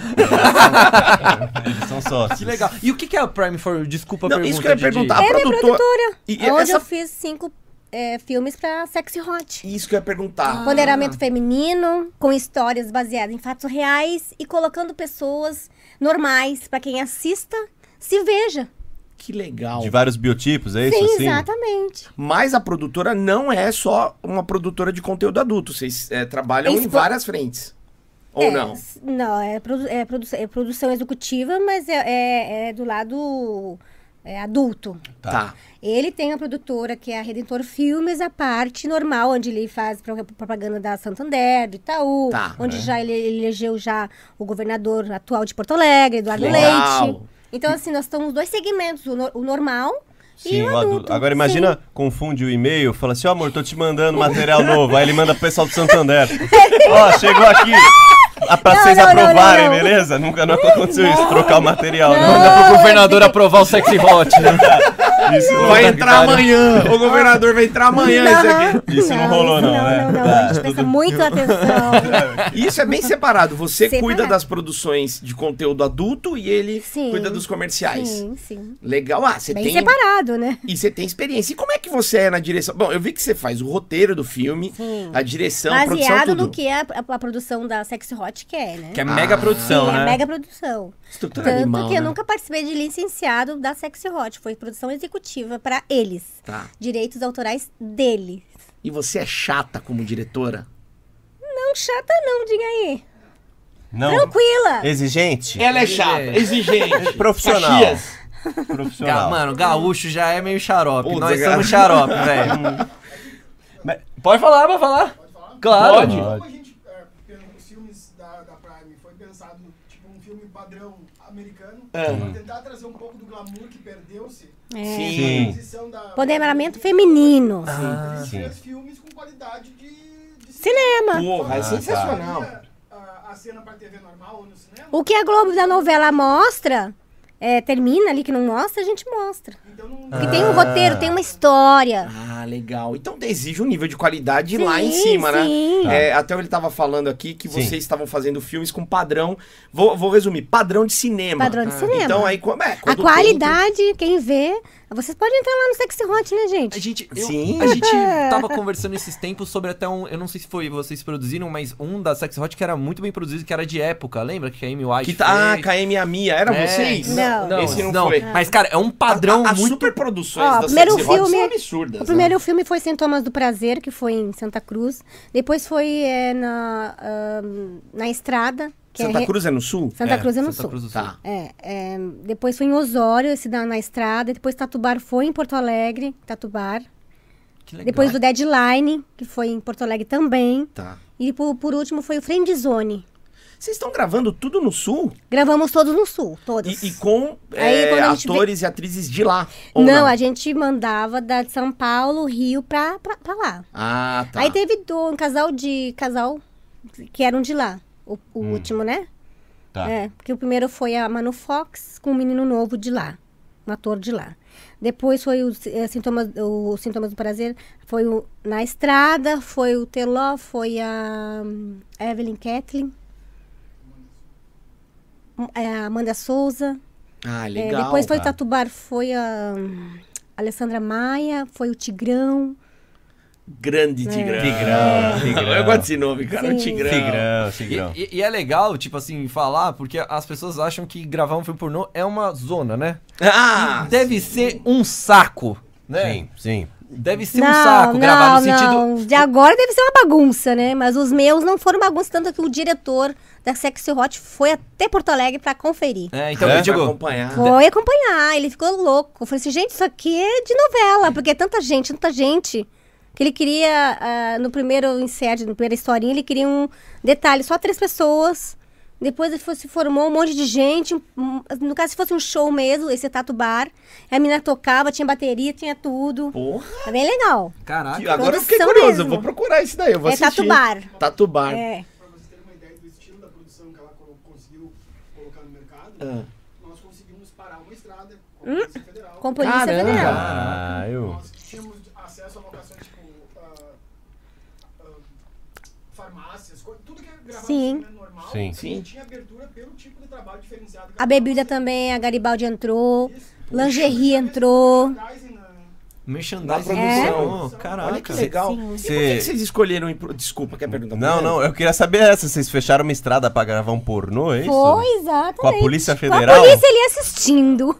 [SPEAKER 2] Eles são sócios.
[SPEAKER 3] Que legal. E o que que é a Prime for You? Desculpa a
[SPEAKER 1] Não,
[SPEAKER 3] pergunta,
[SPEAKER 1] isso que eu ia
[SPEAKER 3] Didi.
[SPEAKER 1] perguntar. A
[SPEAKER 4] É minha
[SPEAKER 1] produtora-
[SPEAKER 4] produtora,
[SPEAKER 1] E- e
[SPEAKER 4] onde
[SPEAKER 1] essa-
[SPEAKER 4] eu fiz cinco é, filmes pra Sexy Hot.
[SPEAKER 1] Isso que eu ia perguntar.
[SPEAKER 4] Empoderamento feminino, com histórias baseadas em fatos reais e colocando pessoas normais pra quem assista, se veja.
[SPEAKER 1] Que legal.
[SPEAKER 2] De vários biotipos, é isso?
[SPEAKER 4] Sim,
[SPEAKER 2] assim?
[SPEAKER 4] exatamente.
[SPEAKER 1] Mas a produtora não é só uma produtora de conteúdo adulto. Vocês é, trabalham em
[SPEAKER 4] Expo-
[SPEAKER 1] várias frentes. Ou
[SPEAKER 4] É,
[SPEAKER 1] não?
[SPEAKER 4] s- Não, é, produ- é produ- é produção executiva, mas é, é- é do lado é, adulto.
[SPEAKER 1] Tá.
[SPEAKER 4] Ele tem a produtora que é a Redentor Filmes, a parte normal, onde ele faz pro- propaganda da Santander, do Itaú,
[SPEAKER 1] Tá,
[SPEAKER 4] onde
[SPEAKER 2] é.
[SPEAKER 4] já ele ele elegeu já o governador atual de Porto Alegre, Eduardo
[SPEAKER 1] Legal.
[SPEAKER 4] Leite. Então, assim, nós temos dois segmentos, o, no- o normal e
[SPEAKER 2] Sim,
[SPEAKER 4] o
[SPEAKER 2] o
[SPEAKER 4] adulto.
[SPEAKER 2] adulto. Agora imagina, confunde o e-mail, fala assim, ó amor, tô te mandando material novo. Aí ele manda pro pessoal do Santander. Ó, chegou aqui. Ah, pra
[SPEAKER 4] Não,
[SPEAKER 2] vocês
[SPEAKER 4] não, não,
[SPEAKER 2] aprovarem,
[SPEAKER 4] não, não.
[SPEAKER 2] beleza? Nunca não aconteceu isso, trocar o material. Não,
[SPEAKER 3] Manda pro governador aprovar o Sexy Hot.
[SPEAKER 2] isso não,
[SPEAKER 1] Vai
[SPEAKER 2] tá-
[SPEAKER 1] entrar amanhã. O governador vai entrar amanhã isso aqui.
[SPEAKER 2] Isso não rolou,
[SPEAKER 4] isso
[SPEAKER 2] não,
[SPEAKER 4] não,
[SPEAKER 2] né?
[SPEAKER 4] não, não.
[SPEAKER 2] Tá,
[SPEAKER 4] A gente presta muita atenção.
[SPEAKER 1] Isso é bem separado. Você
[SPEAKER 4] Separado.
[SPEAKER 1] cuida das produções de conteúdo adulto e ele
[SPEAKER 4] Sim.
[SPEAKER 1] cuida dos comerciais.
[SPEAKER 4] Sim, sim.
[SPEAKER 1] Legal. Ah, você
[SPEAKER 4] Bem
[SPEAKER 1] tem...
[SPEAKER 4] separado, né?
[SPEAKER 1] E você tem experiência. E como é que você é na direção? Bom, eu vi que você faz o roteiro do filme,
[SPEAKER 4] Sim.
[SPEAKER 1] a direção, a produção,
[SPEAKER 4] Baseado
[SPEAKER 1] tudo.
[SPEAKER 4] no que é a, a- a produção da Sexy Hot que é, né?
[SPEAKER 3] Que é mega produção,
[SPEAKER 4] Sim,
[SPEAKER 3] né?
[SPEAKER 4] é mega produção.
[SPEAKER 1] Estrutura
[SPEAKER 4] Tanto
[SPEAKER 1] animal,
[SPEAKER 4] que eu
[SPEAKER 1] né?
[SPEAKER 4] nunca participei de licenciado da Sexy Hot. Foi produção executiva pra eles.
[SPEAKER 1] Tá.
[SPEAKER 4] Direitos autorais deles.
[SPEAKER 1] E você é chata como diretora?
[SPEAKER 4] Não chata não, diga aí.
[SPEAKER 2] Não.
[SPEAKER 4] Tranquila.
[SPEAKER 2] Exigente?
[SPEAKER 1] Ela é chata,
[SPEAKER 3] É.
[SPEAKER 1] exigente.
[SPEAKER 2] Profissional.
[SPEAKER 1] Caxias.
[SPEAKER 3] Ga-
[SPEAKER 2] Profissional.
[SPEAKER 3] Mano, gaúcho já é meio xarope.
[SPEAKER 1] Putz,
[SPEAKER 3] Nós
[SPEAKER 1] cara.
[SPEAKER 3] somos xarope, velho. Mas- Pode falar, pode falar. Claro.
[SPEAKER 1] Pode.
[SPEAKER 5] Como a gente, é, pelo- os filmes da, da Prime foi pensado tipo um filme padrão americano,
[SPEAKER 1] É.
[SPEAKER 5] pra tentar trazer um pouco do glamour que perdeu-se.
[SPEAKER 4] É.
[SPEAKER 2] Sim.
[SPEAKER 5] Transição da
[SPEAKER 4] Empoderamento feminino.
[SPEAKER 1] Ah,
[SPEAKER 5] Eles
[SPEAKER 2] sim.
[SPEAKER 5] fez filmes com qualidade de, de
[SPEAKER 4] Cinema.
[SPEAKER 1] Porra, é
[SPEAKER 2] Ah,
[SPEAKER 1] sensacional.
[SPEAKER 5] A, a cena pra T V normal ou no cinema.
[SPEAKER 4] O que a Globo da novela mostra, é, termina ali, que não mostra, a gente mostra.
[SPEAKER 5] Então não.
[SPEAKER 4] Porque tem um roteiro, tem uma história.
[SPEAKER 1] Ah, legal. Então exige um nível de qualidade
[SPEAKER 4] Sim,
[SPEAKER 1] lá em cima, né?
[SPEAKER 4] sim.
[SPEAKER 1] É, até ele tava falando aqui que
[SPEAKER 2] Sim.
[SPEAKER 1] vocês estavam fazendo filmes com padrão. Vou, vou resumir: padrão de cinema.
[SPEAKER 4] Padrão de cinema.
[SPEAKER 1] Então aí, como é?
[SPEAKER 4] A
[SPEAKER 1] quando
[SPEAKER 4] qualidade, quem vê... Vocês podem entrar lá no Sexy Hot, né,
[SPEAKER 3] A
[SPEAKER 4] gente?
[SPEAKER 3] gente, eu-
[SPEAKER 1] Sim.
[SPEAKER 3] a gente tava conversando esses tempos sobre até um. Eu não sei se foi vocês produziram, mas um da Sex Hot que era muito bem produzido, que era de época. Lembra que a Amy White
[SPEAKER 1] Que tá, ah,
[SPEAKER 3] fez?
[SPEAKER 1] K M e a Mia, eram
[SPEAKER 3] É.
[SPEAKER 1] vocês?
[SPEAKER 4] Não.
[SPEAKER 3] Não,
[SPEAKER 1] Esse não,
[SPEAKER 3] não.
[SPEAKER 1] foi.
[SPEAKER 3] Mas, cara, é um padrão
[SPEAKER 1] As
[SPEAKER 3] muito.
[SPEAKER 1] superproduções
[SPEAKER 4] Ó,
[SPEAKER 1] da
[SPEAKER 4] o primeiro
[SPEAKER 1] Sexy Hot
[SPEAKER 4] filme-
[SPEAKER 1] são absurdas.
[SPEAKER 4] O primeiro filme foi Sem Thomas do Prazer, que foi em Santa Cruz. Depois foi é, na, ahn, na Estrada. Que
[SPEAKER 1] Santa
[SPEAKER 4] é re-
[SPEAKER 1] Cruz é no sul?
[SPEAKER 4] Santa
[SPEAKER 3] É,
[SPEAKER 4] Cruz é no
[SPEAKER 3] Santa
[SPEAKER 4] sul.
[SPEAKER 3] Cruz do Sul.
[SPEAKER 1] Tá.
[SPEAKER 4] É, é, depois foi em Osório, esse da, na Estrada. Depois Tatubar foi em Porto Alegre, Tatubar.
[SPEAKER 3] Que legal.
[SPEAKER 4] Depois do Deadline, que foi em Porto Alegre também.
[SPEAKER 1] Tá.
[SPEAKER 4] E por, por último foi o Friend Zone.
[SPEAKER 1] Vocês estão gravando tudo no sul?
[SPEAKER 4] Gravamos todos no sul, todos.
[SPEAKER 1] E, e com
[SPEAKER 4] Aí,
[SPEAKER 1] é,
[SPEAKER 4] quando a gente
[SPEAKER 1] atores e atrizes de lá? Ou
[SPEAKER 4] não,
[SPEAKER 1] não,
[SPEAKER 4] a gente mandava da de São Paulo, Rio, pra, pra, pra lá.
[SPEAKER 1] Ah, tá.
[SPEAKER 4] Aí teve do, um casal de casal que eram de lá. O, o último, né?
[SPEAKER 2] Tá.
[SPEAKER 4] É, porque o primeiro foi a Manu Fox com um menino novo de lá. Um ator de lá. Depois foi o, é, sintomas, o Sintomas do Prazer. Foi o Na Estrada, foi o Teló, foi a hum, Evelyn Kathleen. hum, é, a Amanda Souza.
[SPEAKER 1] Ah,
[SPEAKER 4] É,
[SPEAKER 1] legal.
[SPEAKER 4] depois foi o
[SPEAKER 2] tá.
[SPEAKER 4] Tatubar, foi a hum, Alessandra Maia, foi o Tigrão.
[SPEAKER 1] Grande Tigrão.
[SPEAKER 2] Tigrão, Tigrão.
[SPEAKER 1] Eu gosto desse nome, cara.
[SPEAKER 4] Sim.
[SPEAKER 1] O Tigrão.
[SPEAKER 2] Tigrão,
[SPEAKER 3] E,
[SPEAKER 2] Tigrão.
[SPEAKER 3] e- e é legal, tipo assim, falar, porque as pessoas acham que gravar um filme pornô é uma zona, né?
[SPEAKER 1] Ah!
[SPEAKER 3] E deve ser um saco, né?
[SPEAKER 2] Sim, sim.
[SPEAKER 3] Deve ser um
[SPEAKER 4] Não,
[SPEAKER 3] saco
[SPEAKER 4] não,
[SPEAKER 3] gravar no sentido.
[SPEAKER 4] não. De agora deve ser uma bagunça, né? Mas os meus não foram bagunça, tanto que o diretor da Sexy Hot foi até Porto Alegre pra conferir.
[SPEAKER 3] É, então
[SPEAKER 2] É?
[SPEAKER 3] eu digo.
[SPEAKER 1] Pra acompanhar.
[SPEAKER 4] Foi acompanhar, ele ficou louco. Eu falei assim, gente, isso aqui é de novela, porque é tanta gente, tanta gente, que ele queria, ah, no primeiro insert, na primeira historinha, ele queria um detalhe, só três pessoas. Depois ele foi- se formou um monte de gente, um- um- no caso, se fosse um show mesmo, esse Tatu Bar, a menina tocava, tinha bateria, tinha tudo.
[SPEAKER 1] Porra.
[SPEAKER 4] É bem legal.
[SPEAKER 3] Caraca.
[SPEAKER 1] Que- Agora eu fiquei
[SPEAKER 4] Produção
[SPEAKER 1] curioso,
[SPEAKER 4] mesmo.
[SPEAKER 1] eu vou procurar isso daí, eu vou
[SPEAKER 4] É
[SPEAKER 1] assistir.
[SPEAKER 4] Tatu Bar.
[SPEAKER 1] Tatu Bar.
[SPEAKER 4] É.
[SPEAKER 5] Pra vocês terem uma ideia do estilo da produção que ela colo- conseguiu colocar no mercado,
[SPEAKER 1] Ah.
[SPEAKER 5] nós conseguimos parar uma estrada com a Polícia Federal.
[SPEAKER 4] Com Polícia
[SPEAKER 1] Caramba.
[SPEAKER 4] Federal.
[SPEAKER 2] Ah, eu...
[SPEAKER 5] Nós tínhamos acesso a locações tipo ah, ah, farmácias, co- tudo que é gravado
[SPEAKER 4] Sim.
[SPEAKER 5] no cinema normal.
[SPEAKER 2] Sim.
[SPEAKER 1] Sim.
[SPEAKER 5] Tinha abertura pelo tipo de trabalho diferenciado. que
[SPEAKER 4] A
[SPEAKER 5] ela
[SPEAKER 4] bebida
[SPEAKER 5] fazia.
[SPEAKER 4] também, a Garibaldi entrou,
[SPEAKER 5] Isso.
[SPEAKER 4] lingerie entrou.
[SPEAKER 5] Merchandising na-
[SPEAKER 3] Merchandising.
[SPEAKER 1] Na produção.
[SPEAKER 3] Oh, caraca.
[SPEAKER 1] Olha que legal.
[SPEAKER 4] Sim.
[SPEAKER 1] E por que
[SPEAKER 2] Cê-
[SPEAKER 1] que vocês escolheram... ir pro- Desculpa, quer perguntar?
[SPEAKER 2] Não,
[SPEAKER 1] primeiro?
[SPEAKER 2] não, eu queria saber essa. Vocês fecharam uma estrada pra gravar um pornô, é isso?
[SPEAKER 4] Foi, exatamente.
[SPEAKER 2] Com a Polícia
[SPEAKER 4] Com
[SPEAKER 2] Federal?
[SPEAKER 4] a polícia ali assistindo.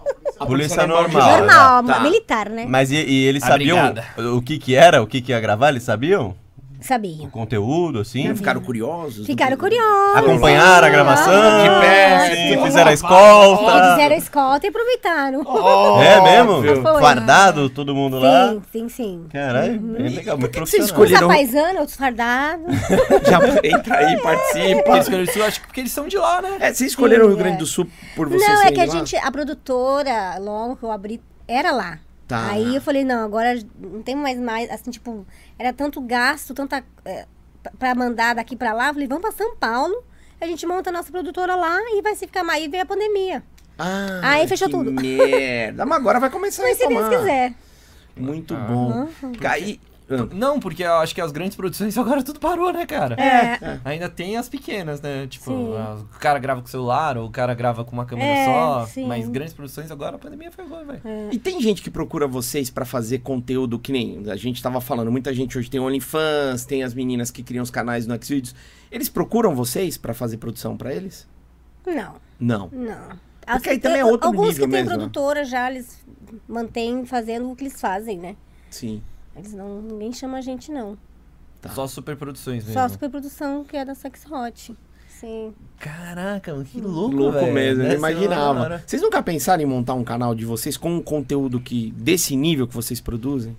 [SPEAKER 1] A
[SPEAKER 2] Polícia
[SPEAKER 1] normal.
[SPEAKER 2] normal.
[SPEAKER 4] Normal,
[SPEAKER 1] Tá.
[SPEAKER 4] militar, né?
[SPEAKER 2] Mas e, e eles
[SPEAKER 3] A
[SPEAKER 2] sabiam
[SPEAKER 3] brigada.
[SPEAKER 2] o que que era, o que que ia gravar? Eles sabiam? O
[SPEAKER 4] Sabiam.
[SPEAKER 2] conteúdo, assim?
[SPEAKER 1] Ficaram curiosos?
[SPEAKER 4] Ficaram
[SPEAKER 1] Do-
[SPEAKER 4] curiosos.
[SPEAKER 2] Acompanharam a gravação?
[SPEAKER 1] De perto.
[SPEAKER 2] Sim, fizeram a
[SPEAKER 4] Eles
[SPEAKER 2] escolta?
[SPEAKER 4] fizeram a escolta e aproveitaram.
[SPEAKER 1] Oh,
[SPEAKER 2] É mesmo?
[SPEAKER 1] óbvio.
[SPEAKER 4] Foi.
[SPEAKER 2] Guardado todo mundo lá?
[SPEAKER 4] Sim, sim, sim.
[SPEAKER 2] Caralho, bem legal, muito
[SPEAKER 1] que que vocês
[SPEAKER 2] profissional.
[SPEAKER 4] Uns
[SPEAKER 1] escolheram?
[SPEAKER 4] paisano, outros fardados.
[SPEAKER 1] Já entra aí, participa.
[SPEAKER 3] Porque eles escolheram isso, acho que porque eles são de lá, né?
[SPEAKER 1] É, vocês escolheram o
[SPEAKER 4] Sim,
[SPEAKER 1] Rio Grande
[SPEAKER 4] é.
[SPEAKER 1] do Sul por vocês
[SPEAKER 4] Não, é
[SPEAKER 1] serem
[SPEAKER 4] que a
[SPEAKER 1] de lá?
[SPEAKER 4] gente, a produtora, logo que eu abri, era lá.
[SPEAKER 1] Tá.
[SPEAKER 4] Aí eu falei, não, agora não tem mais mais, assim, tipo, era tanto gasto, tanta, é, p- pra mandar daqui pra lá, eu falei, vamos pra São Paulo, a gente monta a nossa produtora lá e vai se ficar mais, e veio a pandemia.
[SPEAKER 1] Ah,
[SPEAKER 4] Aí fechou
[SPEAKER 1] que
[SPEAKER 4] tudo.
[SPEAKER 1] merda. Mas agora vai começar
[SPEAKER 4] Mas
[SPEAKER 1] a
[SPEAKER 4] se Deus
[SPEAKER 1] retomar.
[SPEAKER 4] quiser.
[SPEAKER 1] Muito bom. Caí. Ah,
[SPEAKER 3] Não, porque eu acho que as grandes produções agora tudo parou, né, cara?
[SPEAKER 4] É.
[SPEAKER 3] Ainda tem as pequenas, né? Tipo,
[SPEAKER 4] Sim.
[SPEAKER 3] a- o cara grava com celular, ou o cara grava com uma câmera
[SPEAKER 4] É,
[SPEAKER 3] só.
[SPEAKER 4] sim.
[SPEAKER 3] Mas grandes produções agora a pandemia foi boa, velho.
[SPEAKER 1] E tem gente que procura vocês pra fazer conteúdo que nem a gente tava falando. Muita gente hoje tem OnlyFans, tem as meninas que criam os canais no Xvideos. Eles procuram vocês pra fazer produção pra eles?
[SPEAKER 4] Não,
[SPEAKER 1] Não.
[SPEAKER 4] não.
[SPEAKER 1] Porque aí
[SPEAKER 4] Assim,
[SPEAKER 1] também é
[SPEAKER 4] eu-
[SPEAKER 1] outro
[SPEAKER 4] alguns
[SPEAKER 1] nível
[SPEAKER 4] que têm
[SPEAKER 1] mesmo, né?
[SPEAKER 4] produtora já, eles mantêm fazendo o que eles fazem, né?
[SPEAKER 1] Sim.
[SPEAKER 4] Eles não, ninguém chama a gente, não.
[SPEAKER 1] Tá.
[SPEAKER 3] Só superproduções mesmo.
[SPEAKER 4] Só a superprodução, que é da Sex Hot. Sim.
[SPEAKER 3] Caraca, mano, que louco,
[SPEAKER 1] Louco
[SPEAKER 3] velho.
[SPEAKER 1] mesmo, eu
[SPEAKER 3] Deve
[SPEAKER 1] não
[SPEAKER 3] ser
[SPEAKER 1] imaginava.
[SPEAKER 3] da hora.
[SPEAKER 1] Vocês nunca pensaram em montar um canal de vocês com um conteúdo que desse nível que vocês produzem?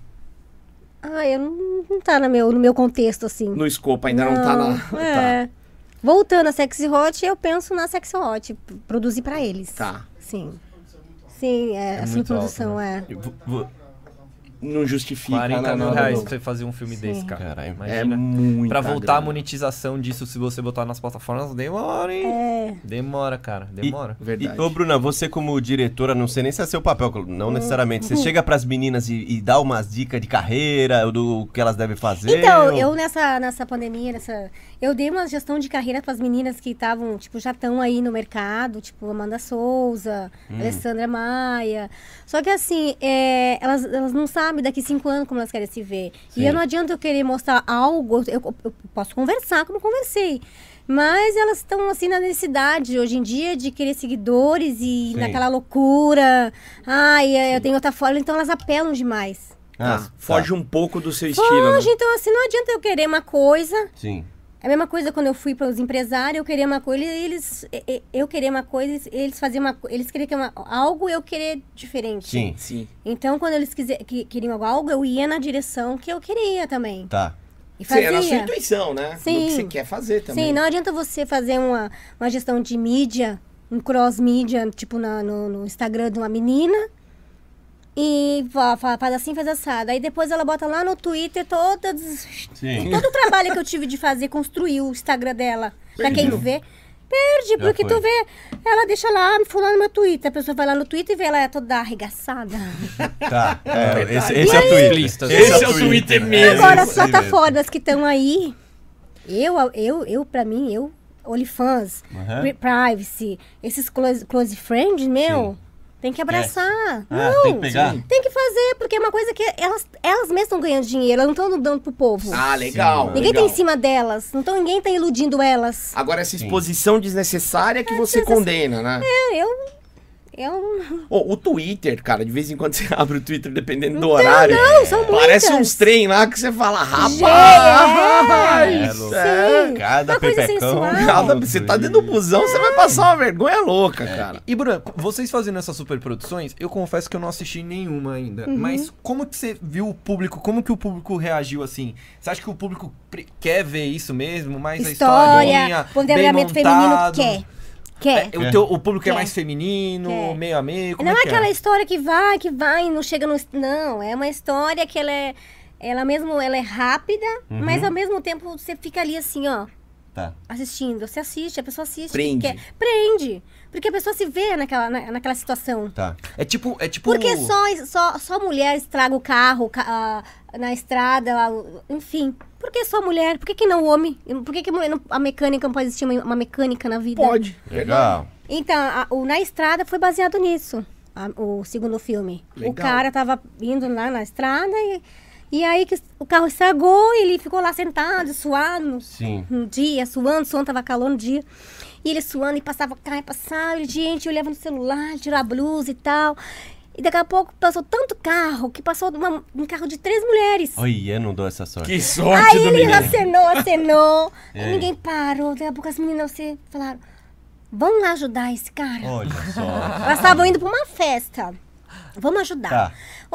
[SPEAKER 4] Ah, eu não, não tá no meu, no meu contexto, assim.
[SPEAKER 1] No escopo ainda não, tá na.
[SPEAKER 4] É. Voltando a Sexy Hot, eu penso na Sexy Hot. p- Produzir pra eles.
[SPEAKER 1] Tá.
[SPEAKER 4] Sim. Sim, é, a
[SPEAKER 3] muito
[SPEAKER 4] superprodução, é.
[SPEAKER 2] Eu vou- vou-
[SPEAKER 1] Não justifica.
[SPEAKER 3] quarenta
[SPEAKER 1] né,
[SPEAKER 3] mil
[SPEAKER 1] não,
[SPEAKER 3] reais
[SPEAKER 1] não.
[SPEAKER 3] pra você fazer um filme
[SPEAKER 4] Sim.
[SPEAKER 3] desse, cara.
[SPEAKER 2] Caralho.
[SPEAKER 1] É
[SPEAKER 3] Imagina.
[SPEAKER 1] muito.
[SPEAKER 3] Pra voltar a monetização disso, se você botar nas plataformas, demora, hein?
[SPEAKER 4] É.
[SPEAKER 3] Demora, cara.
[SPEAKER 2] E-
[SPEAKER 3] Demora.
[SPEAKER 1] Verdade.
[SPEAKER 2] E, ô, Bruna, você como diretora, não sei nem se é seu papel, não necessariamente.
[SPEAKER 4] Uhum.
[SPEAKER 2] Você chega pras meninas e, e dá umas dicas de carreira, do que elas devem fazer?
[SPEAKER 4] Então,
[SPEAKER 2] ou-
[SPEAKER 4] eu nessa, nessa pandemia, nessa, eu dei uma gestão de carreira para as meninas que estavam, tipo, já estão aí no mercado, tipo, Amanda Souza,
[SPEAKER 2] Hum.
[SPEAKER 4] Alessandra Maia. Só que assim, é, elas, elas não sabem daqui cinco anos como elas querem se ver.
[SPEAKER 2] Sim.
[SPEAKER 4] E eu não adianta eu querer mostrar algo, eu, eu posso conversar como conversei. Mas elas estão assim na necessidade hoje em dia de querer seguidores e
[SPEAKER 2] Sim.
[SPEAKER 4] naquela loucura. Ai, eu tenho outra forma, então elas apelam demais.
[SPEAKER 2] Ah,
[SPEAKER 1] Tá. Foge
[SPEAKER 2] tá.
[SPEAKER 1] um pouco do seu estilo, né?
[SPEAKER 4] Hoje, então, assim, não adianta eu querer uma coisa.
[SPEAKER 2] Sim.
[SPEAKER 4] É a mesma coisa quando eu fui para os empresários, eu queria uma coisa, eles, e- e- eu queria uma coisa, eles faziam uma, co- eles queriam que uma, algo, eu queria diferente.
[SPEAKER 2] Sim.
[SPEAKER 1] Sim.
[SPEAKER 4] Então, quando eles quiser, que, queriam algo, eu ia na direção que eu queria também.
[SPEAKER 2] Tá.
[SPEAKER 4] E
[SPEAKER 1] Sim, é
[SPEAKER 4] fazia.
[SPEAKER 1] na sua intuição, né? No
[SPEAKER 4] Sim.
[SPEAKER 1] que você quer fazer também.
[SPEAKER 4] Sim, não adianta você fazer uma, uma gestão de mídia, um cross-mídia, tipo na- no, no Instagram de uma menina, e fa- fa- faz assim, faz assado. Aí depois ela bota lá no Twitter todas
[SPEAKER 2] Sim.
[SPEAKER 4] todo o trabalho que eu tive de fazer, construir o Instagram dela, pra quem
[SPEAKER 2] Perdeu.
[SPEAKER 4] vê, perde,
[SPEAKER 2] Já
[SPEAKER 4] porque
[SPEAKER 2] foi.
[SPEAKER 4] tu vê, ela deixa lá, fulano no meu Twitter, a pessoa vai lá no Twitter e vê ela é toda arregaçada.
[SPEAKER 2] Tá. É,
[SPEAKER 1] verdade.
[SPEAKER 2] esse, esse é o Twitter.
[SPEAKER 3] Listas.
[SPEAKER 1] Esse é o Twitter mesmo.
[SPEAKER 4] Agora, as
[SPEAKER 2] isso aí
[SPEAKER 4] plataformas que estão aí, eu, eu, eu, pra mim, eu, OnlyFans,
[SPEAKER 2] Aham.
[SPEAKER 4] Pri- Privacy, esses close, close friends, meu,
[SPEAKER 2] Sim.
[SPEAKER 4] tem que abraçar.
[SPEAKER 2] Ah,
[SPEAKER 4] não,
[SPEAKER 2] tem que pegar?
[SPEAKER 1] sim.
[SPEAKER 4] tem que fazer, porque é uma coisa que elas, elas mesmas estão ganhando dinheiro, elas não estão dando pro povo.
[SPEAKER 1] Ah, legal.
[SPEAKER 2] Sim,
[SPEAKER 4] Ninguém
[SPEAKER 1] legal.
[SPEAKER 4] tá em cima delas, não tão, ninguém tá iludindo elas.
[SPEAKER 1] Agora, essa exposição desnecessária que você condena, né?
[SPEAKER 4] É, eu, Eu...
[SPEAKER 1] Ô, o Twitter, cara, de vez em quando você abre o Twitter, dependendo do horário.
[SPEAKER 4] Não, são
[SPEAKER 1] Parece
[SPEAKER 4] muitas.
[SPEAKER 1] uns trem lá que você fala, rapaz!
[SPEAKER 2] É, louco.
[SPEAKER 1] É,
[SPEAKER 2] Cada
[SPEAKER 4] Uma coisa
[SPEAKER 2] pepecão.
[SPEAKER 4] sensual.
[SPEAKER 1] Cada- você tá dentro do busão, você vai passar uma vergonha louca, cara.
[SPEAKER 3] E, Bruna, vocês fazendo essas superproduções, eu confesso que eu não assisti nenhuma ainda.
[SPEAKER 4] Uhum.
[SPEAKER 3] Mas como que você viu o público, como que o público reagiu assim? Você acha que o público pre- quer ver isso mesmo? Mais a historinha,
[SPEAKER 4] História,
[SPEAKER 3] bem
[SPEAKER 4] ponderamento feminino
[SPEAKER 3] montado?
[SPEAKER 4] quer. Quer.
[SPEAKER 3] É, o, teu, o público é
[SPEAKER 4] Quer.
[SPEAKER 3] mais feminino,
[SPEAKER 4] Quer.
[SPEAKER 3] meio a meio, como
[SPEAKER 4] Não
[SPEAKER 3] é
[SPEAKER 4] é
[SPEAKER 3] que
[SPEAKER 4] aquela
[SPEAKER 3] é?
[SPEAKER 4] história que vai, que vai e não chega no... Não, é uma história que ela é... Ela mesmo, ela é rápida,
[SPEAKER 2] Uhum.
[SPEAKER 4] mas ao mesmo tempo você fica ali assim, ó,
[SPEAKER 2] Tá.
[SPEAKER 4] assistindo. Você assiste, a pessoa assiste.
[SPEAKER 1] Prende.
[SPEAKER 4] Quer, prende. Porque a pessoa se vê naquela, na- naquela situação.
[SPEAKER 2] Tá.
[SPEAKER 3] É tipo... É tipo
[SPEAKER 4] Porque só, só, só mulher estraga o carro ca- ah, na estrada, ah, enfim. Por que só mulher? Por que, que não o homem? Por que, que mulher não- a mecânica não pode existir uma, uma mecânica na vida?
[SPEAKER 1] Pode.
[SPEAKER 2] Legal.
[SPEAKER 4] Então, a- o Na Estrada foi baseado nisso, a- o segundo filme.
[SPEAKER 1] Legal.
[SPEAKER 4] O cara tava indo lá na estrada e, e aí que o carro estragou e ele ficou lá sentado, suado,
[SPEAKER 2] Sim.
[SPEAKER 4] um dia, suando, suando, tava calor no dia. E ele suando e passava carro, passava, e gente, eu olhava no celular, tirava a blusa e tal. E daqui a pouco passou tanto carro, que passou uma- um carro de três mulheres.
[SPEAKER 2] Olha, eu não dou essa sorte.
[SPEAKER 1] Que sorte
[SPEAKER 4] Aí
[SPEAKER 1] do
[SPEAKER 4] ele
[SPEAKER 1] menino.
[SPEAKER 4] acenou, acenou.
[SPEAKER 2] E
[SPEAKER 4] Aí
[SPEAKER 2] aí?
[SPEAKER 4] ninguém parou. Daqui a pouco as meninas assim, falaram, vamos lá ajudar esse cara.
[SPEAKER 2] Olha só.
[SPEAKER 4] Elas estavam indo pra uma festa. Vamos ajudar.
[SPEAKER 2] Tá.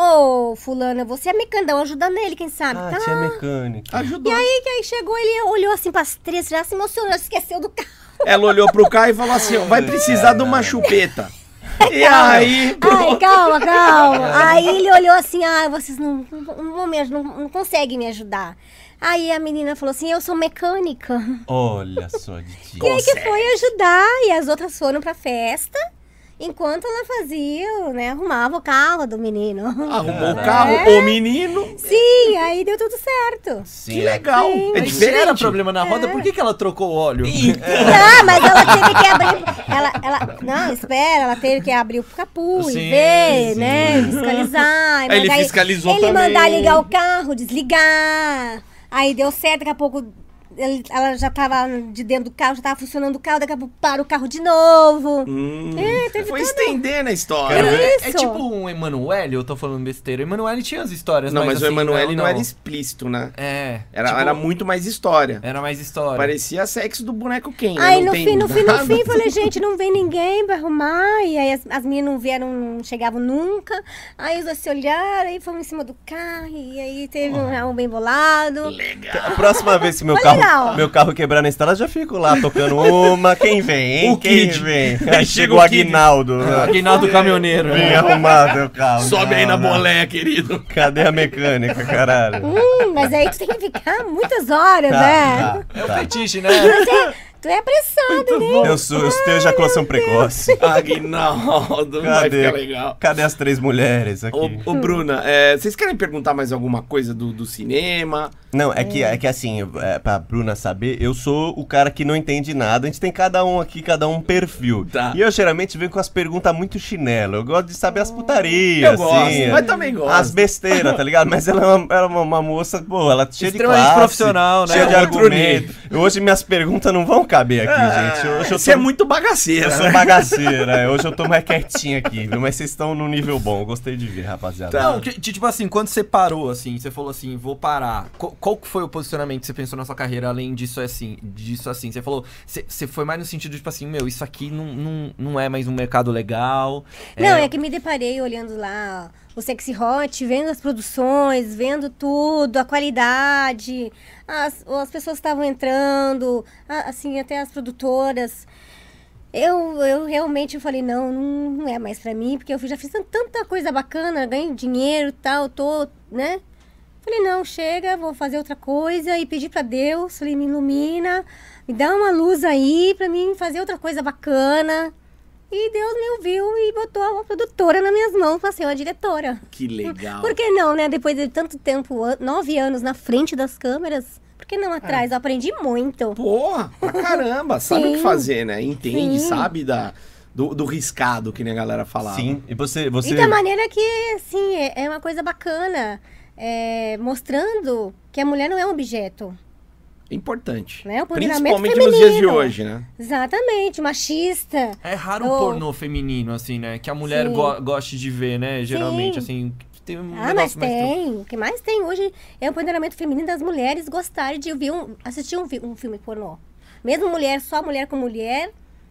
[SPEAKER 4] Ô, fulana, você é mecânico, ajudando ele, quem sabe?
[SPEAKER 2] Ah,
[SPEAKER 4] tá?
[SPEAKER 2] tinha mecânica.
[SPEAKER 1] Ajudou.
[SPEAKER 4] E aí, que aí chegou, ele olhou assim pras três, já se emocionou, esqueceu do carro.
[SPEAKER 1] Ela olhou pro carro e falou assim, ó, vai precisar de uma chupeta. E aí,
[SPEAKER 4] Ai,
[SPEAKER 1] pronto.
[SPEAKER 4] calma, calma. Aí ele olhou assim, ah, vocês não, não, não, me aj- não, não conseguem me ajudar. Aí a menina falou assim, eu sou mecânica.
[SPEAKER 2] Olha só, de
[SPEAKER 4] E
[SPEAKER 2] tia.
[SPEAKER 4] aí que foi ajudar, e as outras foram pra festa, enquanto ela fazia, né, arrumava o carro do menino.
[SPEAKER 1] Arrumou o carro, o menino.
[SPEAKER 4] Sim, aí deu tudo certo.
[SPEAKER 2] Sim,
[SPEAKER 1] Que legal.
[SPEAKER 4] Sim.
[SPEAKER 1] É
[SPEAKER 3] Mas se era
[SPEAKER 1] diferente.
[SPEAKER 3] problema na roda, por que, que ela trocou o óleo?
[SPEAKER 4] Ah, mas ela teve que abrir. Ela, ela, não, espera, ela teve que abrir o capuz e
[SPEAKER 3] Sim,
[SPEAKER 4] ver,
[SPEAKER 3] sim.
[SPEAKER 4] né? Fiscalizar.
[SPEAKER 1] Aí ele
[SPEAKER 4] mandar-
[SPEAKER 1] fiscalizou
[SPEAKER 4] ele
[SPEAKER 1] também.
[SPEAKER 4] mandar ligar o carro, desligar. Aí deu certo, daqui a pouco ele- ela já tava de dentro do carro, já tava funcionando o carro, daqui a pouco para o carro de novo.
[SPEAKER 1] Hum,
[SPEAKER 4] É, teve
[SPEAKER 1] foi
[SPEAKER 4] tudo.
[SPEAKER 1] estendendo a história.
[SPEAKER 2] Quero ver.
[SPEAKER 3] É,
[SPEAKER 4] Isso.
[SPEAKER 3] é tipo um Emanuele, eu tô falando besteira. O Emanuele tinha as histórias,
[SPEAKER 1] Não, mas o
[SPEAKER 3] assim,
[SPEAKER 1] Emanuele não, era explícito, né?
[SPEAKER 3] É.
[SPEAKER 1] Era,
[SPEAKER 3] tipo,
[SPEAKER 1] era muito mais história.
[SPEAKER 3] Era mais história.
[SPEAKER 1] Parecia sexo do boneco Ken. né?
[SPEAKER 4] Aí
[SPEAKER 1] Não
[SPEAKER 4] no
[SPEAKER 1] tem
[SPEAKER 4] fim, no fim, no
[SPEAKER 1] nada.
[SPEAKER 4] fim, falei, gente, não vem ninguém pra arrumar. E aí as, as meninas não vieram, não chegavam nunca. Aí os dois se olharam, aí fomos em cima do carro. E aí teve um real bem bolado.
[SPEAKER 2] A próxima vez que meu
[SPEAKER 4] Foi
[SPEAKER 2] carro,
[SPEAKER 4] legal.
[SPEAKER 2] meu carro quebrar na estrada, já fico lá tocando uma. Quem vem, hein?
[SPEAKER 1] O
[SPEAKER 2] Quem
[SPEAKER 1] Kid.
[SPEAKER 2] vem?
[SPEAKER 1] Aí
[SPEAKER 2] Aí
[SPEAKER 1] chega
[SPEAKER 2] chega o
[SPEAKER 1] o Kid.
[SPEAKER 2] Aguinaldo. né?
[SPEAKER 3] Aguinaldo Caminhoneiro.
[SPEAKER 2] Vem arrumar meu carro.
[SPEAKER 1] Sobe aí na
[SPEAKER 2] Não, não.
[SPEAKER 1] boleia, querido.
[SPEAKER 2] Cadê a mecânica, caralho?
[SPEAKER 4] Hum, mas aí tu tem que ficar muitas horas,
[SPEAKER 2] Tá,
[SPEAKER 4] né?
[SPEAKER 2] tá,
[SPEAKER 3] É o
[SPEAKER 2] tá.
[SPEAKER 3] fetiche, né?
[SPEAKER 4] Tu é apressado, né?
[SPEAKER 2] Eu, sou, eu tenho ejaculação precoce.
[SPEAKER 1] Aguinaldo, vai
[SPEAKER 2] Cadê?
[SPEAKER 1] ficar legal.
[SPEAKER 2] Cadê as três mulheres aqui?
[SPEAKER 1] Ô, ô, Bruna, é, vocês querem perguntar mais alguma coisa do, do cinema?
[SPEAKER 2] Não, é que, é que assim, é, pra Bruna saber, eu sou o cara que não entende nada. A gente tem cada um aqui, cada um um perfil.
[SPEAKER 1] Tá.
[SPEAKER 2] E eu geralmente venho com as perguntas muito chinelo. Eu gosto de saber as putarias,
[SPEAKER 1] Eu gosto,
[SPEAKER 2] assim.
[SPEAKER 1] mas também gosto.
[SPEAKER 2] As besteiras, tá ligado? Mas ela é uma, ela é uma, uma moça, pô, ela é cheia de
[SPEAKER 3] Extremamente
[SPEAKER 2] classe,
[SPEAKER 3] profissional, né?
[SPEAKER 2] cheia de
[SPEAKER 1] É outro
[SPEAKER 2] argumento. Hoje minhas perguntas não vão caber aqui, gente. Hoje eu
[SPEAKER 1] Você
[SPEAKER 2] tô...
[SPEAKER 1] é muito bagaceira.
[SPEAKER 2] Eu sou
[SPEAKER 1] né?
[SPEAKER 2] bagaceira, é. Hoje eu tô mais quietinho aqui, viu? Mas vocês estão no nível bom, eu gostei de ver, rapaziada.
[SPEAKER 1] Tá.
[SPEAKER 3] Não, que- que, tipo assim, quando você parou, assim, você falou assim, vou parar. Qual, qual que foi o posicionamento que você pensou na sua carreira, além disso assim, disso assim? Você falou, você, você foi mais no sentido, tipo assim, meu, isso aqui não, não, não é mais um mercado legal.
[SPEAKER 4] Não, é que me deparei olhando lá o Sexy Hot, vendo as produções, vendo tudo, a qualidade, as, as pessoas que estavam entrando, a- assim, até as produtoras. Eu, eu realmente falei, não, não, não é mais pra mim, porque eu já fiz tan- tanta coisa bacana, ganho dinheiro e tal, tô, né? Falei, não, chega, vou fazer outra coisa e pedir pra Deus, falei, me ilumina, me dá uma luz aí pra mim fazer outra coisa bacana. E Deus me ouviu e botou uma produtora nas minhas mãos pra ser uma diretora.
[SPEAKER 1] Que legal.
[SPEAKER 4] Por que não, né? Depois de tanto tempo, an- nove anos na frente das câmeras, por que não atrás? Eu aprendi muito.
[SPEAKER 1] Porra, pra caramba. Sabe o que
[SPEAKER 4] Sim.
[SPEAKER 1] fazer, né? Entende,
[SPEAKER 4] Sim.
[SPEAKER 1] sabe da, do, do riscado que nem a galera falava.
[SPEAKER 2] Sim, e você... você...
[SPEAKER 4] E da maneira que, assim, é, é uma coisa bacana. É, mostrando que a mulher não é um objeto.
[SPEAKER 1] É importante.
[SPEAKER 4] Né? O empoderamento
[SPEAKER 1] Principalmente nos dias de
[SPEAKER 4] feminino.
[SPEAKER 1] hoje, né?
[SPEAKER 4] Exatamente, machista.
[SPEAKER 3] É raro
[SPEAKER 4] Oh.
[SPEAKER 3] o pornô feminino, assim, né? Que a mulher
[SPEAKER 4] Sim.
[SPEAKER 3] go goste de ver, né? Geralmente,
[SPEAKER 4] Sim.
[SPEAKER 3] assim. Tem um
[SPEAKER 4] Ah, mas
[SPEAKER 3] negócio mais
[SPEAKER 4] tem. O que mais tem hoje é o empoderamento feminino das mulheres gostarem de ver um, assistir um, fi- um filme pornô. Mesmo mulher, só mulher com mulher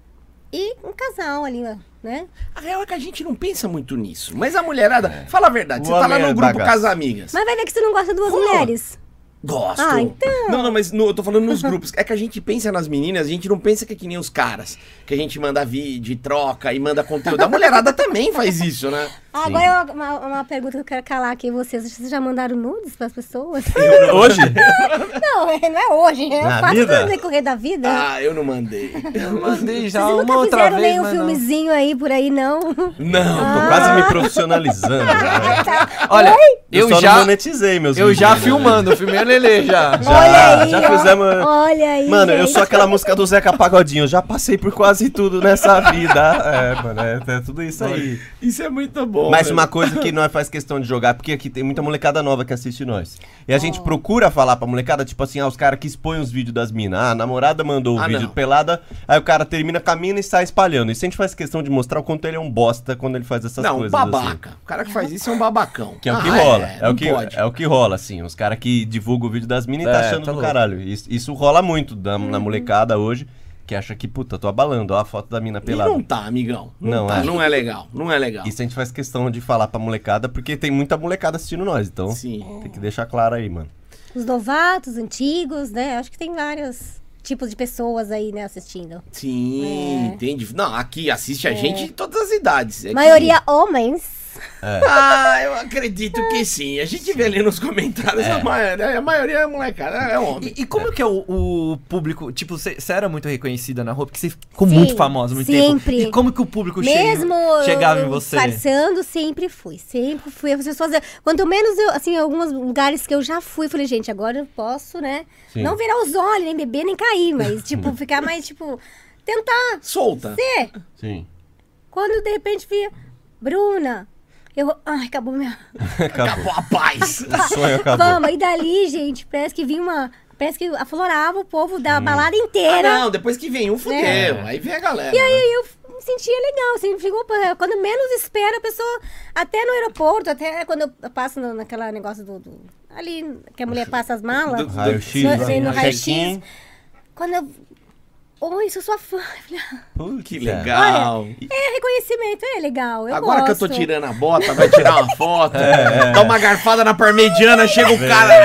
[SPEAKER 4] e um casal ali, ó, né?
[SPEAKER 1] A real é que a gente não pensa muito nisso. Mas a mulherada, fala a verdade,
[SPEAKER 2] O
[SPEAKER 1] você tá lá
[SPEAKER 2] homem é
[SPEAKER 1] no grupo
[SPEAKER 2] bagaço.
[SPEAKER 1] com as amigas.
[SPEAKER 4] Mas vai ver que você não gosta de duas
[SPEAKER 1] Pô.
[SPEAKER 4] mulheres.
[SPEAKER 1] Gosto.
[SPEAKER 4] Ah, então.
[SPEAKER 1] Não, não, mas no- eu tô falando nos grupos. É que a gente pensa nas meninas, a gente não pensa que é que nem os caras. Que a gente manda vídeo, troca e manda conteúdo. A mulherada também faz isso, né?
[SPEAKER 4] Ah, agora é uma, uma pergunta que eu quero calar aqui em vocês. Vocês já mandaram nudes pras pessoas?
[SPEAKER 2] Hoje?
[SPEAKER 4] Não, é- não é hoje. Eu
[SPEAKER 2] Na
[SPEAKER 4] faço
[SPEAKER 2] vida?
[SPEAKER 4] no decorrer da vida.
[SPEAKER 1] Ah, eu não mandei.
[SPEAKER 3] Eu mandei já
[SPEAKER 4] Vocês
[SPEAKER 3] uma
[SPEAKER 4] nunca
[SPEAKER 3] outra
[SPEAKER 4] fizeram
[SPEAKER 3] vez,
[SPEAKER 4] nenhum
[SPEAKER 3] mas não.
[SPEAKER 4] filmezinho aí por aí, não?
[SPEAKER 1] Não.
[SPEAKER 2] Tô quase me profissionalizando. né?
[SPEAKER 3] Olha,
[SPEAKER 2] Eu,
[SPEAKER 3] eu
[SPEAKER 2] só
[SPEAKER 3] já,
[SPEAKER 2] não monetizei meus
[SPEAKER 3] eu
[SPEAKER 2] vídeos
[SPEAKER 3] já
[SPEAKER 2] ainda, né?
[SPEAKER 3] filmando, filmei a Lelê já.
[SPEAKER 2] Já,
[SPEAKER 4] Olha aí,
[SPEAKER 2] já
[SPEAKER 4] ó.
[SPEAKER 2] fizemos.
[SPEAKER 4] Olha aí,
[SPEAKER 2] Mano, eu
[SPEAKER 4] gente.
[SPEAKER 2] sou aquela música do Zeca Pagodinho. Eu já passei por quase tudo nessa vida. É, mano, é, é tudo isso aí.
[SPEAKER 1] Isso é muito bom.
[SPEAKER 2] Mas
[SPEAKER 1] velho.
[SPEAKER 2] uma coisa que nós faz questão de jogar, porque aqui tem muita molecada nova que assiste nós. E a gente procura falar pra molecada, tipo assim, ah, os caras que expõem os vídeos das minas. Ah, a namorada mandou o
[SPEAKER 1] Ah,
[SPEAKER 2] vídeo
[SPEAKER 1] não.
[SPEAKER 2] pelada, aí o cara termina com a mina e sai espalhando. E a gente faz questão de mostrar o quanto ele é um bosta quando ele faz essas
[SPEAKER 1] Não,
[SPEAKER 2] coisas.
[SPEAKER 1] babaca.
[SPEAKER 2] assim.
[SPEAKER 1] O cara que faz isso é um babacão.
[SPEAKER 2] Que é o que
[SPEAKER 1] Ah,
[SPEAKER 2] rola. É,
[SPEAKER 1] não
[SPEAKER 2] o que,
[SPEAKER 1] pode.
[SPEAKER 2] é o que rola, assim. Os caras que divulgam o vídeo das minas e tá
[SPEAKER 3] É,
[SPEAKER 2] achando
[SPEAKER 3] tá
[SPEAKER 2] do
[SPEAKER 3] louco.
[SPEAKER 2] caralho. Isso, isso rola muito da-
[SPEAKER 1] Uhum.
[SPEAKER 2] na molecada hoje, que acha que, puta, tô abalando, ó a foto da mina
[SPEAKER 1] E
[SPEAKER 2] pelada.
[SPEAKER 1] não tá, amigão. Não,
[SPEAKER 2] Não
[SPEAKER 1] tá,
[SPEAKER 2] é.
[SPEAKER 1] não é legal. Não é legal.
[SPEAKER 2] Isso a gente faz questão de falar pra molecada, porque tem muita molecada assistindo nós, então
[SPEAKER 1] Sim.
[SPEAKER 2] tem que deixar claro aí, mano.
[SPEAKER 4] Os novatos, antigos, né? Acho que tem vários tipos de pessoas aí, né, assistindo.
[SPEAKER 1] Sim,
[SPEAKER 4] É.
[SPEAKER 1] entendi. Não, aqui assiste a gente de todas as idades. É que-
[SPEAKER 4] Maioria homens.
[SPEAKER 1] Ah, eu acredito que sim. A gente vê ali nos comentários, a, maioria, a maioria é molecada, é homem.
[SPEAKER 3] E, e como que é o, o público? Tipo, você era muito reconhecida na rua, porque você ficou
[SPEAKER 4] Sim,
[SPEAKER 3] muito famosa há muito
[SPEAKER 4] sempre.
[SPEAKER 3] tempo. E como que o público
[SPEAKER 4] Mesmo
[SPEAKER 3] che chegava
[SPEAKER 4] eu
[SPEAKER 3] em você?
[SPEAKER 4] disfarçando, sempre fui. Sempre fui. As pessoas, quanto menos eu, assim, alguns lugares que eu já fui, falei, gente, agora eu posso, né?
[SPEAKER 2] Sim.
[SPEAKER 4] Não virar os olhos, nem beber, nem cair, mas, tipo, ficar mais, tipo, tentar
[SPEAKER 1] Solta.
[SPEAKER 4] ser.
[SPEAKER 2] Sim.
[SPEAKER 4] Quando de repente via, Bruna, eu. Ai, acabou minha.
[SPEAKER 2] Acabou.
[SPEAKER 1] Acabou a paz.
[SPEAKER 2] O sonho acabou.
[SPEAKER 4] Vamos, e dali, gente, parece que vinha uma. Parece que aflorava o povo da
[SPEAKER 2] Hum.
[SPEAKER 4] balada
[SPEAKER 1] Ah,
[SPEAKER 4] inteira.
[SPEAKER 1] não, depois que vem um, fudeu.
[SPEAKER 4] É.
[SPEAKER 1] Aí vem a galera.
[SPEAKER 4] E aí eu me sentia legal, assim, ficou, quando menos espera a pessoa, até no aeroporto, até quando eu passo no, naquela negócio do, do- ali, que a mulher passa as malas,
[SPEAKER 1] Do-
[SPEAKER 2] Raio-X,
[SPEAKER 4] no,
[SPEAKER 2] né?
[SPEAKER 4] no
[SPEAKER 2] Check-in.
[SPEAKER 4] raio-x, quando eu, oi, sou sua fã, Eu falei, "Ah,
[SPEAKER 2] Putz,
[SPEAKER 1] Que
[SPEAKER 2] é.
[SPEAKER 1] legal.
[SPEAKER 4] é reconhecimento, é legal, eu
[SPEAKER 1] Agora
[SPEAKER 4] gosto.
[SPEAKER 1] que eu tô tirando a bota, vai tirar uma foto, dá uma garfada na parmegiana, chega o cara.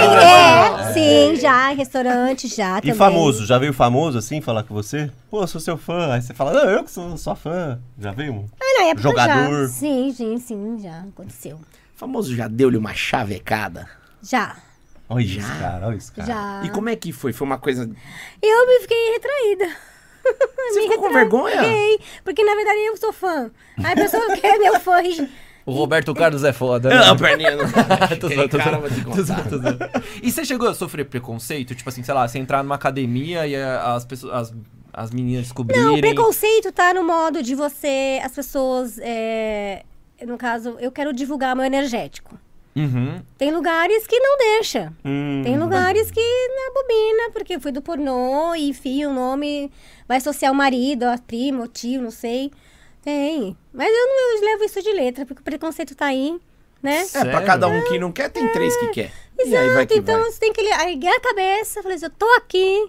[SPEAKER 1] Ah,
[SPEAKER 4] É, sim, já, em restaurante, já
[SPEAKER 2] E
[SPEAKER 4] também.
[SPEAKER 2] famoso, já veio famoso assim falar com você? Pô, sou seu fã. Aí você fala, não, eu que sou sua fã. Já veio?
[SPEAKER 4] Ah, na época
[SPEAKER 2] Jogador.
[SPEAKER 4] já, sim, sim, sim, já aconteceu,
[SPEAKER 1] Famoso já deu-lhe uma chavecada.
[SPEAKER 4] já,
[SPEAKER 2] Olha isso, cara, olha isso, cara.
[SPEAKER 4] já.
[SPEAKER 1] E como é que foi? Foi uma coisa.
[SPEAKER 4] Eu me fiquei retraída.
[SPEAKER 1] Você ficou com vergonha?
[SPEAKER 4] Fiquei, porque na verdade eu sou fã. Aí a pessoa que é meu fã. e-
[SPEAKER 3] O Roberto Carlos é foda, né?
[SPEAKER 1] Não, perninha não.
[SPEAKER 3] Tô
[SPEAKER 1] Aquele
[SPEAKER 3] zoando, tô
[SPEAKER 1] cara,
[SPEAKER 3] zoando.
[SPEAKER 1] vou te
[SPEAKER 3] Tô
[SPEAKER 1] contar.
[SPEAKER 3] zoando, tô zoando. E você chegou a sofrer preconceito? Tipo assim, sei lá, você entrar numa academia e a- as pessoas, as, as meninas descobrirem...
[SPEAKER 4] Não, o preconceito tá no modo de você, as pessoas, é, no caso, eu quero divulgar meu energético.
[SPEAKER 3] Uhum.
[SPEAKER 4] Tem lugares que não deixa.
[SPEAKER 2] Hum,
[SPEAKER 4] Tem lugares que não bobina, porque fui do pornô e, enfim, o nome vai associar o marido, a prima, o tio, não sei. Tem. Mas eu não eu levo isso de letra, porque o preconceito tá aí, né?
[SPEAKER 1] É, pra
[SPEAKER 3] Sério?
[SPEAKER 1] cada um que não quer, tem três que quer. E aí vai
[SPEAKER 4] Exato,
[SPEAKER 1] que
[SPEAKER 4] então
[SPEAKER 1] vai.
[SPEAKER 4] você tem que erguer a cabeça, falar assim, eu tô aqui.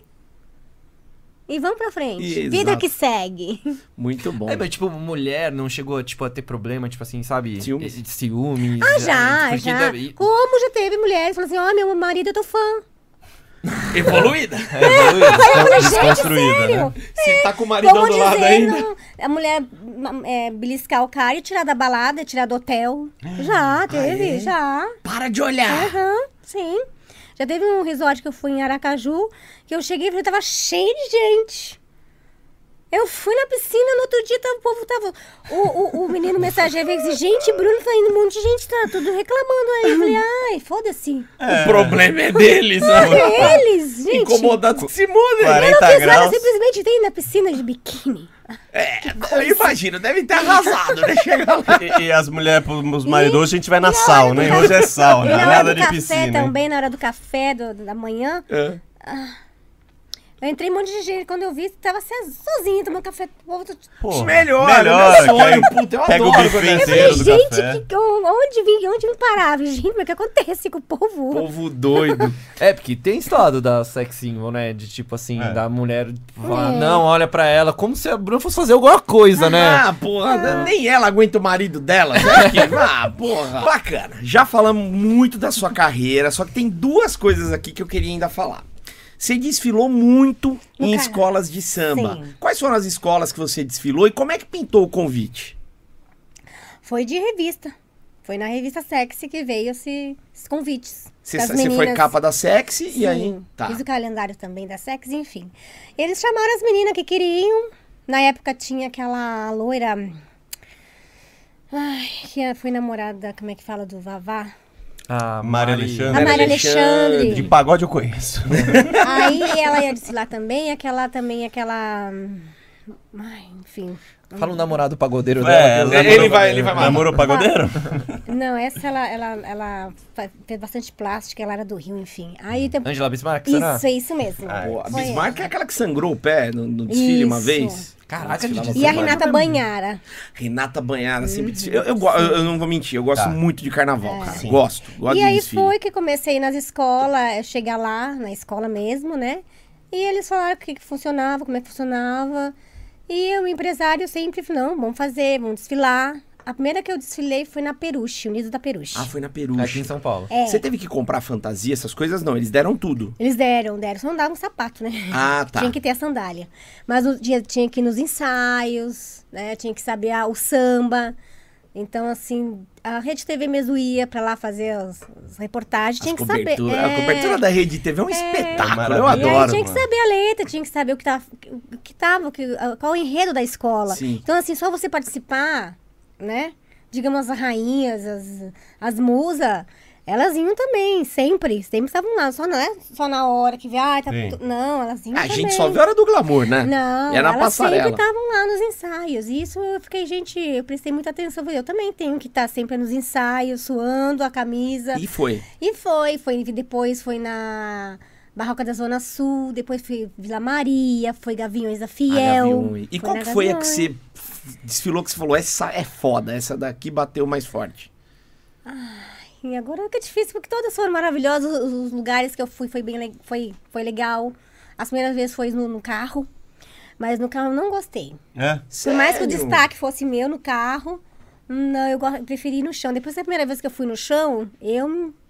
[SPEAKER 4] E vamos pra frente.
[SPEAKER 1] E-
[SPEAKER 4] Vida
[SPEAKER 1] exato.
[SPEAKER 4] que segue.
[SPEAKER 1] Muito bom.
[SPEAKER 3] É, mas tipo, mulher não chegou tipo, a ter problema, tipo assim, sabe?
[SPEAKER 1] Ciúmes?
[SPEAKER 3] Esse- Ciúmes.
[SPEAKER 4] Ah, já,
[SPEAKER 3] porque
[SPEAKER 4] já.
[SPEAKER 3] deve-
[SPEAKER 4] Como já teve mulheres falando assim, ó, meu marido, eu tô fã.
[SPEAKER 1] Evoluída.
[SPEAKER 3] É, doido.
[SPEAKER 4] Eu falei, gente,
[SPEAKER 2] Desconstruída,
[SPEAKER 4] sério?
[SPEAKER 2] né?
[SPEAKER 1] Se tá com o maridão
[SPEAKER 4] Vamos
[SPEAKER 1] do lado
[SPEAKER 4] dizer,
[SPEAKER 1] ainda.
[SPEAKER 4] não, a mulher ma- é, beliscar o cara e tirar da balada, tirar do hotel. Já, teve,
[SPEAKER 1] é?
[SPEAKER 4] já.
[SPEAKER 1] Para de olhar.
[SPEAKER 4] Aham, sim. Já teve um resort que eu fui em Aracaju, que eu cheguei e falei, tava cheio de gente. Eu fui na piscina, no outro dia tava, o povo tava... O, o, o menino mensageiro veio e disse, gente, Bruno, tá indo um monte de gente, tá tudo reclamando aí. Eu falei, ai, foda-se.
[SPEAKER 1] O problema é deles, né?
[SPEAKER 4] É eles, gente.
[SPEAKER 1] Incomodados que se mudem.
[SPEAKER 4] Eu não
[SPEAKER 2] quarenta
[SPEAKER 4] fiz nada,
[SPEAKER 2] graus.
[SPEAKER 4] simplesmente entrei na piscina de biquíni.
[SPEAKER 1] É, eu imagino, deve ter arrasado, né? Chega lá.
[SPEAKER 2] E, e as mulheres, os maridos, hoje a gente vai na
[SPEAKER 4] E na
[SPEAKER 2] sauna,
[SPEAKER 4] hora
[SPEAKER 2] hein?
[SPEAKER 4] do
[SPEAKER 2] Hoje é sauna,
[SPEAKER 4] E na hora
[SPEAKER 2] nada
[SPEAKER 4] do
[SPEAKER 2] de
[SPEAKER 4] café
[SPEAKER 2] piscina. hein?
[SPEAKER 4] também, na hora do café do- da manhã,
[SPEAKER 1] É.
[SPEAKER 4] Eu entrei um monte de gente, quando eu vi, tava sozinha, tomando café.
[SPEAKER 2] Pô,
[SPEAKER 1] Melhor,
[SPEAKER 2] melhor,
[SPEAKER 1] meu sonho,
[SPEAKER 2] cai-
[SPEAKER 1] puta, eu
[SPEAKER 2] pega o
[SPEAKER 1] adoro
[SPEAKER 2] buffet
[SPEAKER 1] quando é assim.
[SPEAKER 2] inteiro
[SPEAKER 4] Eu
[SPEAKER 2] do
[SPEAKER 4] falei, gente,
[SPEAKER 2] café.
[SPEAKER 4] que, onde vim, onde me parava? Gente, mas o que acontece com o povo?
[SPEAKER 1] Povo doido.
[SPEAKER 3] É, porque tem esse lado da sex symbol, né? De tipo assim,
[SPEAKER 2] É.
[SPEAKER 3] da mulher falar,
[SPEAKER 4] É.
[SPEAKER 3] não, olha pra ela, como se a Bruna fosse fazer alguma coisa, né?
[SPEAKER 1] Ah, porra, nem ela aguenta o marido dela. Sabe que- Ah, porra. Bacana. Já falamos muito da sua carreira, só que tem duas coisas aqui que eu queria ainda falar. Você desfilou muito
[SPEAKER 4] No
[SPEAKER 1] em
[SPEAKER 4] cara-
[SPEAKER 1] escolas de samba.
[SPEAKER 4] Sim.
[SPEAKER 1] Quais foram as escolas que você desfilou e como é que pintou o convite?
[SPEAKER 4] Foi de revista. Foi na revista Sexy que veio esse- esses convites.
[SPEAKER 1] Você,
[SPEAKER 4] das
[SPEAKER 1] você foi
[SPEAKER 4] meninas.
[SPEAKER 1] capa da Sexy
[SPEAKER 4] Sim,
[SPEAKER 1] e aí... Tá.
[SPEAKER 4] fiz o calendário também da Sexy, enfim. Eles chamaram as meninas que queriam. Na época tinha aquela loira... Ai, que foi namorada, como é que fala, do Vavá?
[SPEAKER 3] A
[SPEAKER 2] Maria
[SPEAKER 4] A
[SPEAKER 2] Alexandre.
[SPEAKER 4] Maria
[SPEAKER 1] Alexandre.
[SPEAKER 4] Alexandre.
[SPEAKER 2] De pagode eu conheço.
[SPEAKER 4] Aí ela ia desfilar também, aquela também, aquela... Ai, enfim.
[SPEAKER 3] Fala o namorado pagodeiro
[SPEAKER 2] É,
[SPEAKER 3] dela. que eu-
[SPEAKER 1] ele vai- ele vai matar.
[SPEAKER 2] Namorou pagodeiro?
[SPEAKER 4] Não, essa ela, ela, ela fa- fez bastante plástica, ela era do Rio, enfim. Aí tem...
[SPEAKER 3] Angela Bismarck, será?
[SPEAKER 4] Isso, é isso mesmo.
[SPEAKER 1] Pô, a
[SPEAKER 4] Foi
[SPEAKER 1] Bismarck é
[SPEAKER 4] ela.
[SPEAKER 1] aquela que sangrou o pé no, no desfile uma
[SPEAKER 4] Isso.
[SPEAKER 1] vez.
[SPEAKER 3] Caraca,
[SPEAKER 1] Ela
[SPEAKER 3] de
[SPEAKER 1] desfilava
[SPEAKER 4] E a
[SPEAKER 1] com
[SPEAKER 4] Renata Banhara.
[SPEAKER 1] Renata Banhara sempre
[SPEAKER 4] Uhum.
[SPEAKER 1] desfila. Eu, eu, go- eu- eu não vou mentir, eu gosto
[SPEAKER 2] Tá.
[SPEAKER 1] muito de carnaval, cara.
[SPEAKER 2] Sim.
[SPEAKER 1] Gosto, gosto
[SPEAKER 4] E
[SPEAKER 1] de
[SPEAKER 4] aí
[SPEAKER 1] desfile.
[SPEAKER 4] foi que comecei nas escolas, eu chegar lá, na escola mesmo, né? E eles falaram o que, que funcionava, como é que funcionava. E o empresário sempre falou, não, vamos fazer, vamos desfilar. A primeira que eu desfilei foi na Peruche, Unidos da Peruche.
[SPEAKER 1] Ah, foi na
[SPEAKER 3] Aqui em
[SPEAKER 1] Peruche.
[SPEAKER 3] São Paulo.
[SPEAKER 4] É,
[SPEAKER 1] Você teve que comprar fantasia, essas coisas? Não, eles deram tudo.
[SPEAKER 4] eles deram, deram, só não davam um sapato, né?
[SPEAKER 1] Ah, tá.
[SPEAKER 4] Tinha que ter a sandália. Mas no dia tinha que ir nos ensaios, né? Tinha que saber a- o samba. Então, assim, a Rede T V mesmo ia pra lá fazer as, as reportagens, tinha
[SPEAKER 1] As
[SPEAKER 4] que saber.
[SPEAKER 1] cobertura-
[SPEAKER 4] é.
[SPEAKER 1] A cobertura da Rede T V é um espetáculo, eu
[SPEAKER 2] Maravilha.
[SPEAKER 4] E aí
[SPEAKER 1] adoro.
[SPEAKER 4] tinha que
[SPEAKER 2] mano.
[SPEAKER 4] saber a letra, tinha que saber o que tava, o que tava, o que, qual o enredo da escola.
[SPEAKER 1] Sim.
[SPEAKER 4] Então, assim, só você participar, né? Digamos, as rainhas, as, as musas, elas iam também, sempre. Sempre estavam lá. Só não é só na hora que vê, ah, tá
[SPEAKER 2] Sim.
[SPEAKER 4] tu- não, elas iam
[SPEAKER 1] A
[SPEAKER 4] também.
[SPEAKER 1] gente só vê a hora do glamour, né?
[SPEAKER 4] Não,
[SPEAKER 1] É na
[SPEAKER 4] elas sempre
[SPEAKER 1] passarela.
[SPEAKER 4] estavam lá nos ensaios. E isso eu fiquei, gente, eu prestei muita atenção. Eu também tenho que estar sempre nos ensaios, suando a camisa.
[SPEAKER 1] E foi.
[SPEAKER 4] E foi, foi depois foi na Barroca da Zona Sul, depois foi Vila Maria, foi Gaviões da
[SPEAKER 1] A
[SPEAKER 4] Fiel.
[SPEAKER 1] Gaviões. E
[SPEAKER 4] foi
[SPEAKER 1] qual
[SPEAKER 4] na
[SPEAKER 1] que foi a que
[SPEAKER 4] Gaviões.
[SPEAKER 1] você f- desfilou que você falou, essa é foda, essa daqui bateu mais forte?
[SPEAKER 4] E agora é difícil, porque todas foram maravilhosas. Os, os lugares que eu fui foi bem le- foi, foi legal. As primeiras vezes foi no, no carro, mas no carro eu não gostei.
[SPEAKER 2] É?
[SPEAKER 4] Por mais que o
[SPEAKER 1] Sério?
[SPEAKER 4] destaque fosse meu no carro, não, eu go- preferi ir no chão. Depois da primeira vez que eu fui no chão, eu...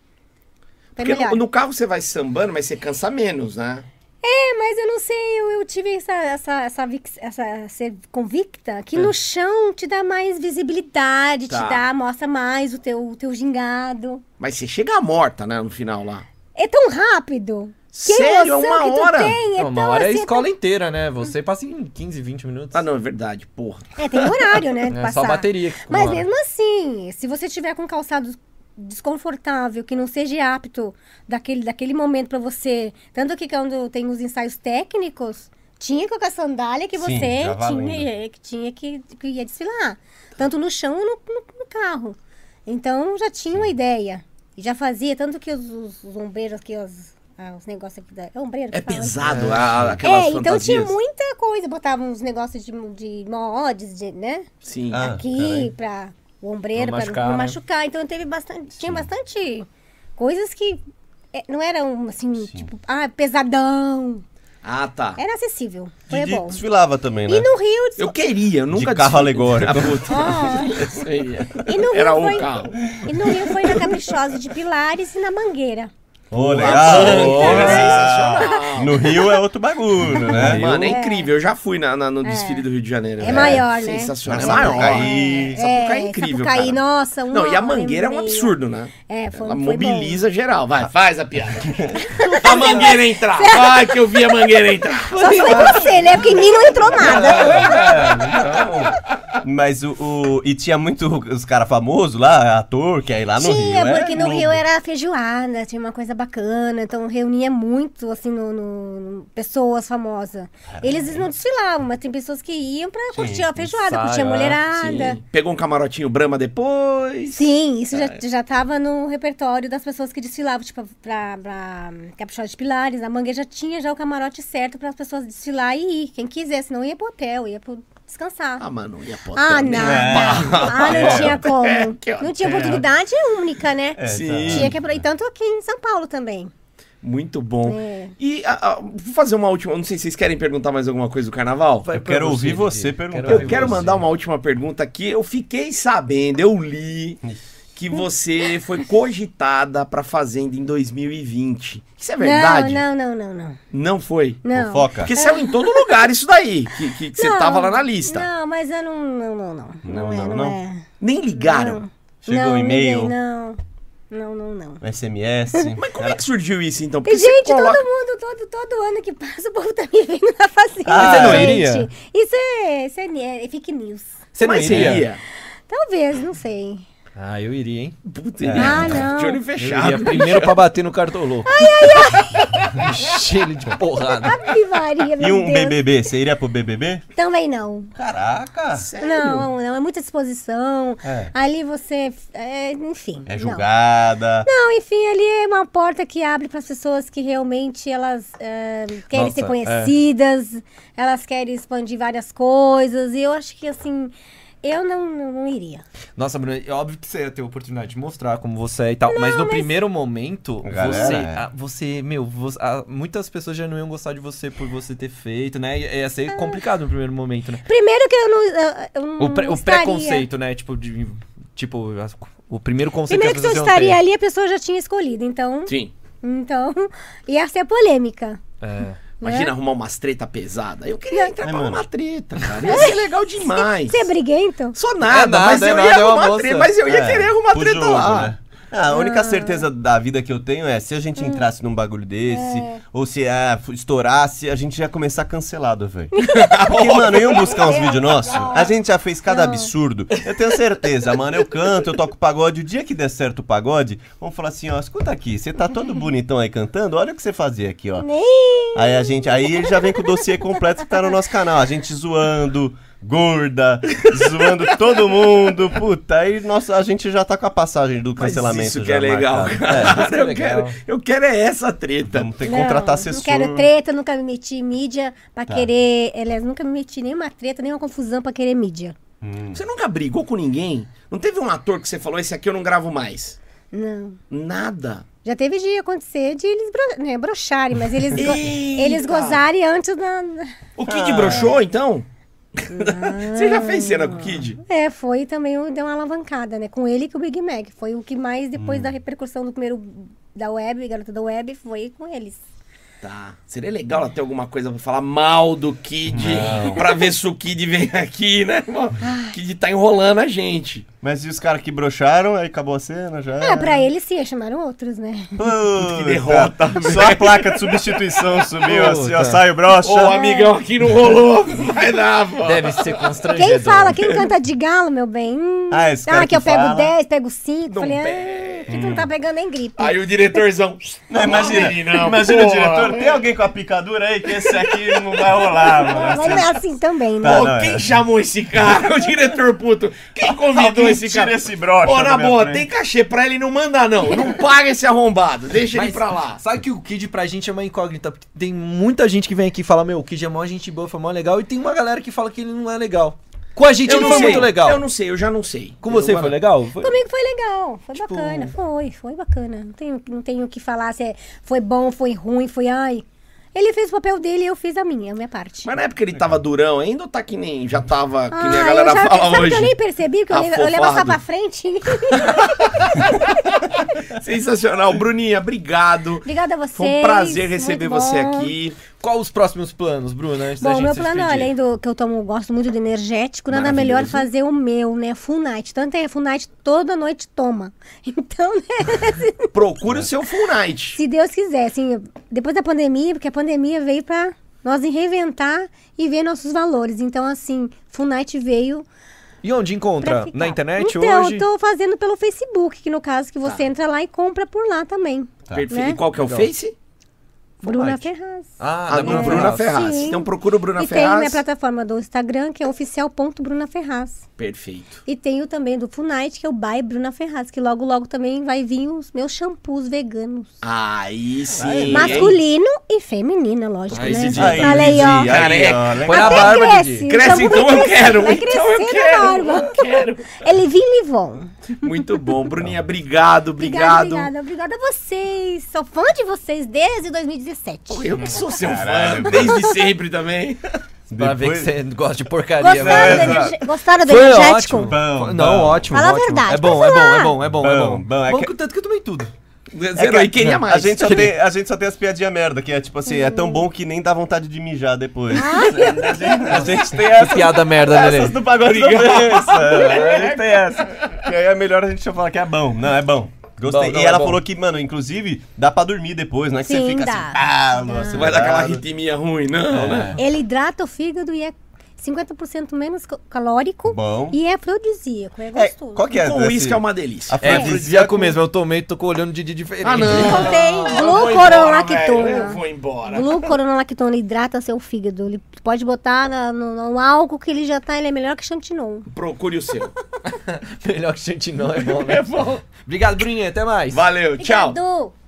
[SPEAKER 4] Foi
[SPEAKER 1] Porque
[SPEAKER 4] melhor.
[SPEAKER 1] no, no carro você vai sambando, mas você cansa menos, né?
[SPEAKER 4] É, mas eu não sei, eu, eu tive essa, essa, essa, vix- essa ser convicta que no chão te dá mais visibilidade,
[SPEAKER 1] É. Tá.
[SPEAKER 4] te dá, mostra mais o teu, o teu gingado.
[SPEAKER 1] Mas você chega morta, né, no final lá.
[SPEAKER 4] É tão rápido. Que
[SPEAKER 1] Sério? É
[SPEAKER 4] emoção
[SPEAKER 1] uma
[SPEAKER 4] que tu
[SPEAKER 1] hora?
[SPEAKER 4] tem, é
[SPEAKER 3] Não, uma
[SPEAKER 4] tão
[SPEAKER 3] hora é a
[SPEAKER 4] assim,
[SPEAKER 3] escola inteira, né? Você passa em quinze, vinte minutos.
[SPEAKER 1] Ah, não, é verdade, porra.
[SPEAKER 4] É, tem horário, né, de
[SPEAKER 3] É
[SPEAKER 4] passar.
[SPEAKER 3] só bateria que fica uma
[SPEAKER 4] Mas
[SPEAKER 3] hora.
[SPEAKER 4] mesmo assim, se você tiver com calçado desconfortável, que não seja apto daquele, daquele momento pra você... Tanto que quando tem os ensaios técnicos, tinha que colocar sandália que
[SPEAKER 2] Sim,
[SPEAKER 4] você
[SPEAKER 2] já valendo.
[SPEAKER 4] tinha, que tinha que, que ia desfilar. Tanto no chão ou no, no- no carro. Então, já tinha uma ideia. E já fazia, tanto que os, os, os ombreiros aqui, os, ah, os negócios aqui da... É ombreiro que
[SPEAKER 1] É
[SPEAKER 4] fala?
[SPEAKER 1] pesado, a- aquelas
[SPEAKER 4] É, então tinha
[SPEAKER 1] fantasias.
[SPEAKER 4] muita coisa. Botavam uns negócios de, de mods, de, né?
[SPEAKER 1] Sim.
[SPEAKER 2] Ah,
[SPEAKER 4] Aqui, pra o ombreiro,
[SPEAKER 3] Não
[SPEAKER 4] pra
[SPEAKER 3] machucar,
[SPEAKER 4] não
[SPEAKER 3] né?
[SPEAKER 4] machucar. Então teve bastante, tinha bastante coisas que é, não eram assim, tipo, ah, pesadão.
[SPEAKER 1] Ah, tá.
[SPEAKER 4] Era acessível. Foi
[SPEAKER 2] Didi
[SPEAKER 4] bom.
[SPEAKER 2] desfilava também, né?
[SPEAKER 4] E no Rio,
[SPEAKER 1] Eu queria, eu nunca
[SPEAKER 2] De carro
[SPEAKER 1] desfilei.
[SPEAKER 2] alegórico.
[SPEAKER 1] Ah, puta.
[SPEAKER 4] Ah.
[SPEAKER 1] Isso aí.
[SPEAKER 4] e no Rio
[SPEAKER 1] Era
[SPEAKER 4] foi,
[SPEAKER 1] o carro.
[SPEAKER 4] e no Rio foi na Caprichosa de Pilares e na Mangueira.
[SPEAKER 2] Ô,
[SPEAKER 1] Ah,
[SPEAKER 2] legal.
[SPEAKER 1] é
[SPEAKER 2] Ô,
[SPEAKER 1] sensacional.
[SPEAKER 2] No Rio é outro bagulho, né?
[SPEAKER 1] Mano, é incrível. Eu já fui na, na- no desfile do Rio de Janeiro.
[SPEAKER 4] É maior, né?
[SPEAKER 1] Sensacional. É
[SPEAKER 2] Na
[SPEAKER 1] maior.
[SPEAKER 2] Sapucaí.
[SPEAKER 1] Sapucaí é incrível,
[SPEAKER 4] Sapucaí,
[SPEAKER 1] cara.
[SPEAKER 4] nossa, uma
[SPEAKER 1] Não, e a
[SPEAKER 4] hora
[SPEAKER 1] mangueira é um
[SPEAKER 4] meia.
[SPEAKER 1] absurdo, né?
[SPEAKER 4] É, foi,
[SPEAKER 1] Ela
[SPEAKER 4] foi
[SPEAKER 1] mobiliza geral. Vai, faz a piada. A mangueira entrar. Vai que eu vi a mangueira entrar.
[SPEAKER 4] bom. Só foi você, né? Porque em mim não entrou nada.
[SPEAKER 2] É, então, mas o, o- E tinha muito os caras famosos lá, ator, que aí lá no Rio.
[SPEAKER 4] Tinha,
[SPEAKER 2] é
[SPEAKER 4] porque no
[SPEAKER 2] Globo.
[SPEAKER 4] Rio era feijoada, tinha uma coisa bacana, então reunia muito, assim, no, no- no- pessoas famosas. Eles não desfilavam, mas tem pessoas que iam pra curtir a feijoada,
[SPEAKER 3] ensaio,
[SPEAKER 4] curtir a
[SPEAKER 3] é.
[SPEAKER 4] mulherada.
[SPEAKER 1] Sim. Pegou um camarotinho Brahma depois.
[SPEAKER 4] Sim, isso já, já tava no repertório das pessoas que desfilavam, tipo, pra, pra Caprichosa de Pilares, a Mangueira já tinha já o camarote certo para as pessoas desfilar e ir, quem quisesse, não ia pro hotel, ia pro descansar.
[SPEAKER 1] Ah, mano, ia pro
[SPEAKER 4] Ah,
[SPEAKER 1] hotel,
[SPEAKER 4] não.
[SPEAKER 1] né?
[SPEAKER 4] Ah, não tinha como.
[SPEAKER 1] Que
[SPEAKER 4] Não tinha
[SPEAKER 1] hotel.
[SPEAKER 4] oportunidade única, né?
[SPEAKER 2] É,
[SPEAKER 1] Sim.
[SPEAKER 2] tá.
[SPEAKER 4] Tinha que aproveitar, tanto aqui em São Paulo também.
[SPEAKER 1] Muito bom.
[SPEAKER 4] É.
[SPEAKER 1] E a- a- vou fazer uma última. Não sei se vocês querem perguntar mais alguma coisa do carnaval.
[SPEAKER 3] Vai
[SPEAKER 2] Eu
[SPEAKER 3] pra
[SPEAKER 2] quero
[SPEAKER 3] você,
[SPEAKER 2] ouvir
[SPEAKER 3] Didi.
[SPEAKER 2] você perguntar.
[SPEAKER 3] Quero
[SPEAKER 1] Eu
[SPEAKER 3] ouvir
[SPEAKER 1] quero
[SPEAKER 3] você.
[SPEAKER 1] mandar uma última pergunta aqui. Eu fiquei sabendo, eu li que você foi cogitada pra Fazenda em dois mil e vinte. Isso é verdade?
[SPEAKER 4] Não, não, não, não, não.
[SPEAKER 1] Não foi?
[SPEAKER 4] Não.
[SPEAKER 2] Fofoca.
[SPEAKER 1] Porque saiu em todo lugar isso daí, que, que, que você
[SPEAKER 4] Não,
[SPEAKER 1] tava lá na lista.
[SPEAKER 4] Não, mas eu não, não, não, não.
[SPEAKER 2] Não,
[SPEAKER 4] Não, é,
[SPEAKER 2] não,
[SPEAKER 4] não,
[SPEAKER 2] não?
[SPEAKER 4] é.
[SPEAKER 1] Nem ligaram.
[SPEAKER 4] Não.
[SPEAKER 2] Chegou
[SPEAKER 4] não,
[SPEAKER 2] um e-mail,
[SPEAKER 4] ninguém, Não, não, não, não.
[SPEAKER 2] S M S.
[SPEAKER 1] Mas como é que surgiu isso então? Porque
[SPEAKER 4] Gente,
[SPEAKER 1] você coloca...
[SPEAKER 4] todo mundo, todo, todo ano que passa, o povo tá me vendo na fazenda.
[SPEAKER 2] Ah, você não
[SPEAKER 4] gente.
[SPEAKER 3] iria?
[SPEAKER 4] Isso é, isso é, é fake news.
[SPEAKER 3] Você não
[SPEAKER 1] Mas
[SPEAKER 3] iria?
[SPEAKER 1] você ia.
[SPEAKER 4] Talvez, não sei.
[SPEAKER 3] Ah, eu iria, hein?
[SPEAKER 1] Puta,
[SPEAKER 2] É.
[SPEAKER 1] ele ia.
[SPEAKER 4] Ah, não.
[SPEAKER 1] De olho
[SPEAKER 3] Eu
[SPEAKER 1] fechado.
[SPEAKER 3] iria primeiro pra bater no cartoloco. Ai, ai, ai. Encher ele de porrada.
[SPEAKER 4] Ave Maria,
[SPEAKER 2] E
[SPEAKER 4] meu
[SPEAKER 2] um
[SPEAKER 4] Deus.
[SPEAKER 2] B B B? Você iria pro B B B?
[SPEAKER 4] Também não.
[SPEAKER 2] Caraca!
[SPEAKER 1] Sério?
[SPEAKER 4] Não, não, é muita disposição.
[SPEAKER 2] É.
[SPEAKER 4] Ali você, é, enfim.
[SPEAKER 2] É
[SPEAKER 4] não.
[SPEAKER 2] julgada.
[SPEAKER 4] Não, enfim, ali é uma porta que abre para as pessoas que realmente elas é, querem
[SPEAKER 3] Nossa,
[SPEAKER 4] ser conhecidas, elas querem expandir várias coisas. E eu acho que assim, eu não, não, não iria.
[SPEAKER 3] Nossa, Bruna, é óbvio que você ia ter a oportunidade de mostrar como você é e tal. mas no primeiro momento,
[SPEAKER 2] A galera
[SPEAKER 3] você,
[SPEAKER 2] é.
[SPEAKER 3] ah, você, meu, você- ah, muitas pessoas já não iam gostar de você por você ter feito, né? Ia ia ser complicado no primeiro momento, né?
[SPEAKER 4] Primeiro que eu não. Eu, eu não
[SPEAKER 3] O, pré- o
[SPEAKER 4] estaria-
[SPEAKER 3] preconceito, né? Tipo, de, tipo as- o primeiro conceito
[SPEAKER 4] Primeiro que se
[SPEAKER 3] as
[SPEAKER 4] eu
[SPEAKER 3] pessoas iam
[SPEAKER 4] estaria
[SPEAKER 3] ter.
[SPEAKER 4] ali, a pessoa já tinha escolhido. Então,
[SPEAKER 1] Sim.
[SPEAKER 4] então ia ser polêmica.
[SPEAKER 3] É.
[SPEAKER 1] Imagina
[SPEAKER 4] Né?
[SPEAKER 1] arrumar umas treta pesada. Eu queria entrar
[SPEAKER 2] É,
[SPEAKER 1] pra
[SPEAKER 2] mano.
[SPEAKER 1] uma treta, cara. Ia ser legal demais.
[SPEAKER 4] Você é briguento?
[SPEAKER 1] Sou nada,
[SPEAKER 3] É nada,
[SPEAKER 1] mas
[SPEAKER 3] é
[SPEAKER 1] eu
[SPEAKER 3] nada,
[SPEAKER 1] ia
[SPEAKER 3] é uma
[SPEAKER 1] arrumar
[SPEAKER 3] moça.
[SPEAKER 1] treta. Mas eu ia
[SPEAKER 2] É,
[SPEAKER 1] querer arrumar
[SPEAKER 2] pro
[SPEAKER 1] treta
[SPEAKER 2] jogo,
[SPEAKER 1] lá.
[SPEAKER 2] né? Ah, a única certeza da vida que eu tenho é se a gente entrasse num bagulho desse, ou se ah, f- estourasse, a gente ia começar cancelado, velho. Porque, mano, iam buscar uns vídeos nossos, a gente já fez cada absurdo. Eu tenho certeza, mano, eu canto, eu toco pagode, o dia que der certo o pagode, vamos falar assim, ó, escuta aqui, você tá todo bonitão aí cantando, olha o que você fazia aqui, ó.
[SPEAKER 4] Nem.
[SPEAKER 2] Aí a gente, aí ele já vem com o dossiê completo que tá no nosso canal, a gente zoando, gorda, zoando todo mundo, puta, aí nossa, a gente já tá com a passagem do
[SPEAKER 1] Mas
[SPEAKER 2] cancelamento
[SPEAKER 1] isso que
[SPEAKER 2] já
[SPEAKER 1] é legal,
[SPEAKER 2] marcada.
[SPEAKER 1] cara.
[SPEAKER 3] isso é
[SPEAKER 1] eu,
[SPEAKER 3] legal.
[SPEAKER 1] quero, eu quero é essa treta.
[SPEAKER 2] Vamos ter que
[SPEAKER 4] Não,
[SPEAKER 2] contratar assessor.
[SPEAKER 4] Não quero treta, nunca me meti em mídia pra
[SPEAKER 2] Tá.
[SPEAKER 4] querer. Aliás, nunca me meti em nenhuma treta, nenhuma confusão pra querer mídia.
[SPEAKER 1] Você nunca brigou com ninguém? Não teve um ator que você falou, esse aqui eu não gravo mais?
[SPEAKER 4] Não.
[SPEAKER 1] Nada.
[SPEAKER 4] Já teve de acontecer de eles bro né, brocharem, mas eles, go
[SPEAKER 1] Eita!
[SPEAKER 4] eles gozarem antes da.
[SPEAKER 1] O Kid broxou, então? Você já fez cena com o Kid?
[SPEAKER 4] É, foi também, o- deu uma alavancada, né? Com ele e com o Big Mac. Foi o que mais, depois da repercussão do primeiro da web, Garota da Web, foi com eles.
[SPEAKER 1] Tá. Seria legal ela ter alguma coisa pra falar mal do Kid, pra ver se o Kid vem aqui, né? O Kid tá enrolando a gente.
[SPEAKER 2] Mas e os caras que broxaram, aí acabou a cena já?
[SPEAKER 4] É, pra eles sim, chamaram outros, né?
[SPEAKER 2] Puta,
[SPEAKER 1] Que derrota.
[SPEAKER 2] Só a placa de substituição subiu assim, ó,
[SPEAKER 3] Puta.
[SPEAKER 2] sai o brocha.
[SPEAKER 1] Ô, amigão, aqui não rolou. Não vai dar, pô.
[SPEAKER 3] Deve ser constrangedor.
[SPEAKER 4] Quem fala, quem canta de galo, meu bem? Hum.
[SPEAKER 2] Ah, esse cara
[SPEAKER 4] Ah, que eu
[SPEAKER 2] que
[SPEAKER 4] pego
[SPEAKER 2] fala.
[SPEAKER 4] dez, pego cinco.
[SPEAKER 1] Não
[SPEAKER 4] Falei,
[SPEAKER 1] pega.
[SPEAKER 4] ah, que tu não tá pegando nem gripe.
[SPEAKER 1] Aí o diretorzão.
[SPEAKER 2] Não, imagina,
[SPEAKER 1] Meninão,
[SPEAKER 2] imagina o
[SPEAKER 1] porra.
[SPEAKER 2] diretor, tem alguém com a picadura aí que esse aqui não vai rolar, mano.
[SPEAKER 4] Mas não é assim também, né?
[SPEAKER 2] Tá,
[SPEAKER 1] Pô,
[SPEAKER 2] não,
[SPEAKER 1] quem
[SPEAKER 2] é.
[SPEAKER 1] chamou esse cara? O diretor puto. Quem convidou
[SPEAKER 2] Alguém
[SPEAKER 1] esse
[SPEAKER 2] tira
[SPEAKER 1] cara?
[SPEAKER 2] esse brocha
[SPEAKER 1] Ô,
[SPEAKER 2] da
[SPEAKER 1] na
[SPEAKER 2] minha
[SPEAKER 1] boa,
[SPEAKER 2] frente.
[SPEAKER 1] tem cachê pra ele, não manda não. Não paga esse arrombado. Deixa ele
[SPEAKER 3] Mas
[SPEAKER 1] pra lá.
[SPEAKER 3] Sabe que o Kid pra gente é uma incógnita, porque tem muita gente que vem aqui e fala, meu, o Kid é mó gente boa, foi mó legal, e tem uma galera que fala que ele não é legal. Com a gente
[SPEAKER 1] Eu
[SPEAKER 3] ele
[SPEAKER 1] não
[SPEAKER 3] foi
[SPEAKER 1] sei.
[SPEAKER 3] muito legal.
[SPEAKER 1] Eu não sei, eu já não sei.
[SPEAKER 3] Com você
[SPEAKER 1] Eu-
[SPEAKER 3] foi legal? Foi?
[SPEAKER 4] Comigo foi legal, foi
[SPEAKER 3] Tipo-
[SPEAKER 4] bacana, foi, foi bacana. Não tenho, não tenho o que falar se é, foi bom, foi ruim, foi ai. Ele fez o papel dele e eu fiz a minha, a minha parte.
[SPEAKER 1] Mas na época ele tava durão ainda ou tá que nem. Já tava que nem a
[SPEAKER 4] Ah,
[SPEAKER 1] galera
[SPEAKER 4] eu já,
[SPEAKER 1] fala
[SPEAKER 4] sabe
[SPEAKER 1] hoje?
[SPEAKER 4] que eu nem percebi, porque eu, levo- eu levo
[SPEAKER 1] Afofado.
[SPEAKER 4] só pra frente.
[SPEAKER 1] Sensacional. Bruninha, obrigado.
[SPEAKER 4] Obrigada a vocês.
[SPEAKER 1] Foi um prazer receber
[SPEAKER 4] muito
[SPEAKER 1] você
[SPEAKER 4] bom.
[SPEAKER 1] aqui.
[SPEAKER 3] Qual os próximos planos, Bruna? Antes da
[SPEAKER 4] Bom,
[SPEAKER 3] gente
[SPEAKER 4] meu
[SPEAKER 3] se
[SPEAKER 4] plano,
[SPEAKER 3] despedir?
[SPEAKER 4] além do que eu tomo, gosto muito do energético, nada
[SPEAKER 1] Maravilhoso.
[SPEAKER 4] melhor fazer o meu, né? Full night. Tanto é full night, toda noite toma. Então, né?
[SPEAKER 1] Procure o seu full night.
[SPEAKER 4] Se Deus quiser, assim, depois da pandemia, porque a pandemia veio pra nós reinventar e ver nossos valores. Então, assim, full night veio
[SPEAKER 3] E onde
[SPEAKER 4] pra
[SPEAKER 3] encontra?
[SPEAKER 4] ficar.
[SPEAKER 3] Na internet
[SPEAKER 4] então,
[SPEAKER 3] hoje?
[SPEAKER 4] eu tô fazendo pelo Facebook, que no caso que você
[SPEAKER 1] Tá.
[SPEAKER 4] entra lá e compra por lá também.
[SPEAKER 2] Tá.
[SPEAKER 1] Perfeito.
[SPEAKER 4] Né?
[SPEAKER 1] E qual que é o
[SPEAKER 3] Legal.
[SPEAKER 1] Face?
[SPEAKER 4] Bruna
[SPEAKER 3] Light.
[SPEAKER 4] Ferraz.
[SPEAKER 3] Ah,
[SPEAKER 1] Ah,
[SPEAKER 3] da
[SPEAKER 1] do
[SPEAKER 3] Bruna
[SPEAKER 1] Bruna
[SPEAKER 3] Ferraz.
[SPEAKER 1] Ferraz.
[SPEAKER 4] Sim.
[SPEAKER 1] Então procura o Bruna
[SPEAKER 4] E tem minha
[SPEAKER 1] Ferraz.
[SPEAKER 4] plataforma do Instagram, que é oficial ponto bruna ferraz.
[SPEAKER 1] Perfeito.
[SPEAKER 4] E tenho também do Funite, que é o By Bruna Ferraz, que logo, logo também vai vir os meus shampoos veganos.
[SPEAKER 1] Aí sim.
[SPEAKER 2] Aí,
[SPEAKER 1] hein?
[SPEAKER 4] Masculino e feminino, lógico,
[SPEAKER 3] Aí,
[SPEAKER 4] né?
[SPEAKER 3] Didi.
[SPEAKER 2] Aí,
[SPEAKER 4] Olha aí, ó.
[SPEAKER 2] Didi, aí, ó, legal.
[SPEAKER 3] Põe na
[SPEAKER 4] Até
[SPEAKER 3] barba,
[SPEAKER 4] cresce.
[SPEAKER 3] Didi.
[SPEAKER 4] O
[SPEAKER 1] Cresce,
[SPEAKER 4] shampoo
[SPEAKER 1] então
[SPEAKER 4] vai
[SPEAKER 1] eu
[SPEAKER 4] crescer,
[SPEAKER 1] quero.
[SPEAKER 4] vai
[SPEAKER 1] Então
[SPEAKER 4] crescer
[SPEAKER 1] eu
[SPEAKER 4] na
[SPEAKER 1] quero.
[SPEAKER 4] barba.
[SPEAKER 1] Eu quero.
[SPEAKER 4] Ele vim Livon.
[SPEAKER 1] Muito bom. Bruninha, obrigado,
[SPEAKER 4] Obrigada,
[SPEAKER 1] obrigado.
[SPEAKER 4] obrigada. Obrigada a vocês. Sou fã de vocês desde dois mil e dezessete.
[SPEAKER 1] Eu que sou seu
[SPEAKER 2] Caralho.
[SPEAKER 1] fã, desde sempre também.
[SPEAKER 3] Pra ver que
[SPEAKER 2] Depois-
[SPEAKER 3] você gosta de porcaria.
[SPEAKER 4] Gostaram,
[SPEAKER 3] né?
[SPEAKER 4] do, energe- gostaram do
[SPEAKER 3] Foi
[SPEAKER 4] energético?
[SPEAKER 3] ótimo.
[SPEAKER 2] Bom,
[SPEAKER 3] Não,
[SPEAKER 2] bom.
[SPEAKER 3] ótimo.
[SPEAKER 4] Fala a
[SPEAKER 3] ótimo.
[SPEAKER 4] verdade,
[SPEAKER 3] É bom,
[SPEAKER 4] pode
[SPEAKER 3] é bom,
[SPEAKER 4] falar.
[SPEAKER 3] é bom, é bom, é
[SPEAKER 2] Bom,
[SPEAKER 3] bom.
[SPEAKER 2] bom, é
[SPEAKER 3] Bom
[SPEAKER 2] que-
[SPEAKER 3] que tanto que eu tomei tudo.
[SPEAKER 1] Zero aí, queria mais.
[SPEAKER 2] A gente, só tem, a gente só tem as piadinhas merda, que é tipo assim, é tão bom que nem dá vontade de mijar depois. a, gente, a gente tem
[SPEAKER 3] Que
[SPEAKER 2] essas,
[SPEAKER 3] piada merda,
[SPEAKER 2] essas
[SPEAKER 3] Nenê.
[SPEAKER 2] do pagode do Bença. A gente tem essa. Que aí é melhor a gente falar que é bom. Não, é bom. Gostei.
[SPEAKER 3] Bom, não,
[SPEAKER 2] e
[SPEAKER 3] é
[SPEAKER 2] ela
[SPEAKER 3] bom.
[SPEAKER 2] falou que, mano, inclusive, dá pra dormir depois, não é que você
[SPEAKER 4] Sim,
[SPEAKER 2] fica
[SPEAKER 4] dá.
[SPEAKER 2] assim, ah,
[SPEAKER 4] Dá.
[SPEAKER 2] nossa,
[SPEAKER 1] Vai dar aquela arritmia ruim, não, né?
[SPEAKER 4] Ele hidrata o fígado e é cinquenta por cento menos ca- calórico.
[SPEAKER 2] Bom.
[SPEAKER 4] E é afrodisíaco, é
[SPEAKER 2] É,
[SPEAKER 4] gostoso.
[SPEAKER 2] qual que é?
[SPEAKER 1] Com
[SPEAKER 2] desse-
[SPEAKER 1] uísque é uma delícia.
[SPEAKER 2] A-
[SPEAKER 3] É,
[SPEAKER 2] Afrodisíaco.
[SPEAKER 3] afrodisíaco mesmo. Eu tomei, tô olhando de Didi diferente.
[SPEAKER 1] Ah, não.
[SPEAKER 4] Contém
[SPEAKER 1] Eu vou embora, velho. Eu
[SPEAKER 4] glucoronolactona.
[SPEAKER 1] vou embora.
[SPEAKER 4] Glucoronolactona hidrata seu fígado. Ele pode botar na- no, no álcool que ele já tá, ele é melhor que Chantinon.
[SPEAKER 1] Procure o seu.
[SPEAKER 3] Melhor que gente não, é bom, né?
[SPEAKER 1] É bom.
[SPEAKER 3] Obrigado, Bruninha. Até mais.
[SPEAKER 1] Valeu, tchau.
[SPEAKER 4] Obrigado.